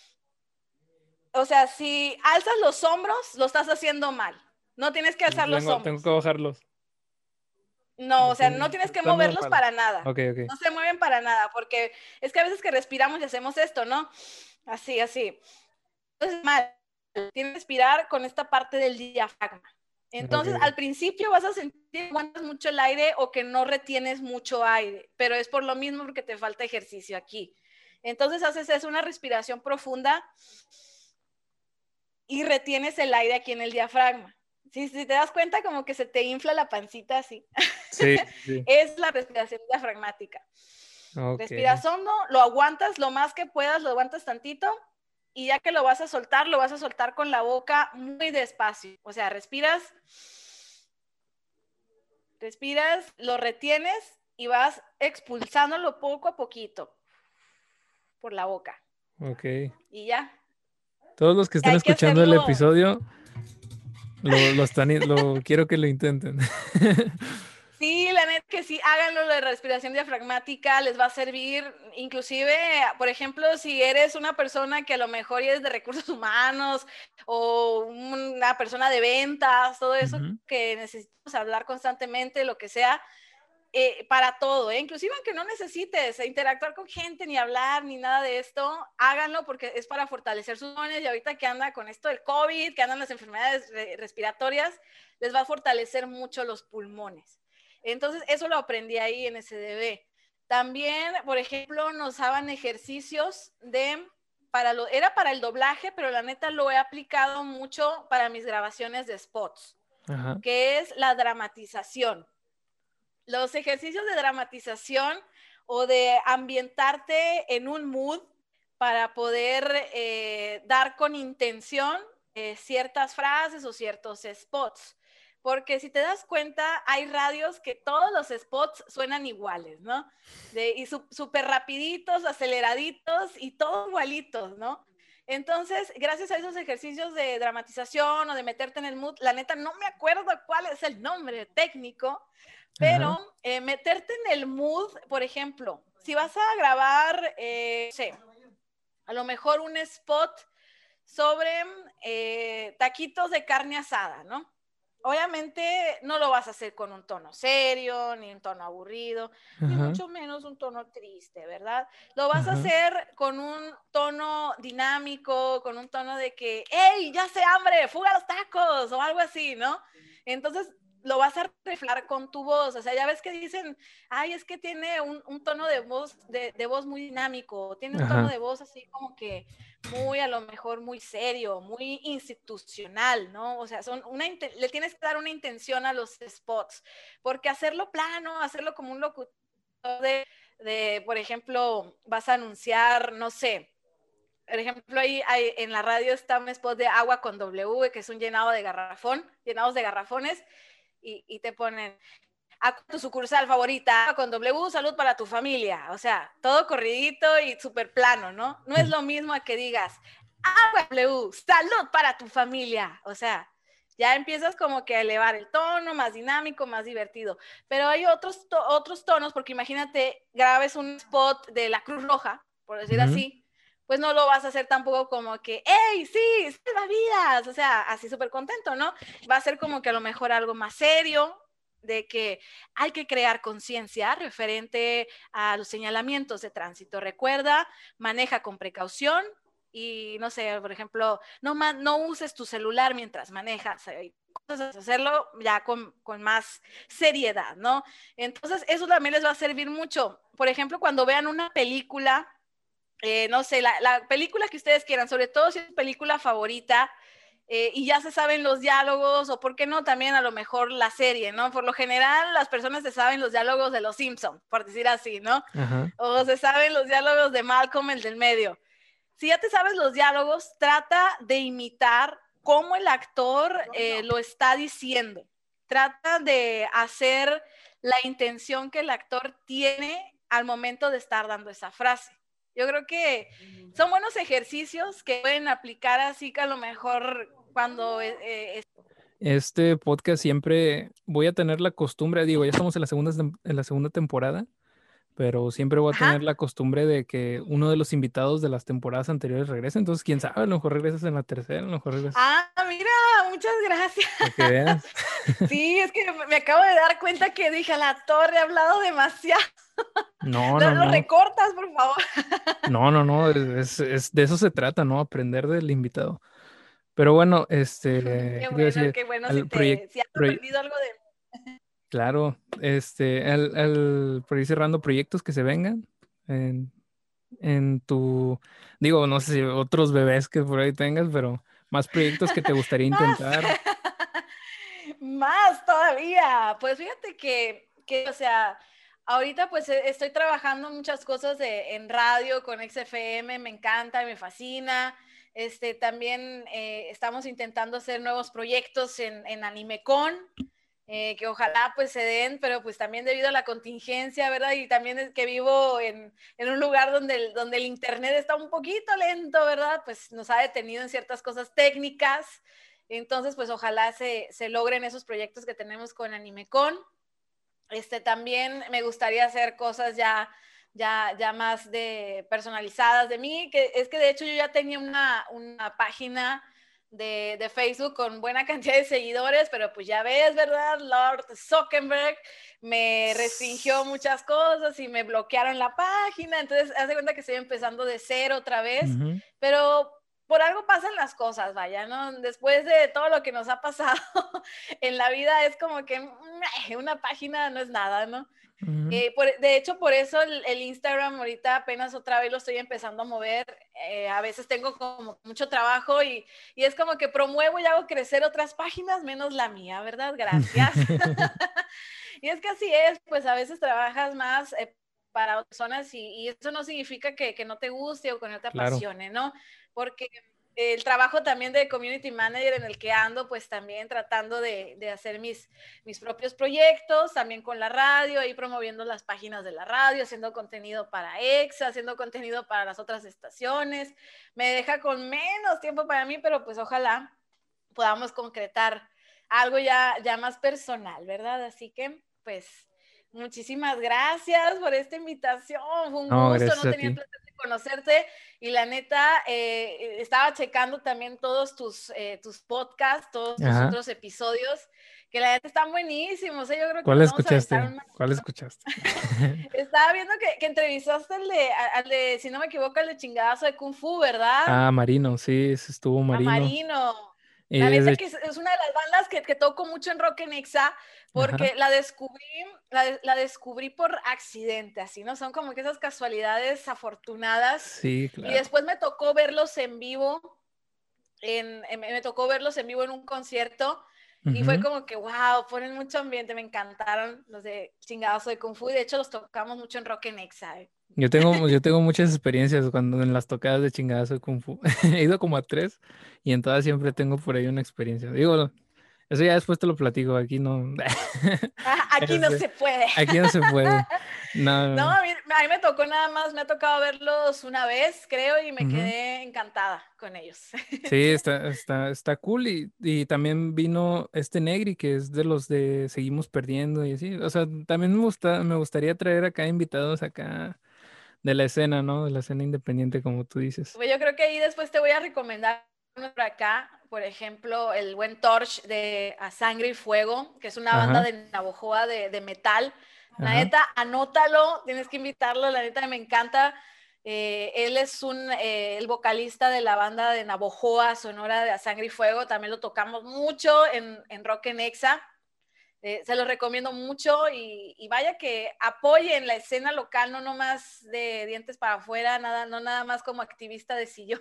o sea, si alzas los hombros, lo estás haciendo mal. No tienes que alzar tengo, los hombros. Tengo que bajarlos. No, o sea, no tienes que moverlos para nada. Okay, okay. No se mueven para nada, porque es que a veces que respiramos y hacemos esto, ¿no? Así, así. Entonces, mal. Tienes que respirar con esta parte del diafragma. Entonces, okay. al principio vas a sentir que aguantas mucho el aire o que no retienes mucho aire, pero es por lo mismo porque te falta ejercicio aquí. Entonces haces es una respiración profunda y retienes el aire aquí en el diafragma. Si, si te das cuenta, como que se te infla la pancita así. Sí, sí. Es la respiración diafragmática. Okay. Respiras hondo, lo aguantas lo más que puedas, lo aguantas tantito y ya que lo vas a soltar, lo vas a soltar con la boca muy despacio. O sea, respiras, respiras, lo retienes y vas expulsándolo poco a poquito por la boca. Ok. Y ya. Todos los que estén Hay que escuchando el hacerlo. episodio, lo, lo están, lo quiero que lo intenten. Sí, la neta que sí, háganlo de respiración diafragmática, les va a servir, inclusive, por ejemplo, si eres una persona que a lo mejor es de recursos humanos o una persona de ventas, todo eso uh-huh. que necesitamos hablar constantemente, lo que sea, eh, para todo, ¿eh? Inclusive aunque no necesites interactuar con gente, ni hablar, ni nada de esto, háganlo porque es para fortalecer sus pulmones y ahorita que anda con esto del COVID, que andan las enfermedades re- respiratorias, les va a fortalecer mucho los pulmones. Entonces, eso lo aprendí ahí en S D B. También, por ejemplo, nos daban ejercicios de, para lo, era para el doblaje, pero la neta lo he aplicado mucho para mis grabaciones de spots, uh-huh. que es la dramatización. Los ejercicios de dramatización o de ambientarte en un mood para poder eh, dar con intención eh, ciertas frases o ciertos spots. Porque si te das cuenta, hay radios que todos los spots suenan iguales, ¿no? De, y súper rapiditos, aceleraditos y todos igualitos, ¿no? Entonces, gracias a esos ejercicios de dramatización o de meterte en el mood, la neta no me acuerdo cuál es el nombre técnico, pero eh, meterte en el mood, por ejemplo, si vas a grabar, eh, no sé, a lo mejor un spot sobre eh, taquitos de carne asada, ¿no? Obviamente no lo vas a hacer con un tono serio, ni un tono aburrido, uh-huh. ni mucho menos un tono triste, ¿verdad? Lo vas uh-huh. a hacer con un tono dinámico, con un tono de que, ¡hey, ya sé hambre, fuga a los tacos! O algo así, ¿no? Entonces lo vas a reflejar con tu voz, o sea, ya ves que dicen, ay, es que tiene un, un tono de voz, de, de voz muy dinámico, tiene un uh-huh. tono de voz así como que muy, a lo mejor, muy serio, muy institucional, ¿no? O sea, son una, le tienes que dar una intención a los spots, porque hacerlo plano, hacerlo como un locutor de, de por ejemplo, vas a anunciar, no sé, por ejemplo, ahí hay, en la radio está un spot de agua con W, que es un llenado de garrafón, llenados de garrafones, y, y te ponen a tu sucursal favorita, con W, salud para tu familia. O sea, todo corridito y súper plano, ¿no? No es lo mismo a que digas, agua W, salud para tu familia. O sea, ya empiezas como que a elevar el tono, más dinámico, más divertido. Pero hay otros, to otros tonos, porque imagínate, grabes un spot de la Cruz Roja, por decir uh-huh. así, pues no lo vas a hacer tampoco como que, ¡hey, sí, salva vidas! O sea, así súper contento, ¿no? Va a ser como que a lo mejor algo más serio, de que hay que crear conciencia referente a los señalamientos de tránsito. Recuerda, maneja con precaución y, no sé, por ejemplo, no, no uses tu celular mientras manejas. Entonces, hacerlo ya con, con más seriedad, ¿no? Entonces, eso también les va a servir mucho. Por ejemplo, cuando vean una película, eh, no sé, la, la película que ustedes quieran, sobre todo si es su película favorita, Eh, y ya se saben los diálogos, o por qué no también a lo mejor la serie, ¿no? Por lo general las personas se saben los diálogos de los Simpsons, por decir así, ¿no? Uh-huh. O se saben los diálogos de Malcolm, el del medio. Si ya te sabes los diálogos, trata de imitar cómo el actor eh, lo está diciendo. Trata de hacer la intención que el actor tiene al momento de estar dando esa frase. Yo creo que son buenos ejercicios que pueden aplicar así que a lo mejor cuando... Eh, es... Este podcast siempre voy a tener la costumbre, digo, ya estamos en la segunda, en la segunda temporada, pero siempre voy a Ajá. tener la costumbre de que uno de los invitados de las temporadas anteriores regrese, entonces quién sabe, a lo mejor regresas en la tercera, a lo mejor regresas... Ah, mira, muchas gracias. Para que veas. Sí, es que me acabo de dar cuenta que dije, a la torre, he hablado demasiado. No, lo, no, lo no. recortas, por favor. No, no, no, es, es, de eso se trata, ¿no? Aprender del invitado. Pero bueno, este... Qué bueno, decir, qué bueno si, te, si has aprendido algo de... Claro, este, el, el, por ir cerrando proyectos que se vengan en, en tu, digo, no sé si otros bebés que por ahí tengas, pero más proyectos que te gustaría Más, intentar. más todavía. Pues fíjate que, que, o sea, ahorita pues e- estoy trabajando muchas cosas de, en radio con X F M, me encanta, me fascina. Este, también eh, estamos intentando hacer nuevos proyectos en, en AnimeCon, eh, que ojalá pues se den, pero pues también debido a la contingencia, ¿verdad? Y también es que vivo en, en un lugar donde el, donde el internet está un poquito lento, ¿verdad? Pues nos ha detenido en ciertas cosas técnicas. Entonces, pues ojalá se, se logren esos proyectos que tenemos con AnimeCon. Este, también me gustaría hacer cosas ya, ya, ya más de personalizadas de mí, que es que de hecho yo ya tenía una, una página de, de Facebook con buena cantidad de seguidores, pero pues ya ves, ¿verdad? Lord Zuckerberg me restringió muchas cosas y me bloquearon la página, entonces hace cuenta que estoy empezando de cero otra vez, Ujú. pero por algo pasan las cosas, vaya, ¿no? Después de todo lo que nos ha pasado en la vida es como que meh, una página no es nada, ¿no? Ujú. Eh, por, de hecho, por eso el, el, Instagram ahorita apenas otra vez lo estoy empezando a mover. Eh, a veces tengo como mucho trabajo y, y es como que promuevo y hago crecer otras páginas menos la mía, ¿verdad? Gracias. Y es que así es, pues a veces trabajas más eh, para otras personas y, y, eso no significa que, que no te guste o que no te Claro. apasione, ¿no? Porque el trabajo también de community manager en el que ando, pues también tratando de, de hacer mis, mis propios proyectos, también con la radio, ahí promoviendo las páginas de la radio, haciendo contenido para EXA, haciendo contenido para las otras estaciones. Me deja con menos tiempo para mí, pero pues ojalá podamos concretar algo ya, ya más personal, ¿verdad? Así que, pues, muchísimas gracias por esta invitación. Fue un No, gusto, gracias no a tenía el ti. placer de conocerte. Y la neta, eh, estaba checando también todos tus, eh, tus podcasts, todos tus Ajá. otros episodios, que la neta están buenísimos. ¿eh? Yo creo que ¿Cuál nos vamos a aventar escuchaste? un... ¿Cuál escuchaste? Estaba viendo que, que entrevistaste al de, al de, si no me equivoco, el de chingadazo de Kung Fu, ¿verdad? Ah, Marino, sí, ese estuvo A Marino. Marino. Y La neta desde... que es, es una de las bandas que, que toco mucho en Rock en Exa, Ajá. porque la descubrí, la, la, descubrí por accidente, así, ¿no? Son como que esas casualidades afortunadas. Sí, Y claro. después me tocó verlos en vivo, en, en, me tocó verlos en vivo en un concierto. Y fue Ujú. como que, wow, ponen mucho ambiente, me encantaron los de Chingadazo de Kung Fu. Y de hecho los tocamos mucho en Rock en Exa. ¿eh? Yo tengo, yo tengo muchas experiencias cuando en las tocadas de chingadazo de Kung Fu. He ido como a tres y en todas siempre tengo por ahí una experiencia. Digo, eso ya después te lo platico, aquí no. Ah, aquí no Este, se puede. aquí no se puede. No, No. a mí, a mí me tocó nada más, me ha tocado verlos una vez, creo, y me Ujú. quedé encantada con ellos. Sí, está, está, está cool. Y, y también vino este Negri, que es de los de Seguimos Perdiendo y así. O sea, también me gusta, me gustaría traer acá invitados acá de la escena, ¿no? De la escena independiente, como tú dices. Pues yo creo que ahí después te voy a recomendar uno por acá, por ejemplo, el buen Torch de A Sangre y Fuego, que es una banda Ajá, de Navojoa de, de metal. La ajá. neta, anótalo, tienes que invitarlo, la neta me encanta. Eh, él es un, eh, el vocalista de la banda de Navojoa, Sonora de A Sangre y Fuego, también lo tocamos mucho en, en Rock en Exa. Eh, se los recomiendo mucho y, y, vaya que apoyen la escena local, no nomás de dientes para afuera, nada, no nada más como activista de sillón.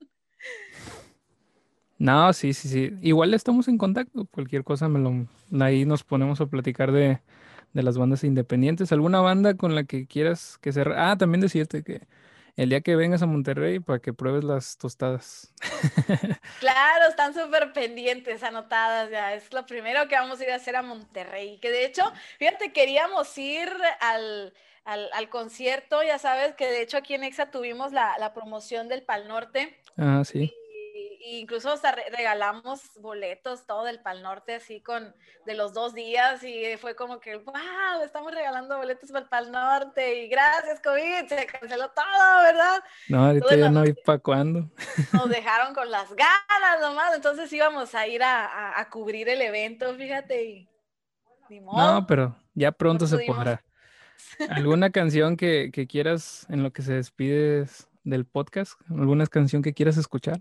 No, sí, sí, sí. Igual estamos en contacto. Cualquier cosa me lo, ahí nos ponemos a platicar de, de las bandas independientes. ¿Alguna banda con la que quieras que se... Ah, también decirte que el día que vengas a Monterrey para que pruebes las tostadas. Claro, están súper pendientes, anotadas ya. Es lo primero que vamos a ir a hacer a Monterrey. Que de hecho, fíjate, queríamos ir al, al, al concierto, ya sabes que de hecho aquí en Exa tuvimos la, la promoción del Pal Norte. Ah, sí. Y incluso hasta regalamos boletos, todo del Pal Norte, así con de los dos días, y fue como que, wow, estamos regalando boletos para el Pal Norte, y gracias, COVID, se canceló todo, ¿verdad? No, ahorita Entonces ya nos, no hay para cuándo. nos dejaron con las ganas nomás, entonces íbamos a ir a, a, a cubrir el evento, fíjate, y ni No, modo, pero ya no pronto se pudimos. podrá. ¿Alguna canción que, que quieras en lo que se despides del podcast? ¿Alguna canción que quieras escuchar?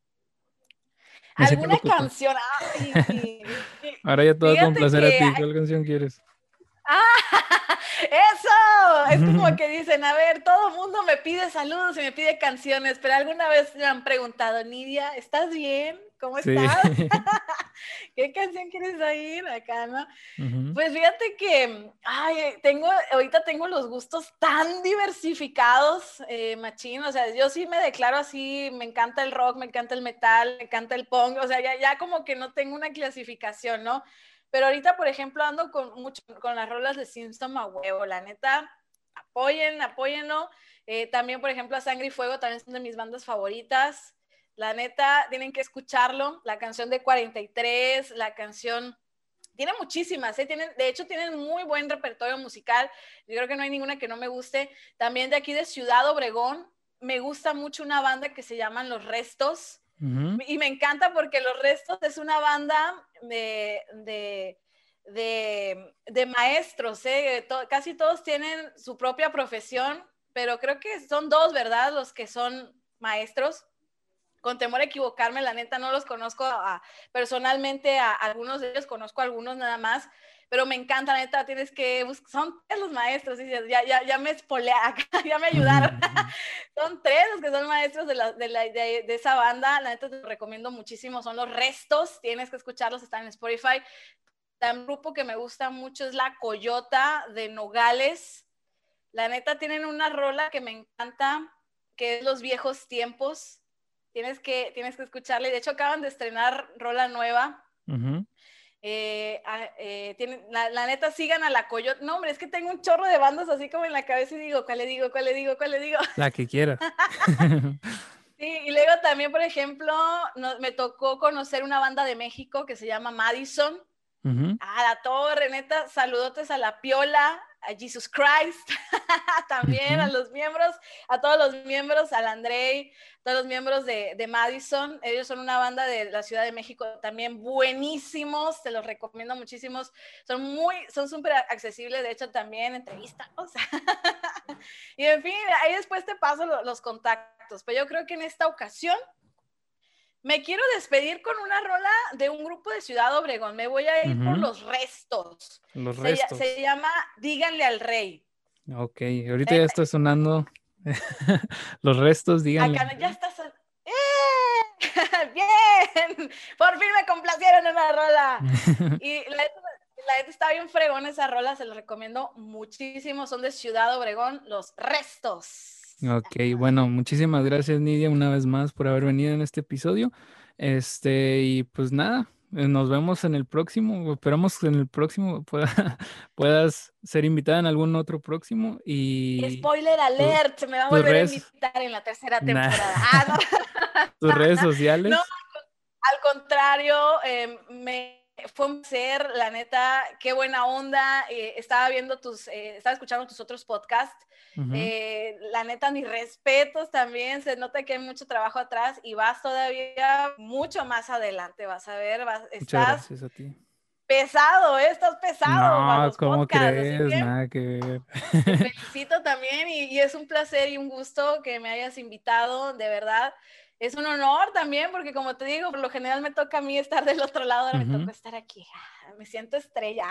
Me siento ¿Alguna locutor. canción? Ay, Ahora ya te voy a fíjate complacer a que ti. ¿Cuál canción quieres? Ah, ¡Eso! Es como que dicen, a ver, todo el mundo me pide saludos y me pide canciones, pero alguna vez me han preguntado, Nidia, ¿estás bien? ¿Cómo Sí. estás? ¿Qué canción quieres oír acá, no? Uh-huh. Pues fíjate que, ay, tengo, ahorita tengo los gustos tan diversificados, eh, machín, o sea, yo sí me declaro así, me encanta el rock, me encanta el metal, me encanta el punk, o sea, ya, ya como que no tengo una clasificación, ¿no? Pero ahorita, por ejemplo, ando con mucho con las rolas de System a huevo, la neta, apoyen, apóyenlo. Eh, también, por ejemplo, a Sangre y Fuego también son de mis bandas favoritas. La neta, tienen que escucharlo. La canción de cuarenta y tres, la canción... Tiene muchísimas, ¿eh? Tienen, de hecho, tienen muy buen repertorio musical. Yo creo que no hay ninguna que no me guste. También de aquí de Ciudad Obregón, me gusta mucho una banda que se llaman Los Restos. Uh-huh. Y me encanta porque Los Restos es una banda de, de, de, de maestros, ¿eh? To- casi todos tienen su propia profesión, pero creo que son dos, ¿verdad? Los que son maestros. Con temor a equivocarme, la neta no los conozco a, personalmente, a, a algunos de ellos conozco a algunos nada más, pero me encanta, la neta, tienes que buscar, son tres los maestros, ¿sí? ya, ya, ya me spoilé acá, ya me ayudaron, son tres los que son maestros de, la, de, la, de, de esa banda, la neta te lo recomiendo muchísimo, son Los Restos, tienes que escucharlos, están en Spotify. Un grupo que me gusta mucho es La Coyota de Nogales, la neta tienen una rola que me encanta, que es Los Viejos Tiempos. Tienes que, tienes que escucharla. Y de hecho acaban de estrenar rola nueva. Uh-huh. Eh, eh, tienen, la, la neta, sigan a La Coyota. No, hombre, es que tengo un chorro de bandas así como en la cabeza y digo, ¿cuál le digo? ¿Cuál le digo? ¿Cuál le digo? La que quieras. Sí, y luego también, por ejemplo, no, me tocó conocer una banda de México que se llama Madison. Uh-huh. A La Torre, neta, saludotes a La Piola, a Jesus Christ, también uh-huh. a los miembros, a todos los miembros, al Andrei, todos los miembros de, de Madison. Ellos son una banda de la Ciudad de México también buenísimos, te los recomiendo muchísimo. Son muy, son súper accesibles, de hecho también entrevistas. O sea. Y en fin, ahí después te paso los, los contactos, pero yo creo que en esta ocasión me quiero despedir con una rola de un grupo de Ciudad Obregón. Me voy a ir uh-huh. por Los Restos. Los se, Restos. Se llama Díganle al Rey. Ok, ahorita eh, ya está sonando Los Restos, díganle. Acá ya está sonando. ¡Eh! ¡Bien! Por fin me complacieron en una rola. Y la neta está bien fregón esa rola, se los recomiendo muchísimo. Son de Ciudad Obregón, Los Restos. Ok, bueno, muchísimas gracias, Nidia, una vez más por haber venido en este episodio. Este, y pues nada, nos vemos en el próximo. Esperamos que en el próximo pueda, puedas ser invitada en algún otro próximo. Y spoiler alert, tu, se me va a volver redes... a invitar en la tercera temporada. Nah. Ah, no. ¿Tus redes sociales? No, al contrario, eh, me fue un placer, la neta, qué buena onda. Eh, estaba viendo tus, eh, estaba escuchando tus otros podcasts. Uh-huh. eh, la neta, mis respetos también, se nota que hay mucho trabajo atrás y vas todavía mucho más adelante, vas a ver, vas, Muchas estás gracias a ti. Pesado, ¿eh? Estás pesado. No, los ¿cómo podcasts, crees? Que nada que ver. Te felicito también y, y es un placer y un gusto que me hayas invitado, de verdad. Es un honor también porque, como te digo, por lo general me toca a mí estar del otro lado, ahora uh-huh. me toca estar aquí. Me siento estrella.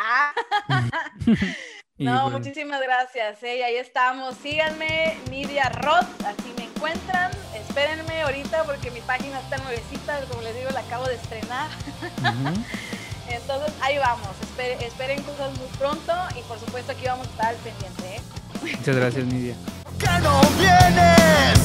No, bueno. Muchísimas gracias. ¿eh? Y ahí estamos. Síganme, Nidia Roth, así me encuentran. Espérenme ahorita porque mi página está nuevecita, como les digo, la acabo de estrenar. Uh-huh. Entonces, ahí vamos. Esperen, esperen cosas muy pronto y, por supuesto, aquí vamos a estar al pendiente. ¿eh? Muchas gracias, Nidia. Que no viene